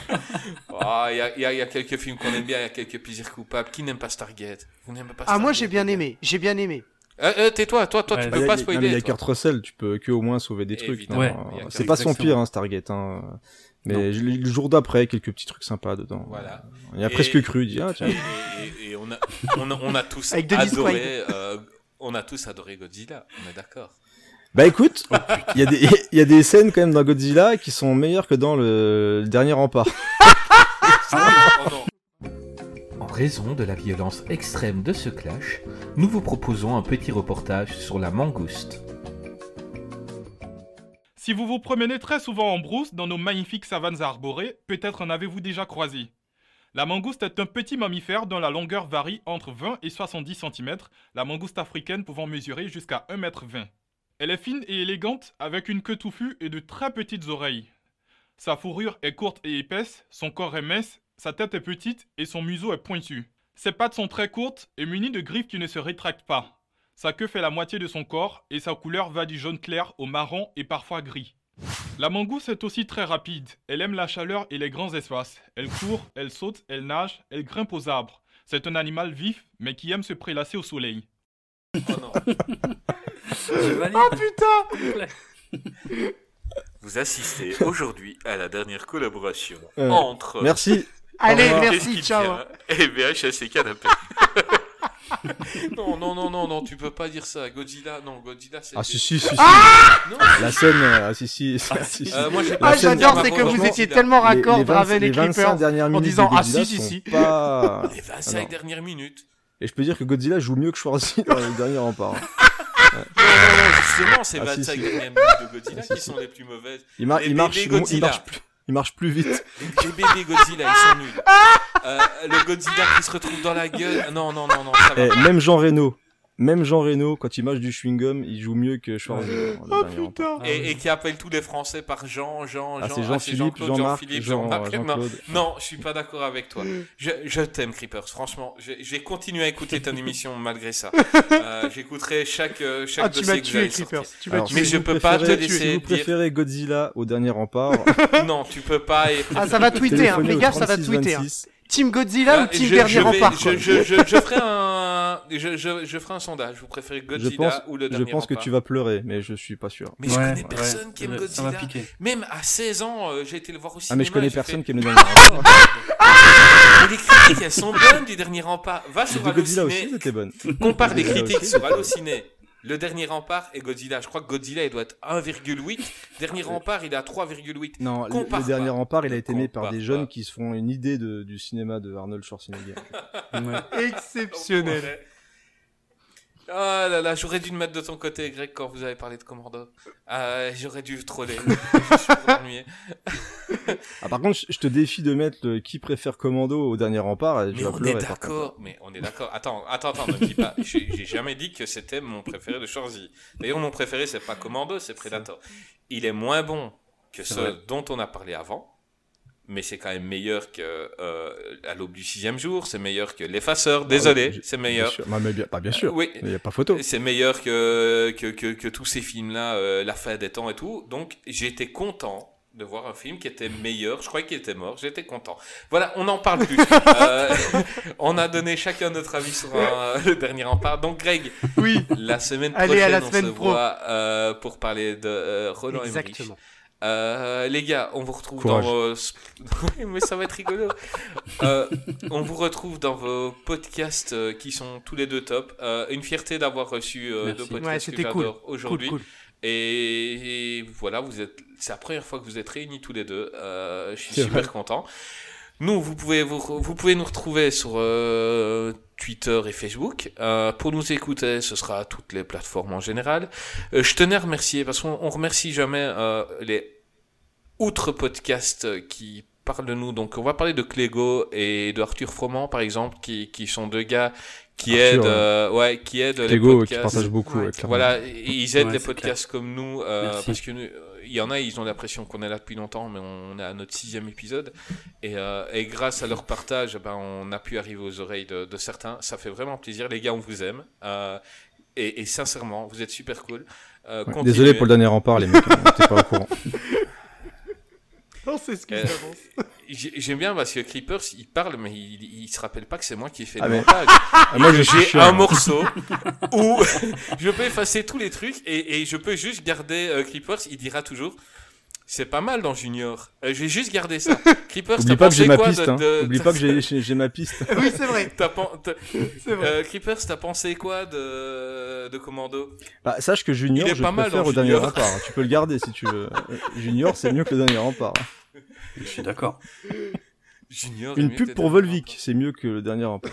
Il y, y, y a quelques films qu'on aime bien, il y a quelques plaisirs coupables. Qui n'aime pas Stargate ? Vous n'aimez pas Stargate ? Ah, moi j'ai bien aimé, j'ai bien aimé. Euh, euh, tais-toi, toi, toi, ouais, tu peux pas spoiler. Il y a Kurt Russell, tu peux que au moins sauver des trucs. Ouais, c'est pas son pire, hein, Stargate. Hein. Mais je, le jour d'après, quelques petits trucs sympas dedans. Voilà. Il a et, presque cru, il dit ah tiens. Et, et, et on, a, on, a, on a tous adoré, euh, on a tous adoré Godzilla. On est d'accord. Bah écoute, il y a des il y a des scènes quand même dans Godzilla qui sont meilleures que dans le, le dernier rempart. En raison de la violence extrême de ce clash, nous vous proposons un petit reportage sur la mangouste. Si vous vous promenez très souvent en brousse dans nos magnifiques savanes arborées, peut-être en avez-vous déjà croisé. La mangouste est un petit mammifère dont la longueur varie entre vingt et soixante-dix centimètres, la mangouste africaine pouvant mesurer jusqu'à un mètre vingt. Elle est fine et élégante avec une queue touffue et de très petites oreilles. Sa fourrure est courte et épaisse, son corps est mince, sa tête est petite et son museau est pointu. Ses pattes sont très courtes et munies de griffes qui ne se rétractent pas. Sa queue fait la moitié de son corps et sa couleur va du jaune clair au marron et parfois gris. La mangouste est aussi très rapide. Elle aime la chaleur et les grands espaces. Elle court, elle saute, elle nage, elle grimpe aux arbres. C'est un animal vif, mais qui aime se prélasser au soleil. Oh non. Oh putain. Vous assistez aujourd'hui à la dernière collaboration euh, entre... Merci. Allez, merci, ciao. Et V H S et Canapé. non, non, non, non, non, tu peux pas dire ça. Godzilla, non, Godzilla, c'est... Ah si, si, si, si. Ah non, la scène, euh, ah si, si. Ah, si, si. Euh, moi, j'ai Ah, pas j'adore, c'est que vous étiez tellement raccord, les, les Draven et les vingt-cinq Creepers, dernières en minutes disant de ah Godzilla si, si, sont si. Pas... Les vingt-cinq Alors. dernières minutes. Et je peux dire que Godzilla joue mieux que Schwarzy dans le dernier rempart. Non, non, non, justement, c'est Ah, si, vingt-cinq si. dernières minutes de Godzilla Ah, si, qui si. sont les plus mauvaises. Il, mar- Les il, marche, bébés il Godzilla. marche plus. Il marche plus vite. Les bébés Godzilla, ils sont nuls. Euh, le Godzilla qui se retrouve dans la gueule. Non, non, non, non, ça va. Eh, même Jean Reno, même Jean Reno, quand il mâche du chewing-gum, il joue mieux que Schwarzy. Oh putain. Et, et qui appelle tous les Français par Jean, Jean, Jean. Ah, c'est ah, Jean-Philippe, Jean-Claude, Jean-Marc, Jean-Philippe, Jean, Jean-Marc. Non, Jean-Claude. non, je suis pas d'accord avec toi. Je, je t'aime, Creepers. Franchement, je, je vais continuer à écouter ton émission malgré ça. Euh, j'écouterai chaque euh, chaque Ah, tu dossier m'as que vous tué, allez Creepers. sortir. Tu m'as Alors, tué. Mais si je vous peux pas te préférez- laisser Si vous dire- préférez Godzilla au dernier rempart, Non, tu peux pas. Et... Ah, ça va tweeter, hein. téléphonez Fais au gaffe, ça va trente-six tweeter. hein. vingt-six. Team Godzilla Là, ou Team je, Dernier je vais- Rempart, je, quoi. je, je, je ferai un, je, je, je ferai un sondage. Vous préférez Je Godzilla pense, ou le je dernier pense que rempart tu vas pleurer, mais je suis pas sûr. Mais je Ouais, connais personne ouais, qui aime ça- Ça va Godzilla. piquer. Même à seize ans, euh, j'ai été le voir au cinéma. Ah mais je connais et j'ai personne fait, qui aime le dernier rempart. Mais les critiques, elles sont bonnes du dernier rempart. Va sur De Godzilla aussi, Allociné, c'était bonne. compare les Godzilla critiques aussi. sur Allociné. Le dernier rempart et Godzilla. Je crois que Godzilla, il doit être un virgule huit. Dernier rempart, il est à trois virgule huit. Non, le, Compare le dernier pas. rempart, il a été aimé par Compare des jeunes pas. qui se font une idée de, du cinéma de Arnold Schwarzenegger. Ouais. Exceptionnel. Ah là là, j'aurais dû me mettre de ton côté, Greg, quand vous avez parlé de Commando. Ah, j'aurais dû troller. Je suis ennuyé. Ah, par contre, je je te défie de mettre le qui préfère Commando au dernier rempart. Et tu Mais vas on pleurer, est par contre. d'accord. Mais on est d'accord. Attends, attends, attends, ne me dis pas. J'ai j'ai jamais dit que c'était mon préféré de Schwarzy. D'ailleurs, mon préféré, c'est pas Commando, c'est Predator. Il est moins bon que C'est ceux vrai. dont on a parlé avant. Mais c'est quand même meilleur que euh, À l'aube du sixième jour, c'est meilleur que L'Effaceur, désolé, Ah, j'ai- c'est Bien meilleur. sûr. Bah, mais bien, bah, bien sûr. Euh, oui, Mais il n'y a pas photo. c'est meilleur que, que, que, que tous ces films-là, euh, La fin des temps et tout. Donc, j'ai été content de voir un film qui était meilleur. Je croyais qu'il était mort, j'étais content. Voilà, on n'en parle plus. Euh, on a donné chacun notre avis sur un- le dernier rempart. Donc, Greg, Oui. la semaine Allez, prochaine, à la on semaine se pro. voit euh, pour parler de euh, Roland Emmerich. Exactement. Euh, les gars, on vous retrouve Courage. dans vos... Oui, mais ça va être rigolo. Euh, on vous retrouve dans vos podcasts euh, qui sont tous les deux top. Euh, une fierté d'avoir reçu euh, Merci. deux podcasts Ouais, que c'était j'adore cool. Cool, aujourd'hui. cool. Et, et voilà, vous êtes... c'est la première fois que vous êtes réunis tous les deux. Euh, je suis C'est super vrai. content. Nous, vous pouvez, vous, vous pouvez nous retrouver sur euh, Twitter et Facebook. Euh, pour nous écouter, ce sera à toutes les plateformes en général. Euh, je tenais à remercier, parce qu'on on remercie jamais euh, les outre podcasts qui parlent de nous. Donc, on va parler de Clégo et de Arthur Froment, par exemple, qui, qui sont deux gars qui Arthur, aident, euh, ouais, qui aident les Lego qui podcasts. partage beaucoup, Ouais. ouais, clairement. Voilà, et ils aident Ouais, les c'est podcasts comme nous, euh, Merci. parce que nous, euh, il y en a, ils ont l'impression qu'on est là depuis longtemps, mais on est à notre sixième épisode, et, euh, et grâce à leur partage, ben, on a pu arriver aux oreilles de, de certains. Ça fait vraiment plaisir, les gars, on vous aime, euh, et, et sincèrement, vous êtes super cool. Euh, Ouais, continuez. désolé pour le dernier rempart, les mecs. hein, T'es pas au courant. On s'excuse Euh, d'avance. J'ai- J'aime bien parce que Creepers, il parle, mais il, il se rappelle pas que c'est moi qui ai fait Ah, le mais- montage. Ah, moi, je suis J'ai chiant. un morceau où je peux effacer tous les trucs et, et je peux juste garder euh, Creepers. Il dira toujours, c'est pas mal dans Junior. Euh, je vais juste garder ça. Creepers, Oublie t'as pas que j'ai pensé ma quoi piste. de, hein. de- Oublie pas que j'ai- j'ai j'ai ma piste. Oui, c'est vrai. t'as pen- t'as- C'est vrai. euh, Creepers, t'as pensé quoi de, de Commando? Bah, sache que Junior, Il est je pas mal préfère dans au dernier Junior. rempart. hein. Tu peux le garder si tu veux. Euh, Junior, c'est mieux que le dernier rempart. hein. Je suis d'accord. Junior. est Une mieux pub que pour le Volvic, c'est mieux que le dernier rempart.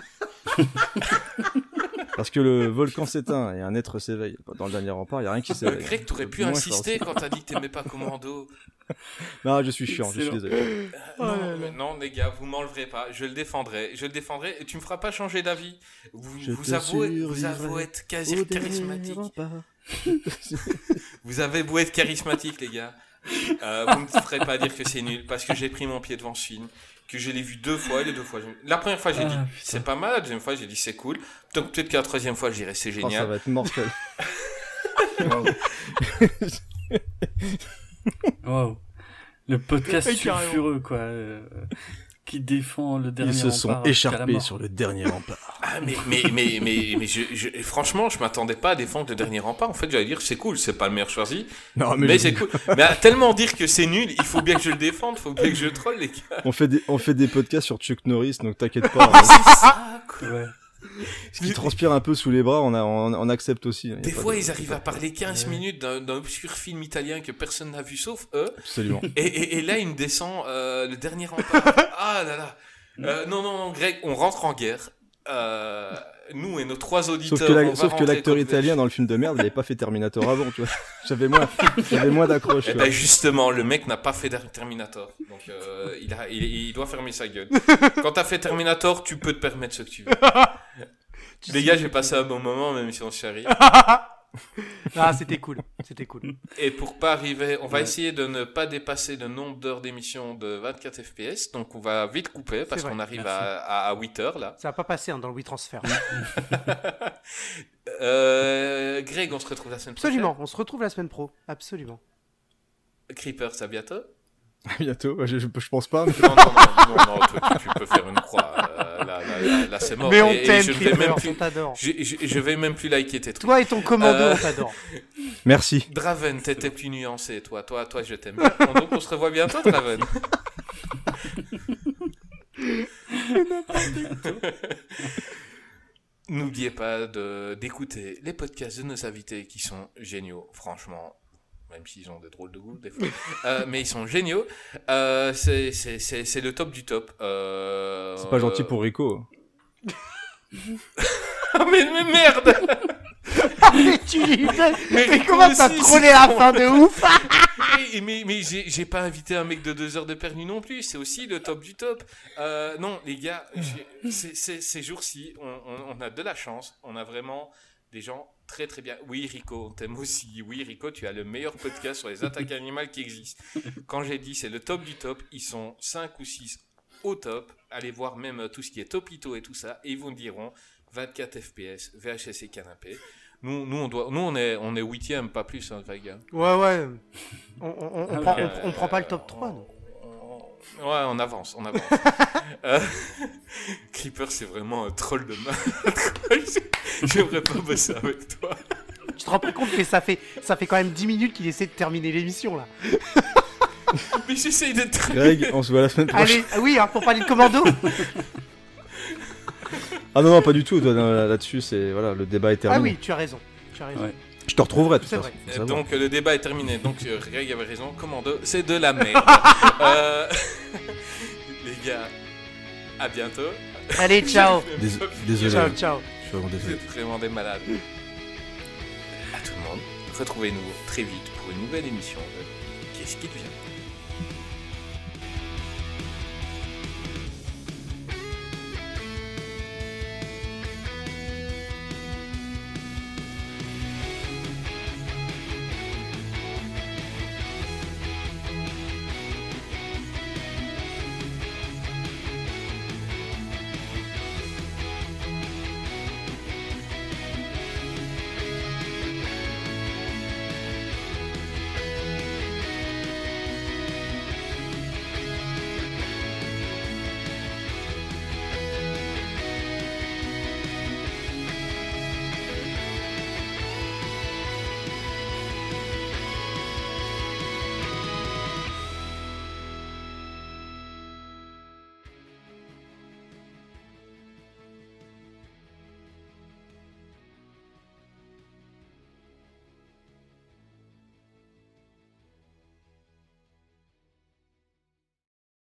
Parce que le volcan s'éteint et un être s'éveille. Dans le dernier rempart, il n'y a rien qui Euh, s'éveille. Greg, t'aurais pu Moi, je insister quand t'as dit que t'aimais pas Commando. Non, je suis chiant, je suis Excellent. désolé. Euh, Oh non, là là. mais non, les gars, vous m'enleverez pas. Je le défendrai. Je le défendrai. Et tu me feras pas changer d'avis. Vous, Je vous te avouez, vous survivrai avouez être quasi Au dernier charismatique. rempart. Vous avez beau être charismatique, les gars. Euh, vous me ferez pas dire que c'est nul parce que j'ai pris mon pied devant ce film, que je l'ai vu deux fois et les deux fois. je- La première fois, j'ai Ah, dit putain. c'est pas mal. La deuxième fois, j'ai dit c'est cool. Donc peut-être que la troisième fois, je dirais c'est Oh, ça génial. va être mortel. Wow. Le podcast sulfureux, quoi. Euh, qui défend le dernier rempart. Ils se sont écharpés sur le dernier rempart. Ah, mais, mais, mais, mais, mais je, je, franchement, je m'attendais pas à défendre le dernier rempart. En fait, j'allais dire, c'est cool, c'est pas le meilleur choisi. Non, mais, mais c'est cool. Mais à tellement dire que c'est nul, il faut bien que je le défende, il faut bien que je le troll, les gars. On fait des, on fait des podcasts sur Chuck Norris, donc t'inquiète pas. C'est ça, quoi. Ouais. Ce qui transpire un peu sous les bras, on, a, on, on accepte aussi. Des fois, de... ils arrivent à parler quinze ouais. minutes d'un, d'un obscur film italien que personne n'a vu sauf eux. Absolument. Et, et, et là, il me descend euh, le dernier rempart. Ah là là. Euh, non, non, non, Greg, on rentre en guerre. Euh, nous et nos trois auditeurs. Sauf que, la, sauf que l'acteur italien dans le film de merde, il n'avait pas fait Terminator avant, tu vois. J'avais moins, j'avais moins d'accroche. Eh ben justement, le mec n'a pas fait Terminator. Donc, euh, il, a, il, il doit fermer sa gueule. Quand t'as fait Terminator, tu peux te permettre ce que tu veux. Tu Les gars, j'ai passé un bon moment, même si on se charrie. Ah, c'était cool, c'était cool. Et pour pas arriver, on va ouais. essayer de ne pas dépasser le nombre d'heures d'émission de vingt-quatre F P S, donc on va vite couper parce qu'on arrive à, à, à huit heures là. Ça va pas passer hein, dans le WeTransfer. euh, Greg, on se retrouve la semaine prochaine. Absolument, on se retrouve la semaine pro, absolument. Creepers, à bientôt. À bientôt, je, je, je pense pas. Mais... Non, non, non, non, non tu, tu peux faire une croix. Euh, là, là, là, là, c'est mort. Mais on et, t'aime, et je Creepers, vais même plus, on t'adore. Je, je, je vais même plus liker tes trucs. Toi et ton commando, euh... on t'adore. Merci. Draven, t'étais plus nuancé, toi. Toi, toi, je t'aime. Donc, on se revoit bientôt, Draven. N'oubliez pas de, d'écouter les podcasts de nos invités qui sont géniaux, franchement. Même s'ils ont des drôles de goût des fois, euh, mais ils sont géniaux. Euh, c'est c'est c'est c'est le top du top. Euh, c'est pas gentil pour Rico. mais, mais merde. mais tu mais, mais comment t'as trollé la fin de ouf. mais mais, mais j'ai j'ai pas invité un mec de deux heures de perdu non plus. C'est aussi le top du top. Euh, non les gars, c'est c'est ces jours-ci, on, on on a de la chance. On a vraiment des gens très très bien. Oui Rico, on t'aime aussi. Oui Rico, tu as le meilleur podcast sur les attaques animales qui existent. Quand j'ai dit c'est le top du top, ils sont cinq ou six au top. Allez voir même tout ce qui est Topito et tout ça, et ils vous diront vingt-quatre F P S, V H S et canapé. Nous, nous on doit, nous on est, on est huitième, pas plus, hein, Vaga. Ouais ouais. On, on, on, on, prend, on, on prend pas le top trois, non. Ouais, on avance, on avance. euh, Creeper, c'est vraiment un troll de mal. J'aimerais pas bosser avec toi. Tu te rends pas compte que ça fait, ça fait quand même dix minutes qu'il essaie de terminer l'émission, là. Mais j'essaye de terminer. Greg, on se voit la semaine prochaine. Allez, oui, hein, pour parler de commando. Ah non, non, pas du tout. Toi, là, là-dessus, c'est, voilà, le débat est terminé. Ah oui, tu as raison. Tu as raison. Ouais. Je te retrouverai, tout c'est ça. Vrai. Donc, le débat est terminé. Donc, Greg avait raison. Commando, c'est de la merde. euh... Les gars, à bientôt. Allez, ciao. Dés- désolé. Ciao, ciao. Je suis vraiment désolé. Vous êtes vraiment des malades. À tout le monde, retrouvez-nous très vite pour une nouvelle émission de Qu'est-ce qui devient ?